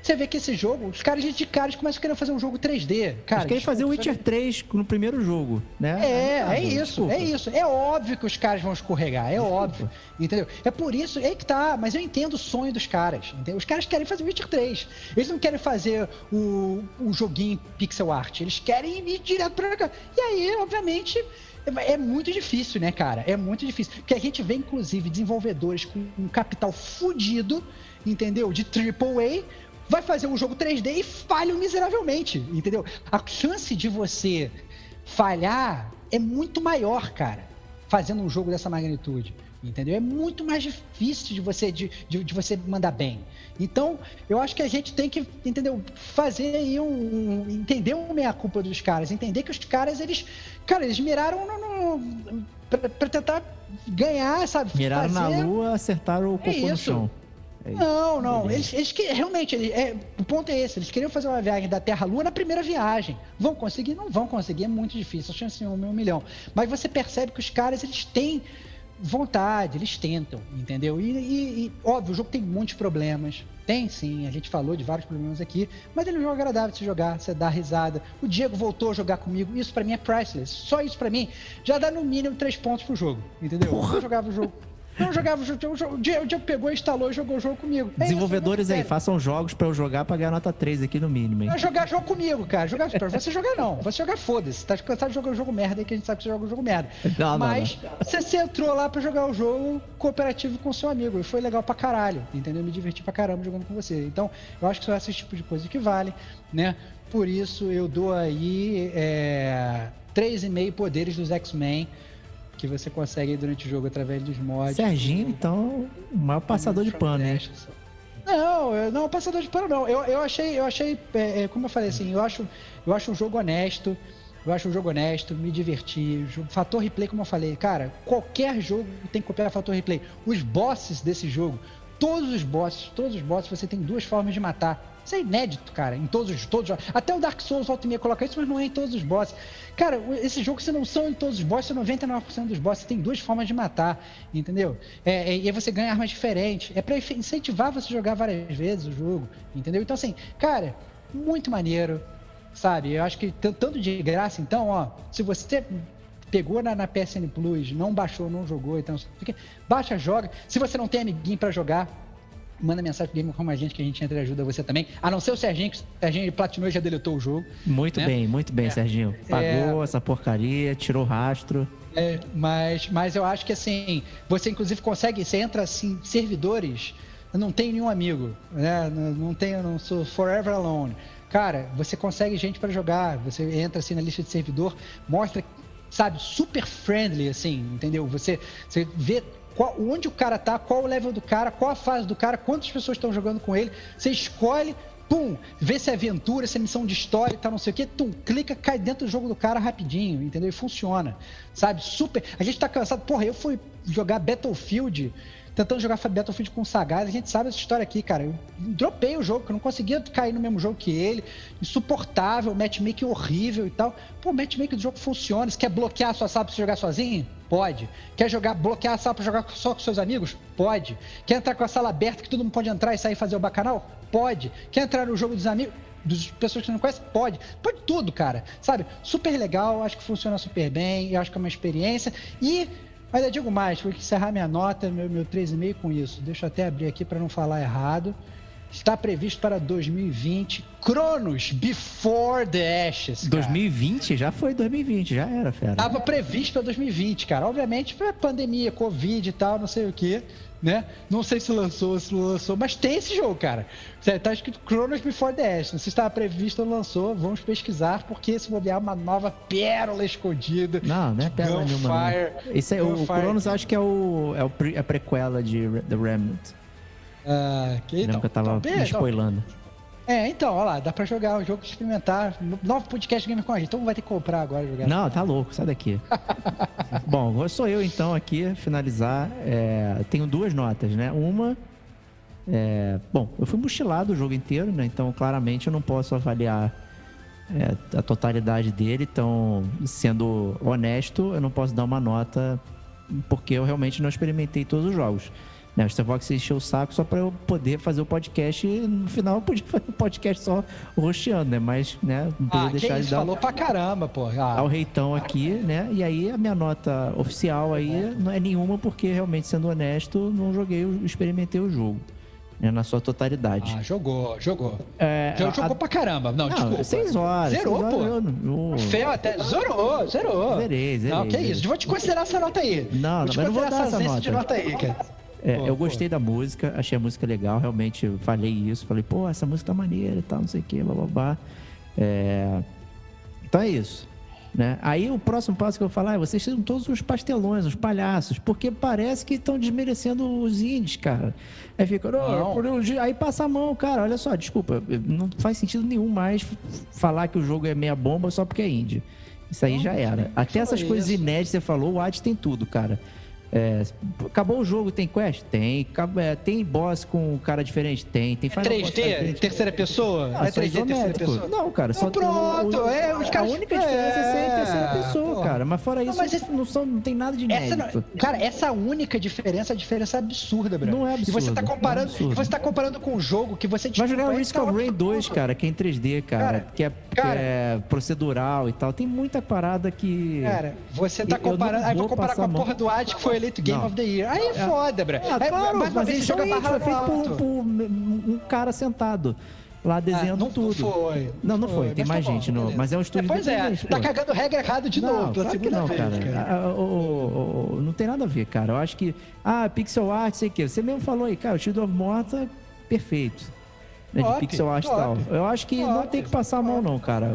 você vê que esse jogo, os caras de cara começam a querer fazer um jogo 3D. Cara, eles querem fazer o Witcher 3 no primeiro jogo, né? É isso. É óbvio que os caras vão escorregar, é óbvio, entendeu? É por isso, é que tá, mas eu entendo o sonho dos caras, entendeu? Os caras querem fazer o Witcher 3. Eles não querem fazer o joguinho pixel art, eles querem ir direto pra cá. E aí, obviamente, é muito difícil, né, cara? É muito difícil. Porque a gente vê, inclusive, desenvolvedores com um capital fudido, entendeu? De AAA, vai fazer um jogo 3D e falham miseravelmente, entendeu? A chance de você falhar é muito maior, cara, fazendo um jogo dessa magnitude, entendeu? É muito mais difícil de você mandar bem. Então, eu acho que a gente tem que, entendeu? Fazer aí entender uma meia-culpa dos caras, entender que os caras, eles miraram pra tentar ganhar, sabe? Miraram na lua, acertaram o cocô no chão. Não. Eles que realmente, o ponto é esse. Eles queriam fazer uma viagem da Terra à Lua na primeira viagem. Vão conseguir? Não vão conseguir, é muito difícil. A chance é 1 milhão. Mas você percebe que os caras, eles têm vontade, eles tentam, entendeu? E óbvio, o jogo tem muitos problemas. Tem sim, a gente falou de vários problemas aqui, mas ele é um jogo agradável de se jogar, você dá risada. O Diego voltou a jogar comigo, isso pra mim é priceless. Só isso pra mim já dá no mínimo 3 pontos pro jogo, entendeu? Eu jogava o jogo. O Diego pegou, instalou e jogou o jogo comigo. Desenvolvedores aí, façam jogos pra eu jogar pra ganhar nota 3 aqui no mínimo, hein? Vai jogar jogo comigo, cara. Pra você jogar não. Você jogar foda-se. Tá cansado de jogar um jogo merda aí que a gente sabe que você joga um jogo merda. Mas você entrou lá pra jogar o jogo cooperativo com seu amigo. E foi legal pra caralho, entendeu? Me diverti pra caramba jogando com você. Então, eu acho que são esse tipo de coisa que vale, né? Por isso, eu dou aí 3,5 poderes dos X-Men que você consegue durante o jogo através dos mods. Serginho, então, o maior passador de pano, hein? Não, passador de pano não. Eu achei, como eu falei assim, eu acho um jogo honesto. Me diverti. Fator replay, como eu falei, cara, qualquer jogo tem que copiar fator replay. Os bosses desse jogo, todos os bosses, você tem 2 formas de matar. Isso é inédito, cara, em todos os jogos. Até o Dark Souls volta e meia coloca isso, mas não é em todos os bosses. Cara, esse jogo, se não são em todos os bosses, 99% dos bosses tem 2 formas de matar, entendeu? E aí você ganha armas diferentes. É pra incentivar você a jogar várias vezes o jogo, entendeu? Então, assim, cara, muito maneiro, sabe? Eu acho que tanto de graça, então, ó, se você pegou na PSN Plus, não baixou, não jogou, então, baixa, joga. Se você não tem amiguinho pra jogar, manda mensagem pro Gamer como a gente, que a gente entra e ajuda você também. A não ser o Serginho, que o Serginho platinou e já deletou o jogo. Muito bem, Serginho. Pagou essa porcaria, tirou o rastro. Mas eu acho que assim, você inclusive consegue, você entra assim, servidores, eu não tenho nenhum amigo, né? Não sou forever alone. Cara, você consegue gente pra jogar, você entra assim na lista de servidor, mostra, sabe, super friendly, assim, entendeu? Você vê onde o cara tá, qual o level do cara, qual a fase do cara, quantas pessoas estão jogando com ele, você escolhe, pum, vê se é aventura, se é missão de história e tal, não sei o que, clica, cai dentro do jogo do cara rapidinho, entendeu? E funciona, sabe? Super, a gente tá cansado, porra, eu fui jogar Battlefield, tentando jogar Battlefield com o Sagaz, a gente sabe essa história aqui, cara, eu dropei o jogo, porque eu não conseguia cair no mesmo jogo que ele, insuportável, matchmaking horrível e tal. Pô, o matchmaking do jogo funciona, você quer bloquear a sua sala pra você jogar sozinho? Pode. Quer bloquear a sala pra jogar só com seus amigos? Pode. Quer entrar com a sala aberta que todo mundo pode entrar e sair e fazer o bacanal? Pode. Quer entrar no jogo dos amigos, das pessoas que você não conhece? Pode. Pode tudo, cara, sabe? Super legal, acho que funciona super bem, eu acho que é uma experiência mas eu digo mais, vou encerrar minha nota, meu 3,5 com isso. Deixa eu até abrir aqui para não falar errado. Está previsto para 2020. Chronos Before the Ashes. Cara. 2020? Já foi 2020, já era, fera. Estava previsto para 2020, cara. Obviamente, foi pandemia, Covid e tal, não sei o que, né? Não sei se lançou, mas tem esse jogo, cara. Tá escrito Chronos Before the Ashes. Se estava previsto ou lançou, vamos pesquisar, porque se bobear uma nova pérola escondida. Não é pérola nenhuma. Esse o Chronos acho que é a prequela de The Remnant. Lembra que eu tava me spoilando. Então, olha lá, dá pra jogar o jogo, experimentar. Novo podcast Gamer com a gente, então vai ter que comprar agora jogar. Não, tá louco, sai daqui. Bom, sou eu então aqui, finalizar. Tenho 2 notas, né? Uma. Bom, eu fui mochilado o jogo inteiro, né? Então, claramente, eu não posso avaliar a totalidade dele. Então, sendo honesto, eu não posso dar uma nota porque eu realmente não experimentei todos os jogos. Né? O Starvox encheu o saco só pra eu poder fazer o podcast e no final eu podia fazer o podcast só rosteando, né? Mas, né, não podia deixar de dar... falou pra caramba, pô. Dar o reitão aqui, né? E aí a minha nota oficial aí não é nenhuma porque realmente, sendo honesto, não experimentei o jogo. Né, na sua totalidade. Jogou. Jogou pra caramba. Não, não, desculpa. 6 horas. Zerou, 6 horas, pô. Feio até. Zerou. Zerei. Não, que isso. Vou te considerar essa nota aí. Não, mas não vou dar essa nota. De nota aí, cara. Eu gostei da música, achei a música legal, realmente falei isso. Falei, pô, essa música tá maneira e tal, não sei o que, blá. Então é isso. Né? Aí o próximo passo que eu vou falar é: vocês são todos os pastelões, os palhaços, porque parece que estão desmerecendo os indies, cara. Aí fica, aí passa a mão, cara. Olha só, desculpa, não faz sentido nenhum mais falar que o jogo é meia bomba só porque é indie. Isso aí já era. Até essas coisas inéditas que você falou, o Hades tem tudo, cara. Acabou o jogo, tem quest? Tem. Tem boss com cara diferente? Tem. Tem Final Boss 3D? Terceira pessoa? É 3D terceira pessoa? Não, cara. Só pronto. A única diferença é ser em terceira pessoa, cara. Mas fora isso, não tem nada de inédito. Cara, essa única diferença, a diferença é absurda, Bruno. Não é absurdo. E você tá comparando com um jogo que você... Vai jogar o Risk of Rain 2, cara, que é em 3D, cara. Que é procedural e tal. Tem muita parada que... Cara, você tá comparando... Aí vou comparar com a porra do Hades, que foi eleito Game of the Year. Aí é foda, bro. Claro, mas ele foi feito por um cara sentado lá desenhando tudo. Não foi. Tem mais gente. Mas é um estúdio independente. Tá cagando regra errado de novo. Claro que não, cara. Não tem nada a ver, cara. Eu acho que... pixel art, sei o quê. Você mesmo falou aí, cara, o Shield of Morta, perfeito. Né, de pixel art e tal. Eu acho que não tem que passar a mão, não, cara.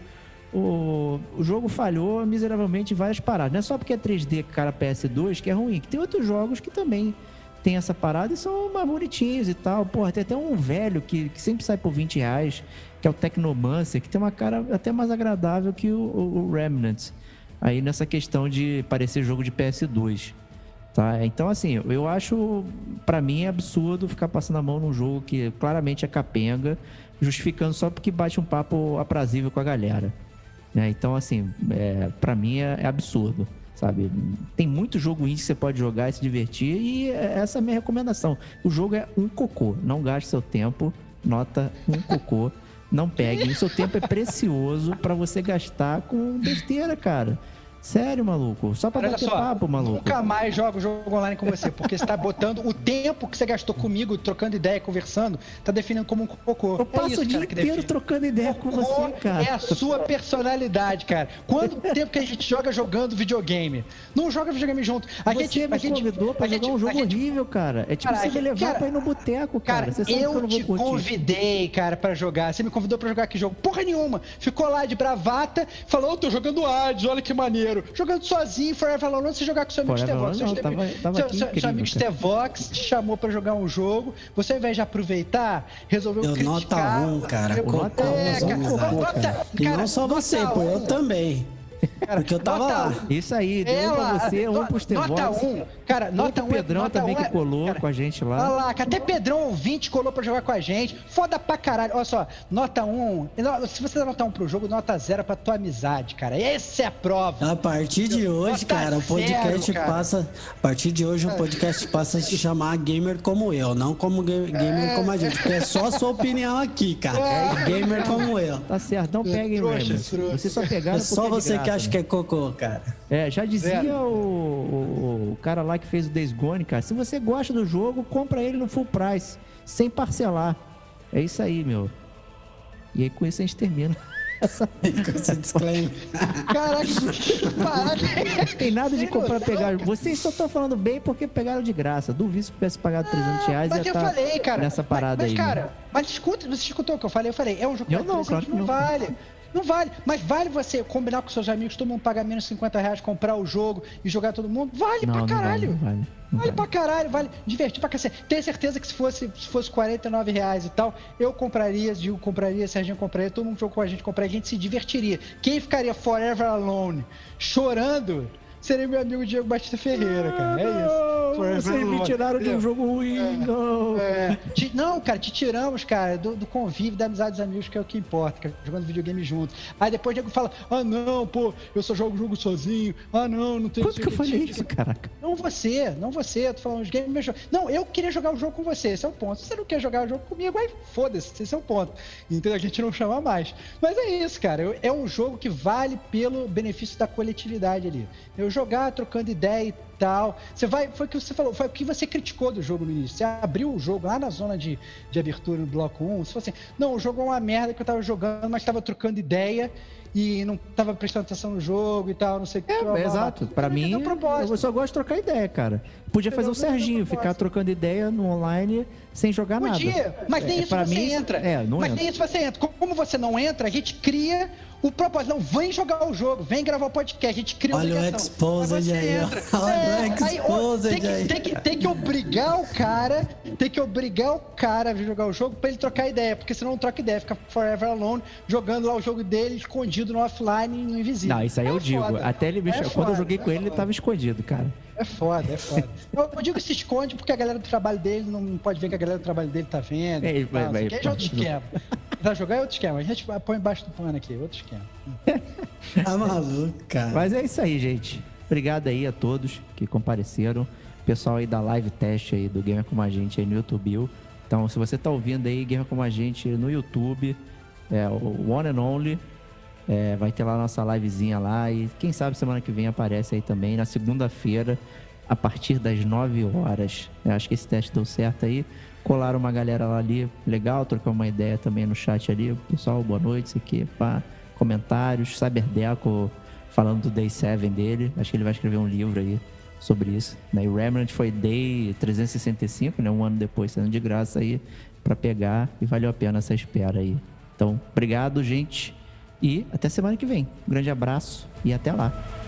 O jogo falhou miseravelmente em várias paradas. Não é só porque é 3D, cara, PS2 que é ruim. Que tem outros jogos que também tem essa parada e são mais bonitinhos e tal. Porra, tem até um velho que sempre sai por R$20, que é o Technomancer, que tem uma cara até mais agradável que o Remnant. Aí nessa questão de parecer jogo de PS2. Tá? Então, assim, eu acho, pra mim, é absurdo ficar passando a mão num jogo que claramente é capenga, justificando só porque bate um papo aprazível com a galera. Então, assim, pra mim é absurdo, sabe? Tem muito jogo indie que você pode jogar e se divertir, e essa é a minha recomendação. O jogo é um cocô, não gaste seu tempo, nota um cocô, não pegue. O seu tempo é precioso pra você gastar com besteira, cara. Sério, maluco? Só pra bater papo, maluco. Nunca mais jogo jogo online com você, porque você tá botando o tempo que você gastou comigo, trocando ideia, conversando, tá definindo como um cocô. Eu passo o dia inteiro trocando ideia com você, cara. É a sua personalidade, cara. Quanto tempo que a gente joga jogando videogame? Não joga videogame junto. Você me convidou pra jogar um jogo horrível, cara. É tipo você me levar pra ir no boteco, cara. Você sabe que eu não vou curtir. Eu te convidei, cara, pra jogar. Você me convidou pra jogar que jogo? Porra nenhuma. Ficou lá de bravata, falou, tô jogando Hades, olha que maneiro. Jogando sozinho, Forever Alone, você jogar com seu amigo Stevox. Seu amigo Stevox te chamou pra jogar um jogo, você ao invés de aproveitar, resolveu criticar. Nota 1, cara. Nota 1, cara. E não só você, pô, eu também. Cara, porque eu tava lá. Isso aí, deu pra você, um pro Stevox. Nota 1, cara, nota 1. O Pedrão também que colou com a gente lá. Olha lá, até Pedrão ouvinte colou pra jogar com a gente. Foda pra caralho. Olha só, nota 1. Se você dá nota 1 pro jogo, nota 0 pra tua amizade, cara. Essa é a prova. A partir de hoje, cara, o podcast passa. A partir de hoje, o podcast passa a se chamar Gamer Como Eu, não como Gamer Como a gente. Porque é só a sua opinião aqui, cara. É Gamer Como Eu. Tá certo, não peguem Remnant. Vocês só pegaram porque só você que acha que é cocô, cara. Já dizia o cara lá que fez o Days Gone, cara. Se você gosta do jogo, compra ele no full price, sem parcelar. É isso aí, meu. E aí com isso a gente termina. Esse disclaimer. Caraca, tem nada de comprar pegar. Vocês só estão falando bem porque pegaram de graça. Duvido se tivesse pagado R$300 mas ia eu falei, cara, nessa parada aí. Mas, cara, você escutou o que eu falei? Eu falei, é um jogo que não vale. Não vale, mas vale você combinar com seus amigos, todo mundo pagar menos R$50, comprar o jogo e jogar todo mundo? Vale pra caralho. Vale pra caralho, vale divertir pra cacete. Tenho certeza que se fosse R$49 e tal, eu compraria, Diego compraria, Serginho compraria, todo mundo jogou com a gente se divertiria. Quem ficaria Forever Alone chorando seria meu amigo Diego Batista Ferreira, cara. É isso. Não, Forever vocês me Alone, tiraram de um entendeu? jogo ruim, não. Não, cara, te tiramos, cara, do convívio, da amizade dos amigos, que é o que importa, cara, jogando videogame junto. Aí depois o Diego fala, não, pô, eu só jogo o jogo sozinho, não tem... Quando que eu falei isso, caraca? Não você, eu tô falando os games... Não, eu queria jogar o jogo com você, esse é o ponto. Se você não quer jogar o jogo comigo, aí foda-se, esse é o ponto. Entendeu? A gente não chama mais. Mas é isso, cara, é um jogo que vale pelo benefício da coletividade ali. Eu jogar, trocando ideia e tal. Foi o que você falou, foi o que você criticou do jogo no início. Você abriu o jogo lá na zona de abertura no bloco 1, você falou assim, não, o jogo é uma merda que eu tava jogando, mas tava trocando ideia e não tava prestando atenção no jogo e tal, não sei o que. Exato. Pra mim, eu só gosto de trocar ideia, cara. Podia fazer o Serginho, ficar trocando ideia no online sem jogar nada. Mas nem isso você entra. Mas nem isso você entra. Como você não entra, a gente cria o propósito. Não, vem jogar o jogo, vem gravar o podcast, a gente cria Olha o Exposed aí, olha o Exposed aí. Tem que obrigar o cara a vir jogar o jogo pra ele trocar ideia, porque senão não troca ideia, fica Forever Alone jogando lá o jogo dele escondido no offline, no invisível. Não, isso aí eu digo. Até ele quando eu joguei com ele tava escondido, cara. É foda. Eu digo que se esconde porque a galera do trabalho dele não pode ver que a galera do trabalho dele tá vendo. É outro esquema. Pra jogar é outro esquema. A gente põe embaixo do pano aqui, outro esquema. Tá maluco, cara. Mas é isso aí, gente. Obrigado aí a todos que compareceram. Pessoal aí da live teste aí do Gamer Como a Gente aí no YouTube. Então, se você tá ouvindo aí Gamer Como a Gente no YouTube, o One and Only, vai ter lá a nossa livezinha lá. E quem sabe semana que vem aparece aí também, na segunda-feira, a partir das 9 horas. Eu acho que esse teste deu certo aí. Colaram uma galera lá ali, legal, trocar uma ideia também no chat ali. Pessoal, boa noite, isso aqui, pá, comentários. Cyberdeco falando do Day 7 dele. Acho que ele vai escrever um livro aí sobre isso. E o Remnant foi Day 365, né? Um ano depois, sendo de graça aí pra pegar. E valeu a pena essa espera aí. Então, obrigado, gente. E até semana que vem. Um grande abraço e até lá.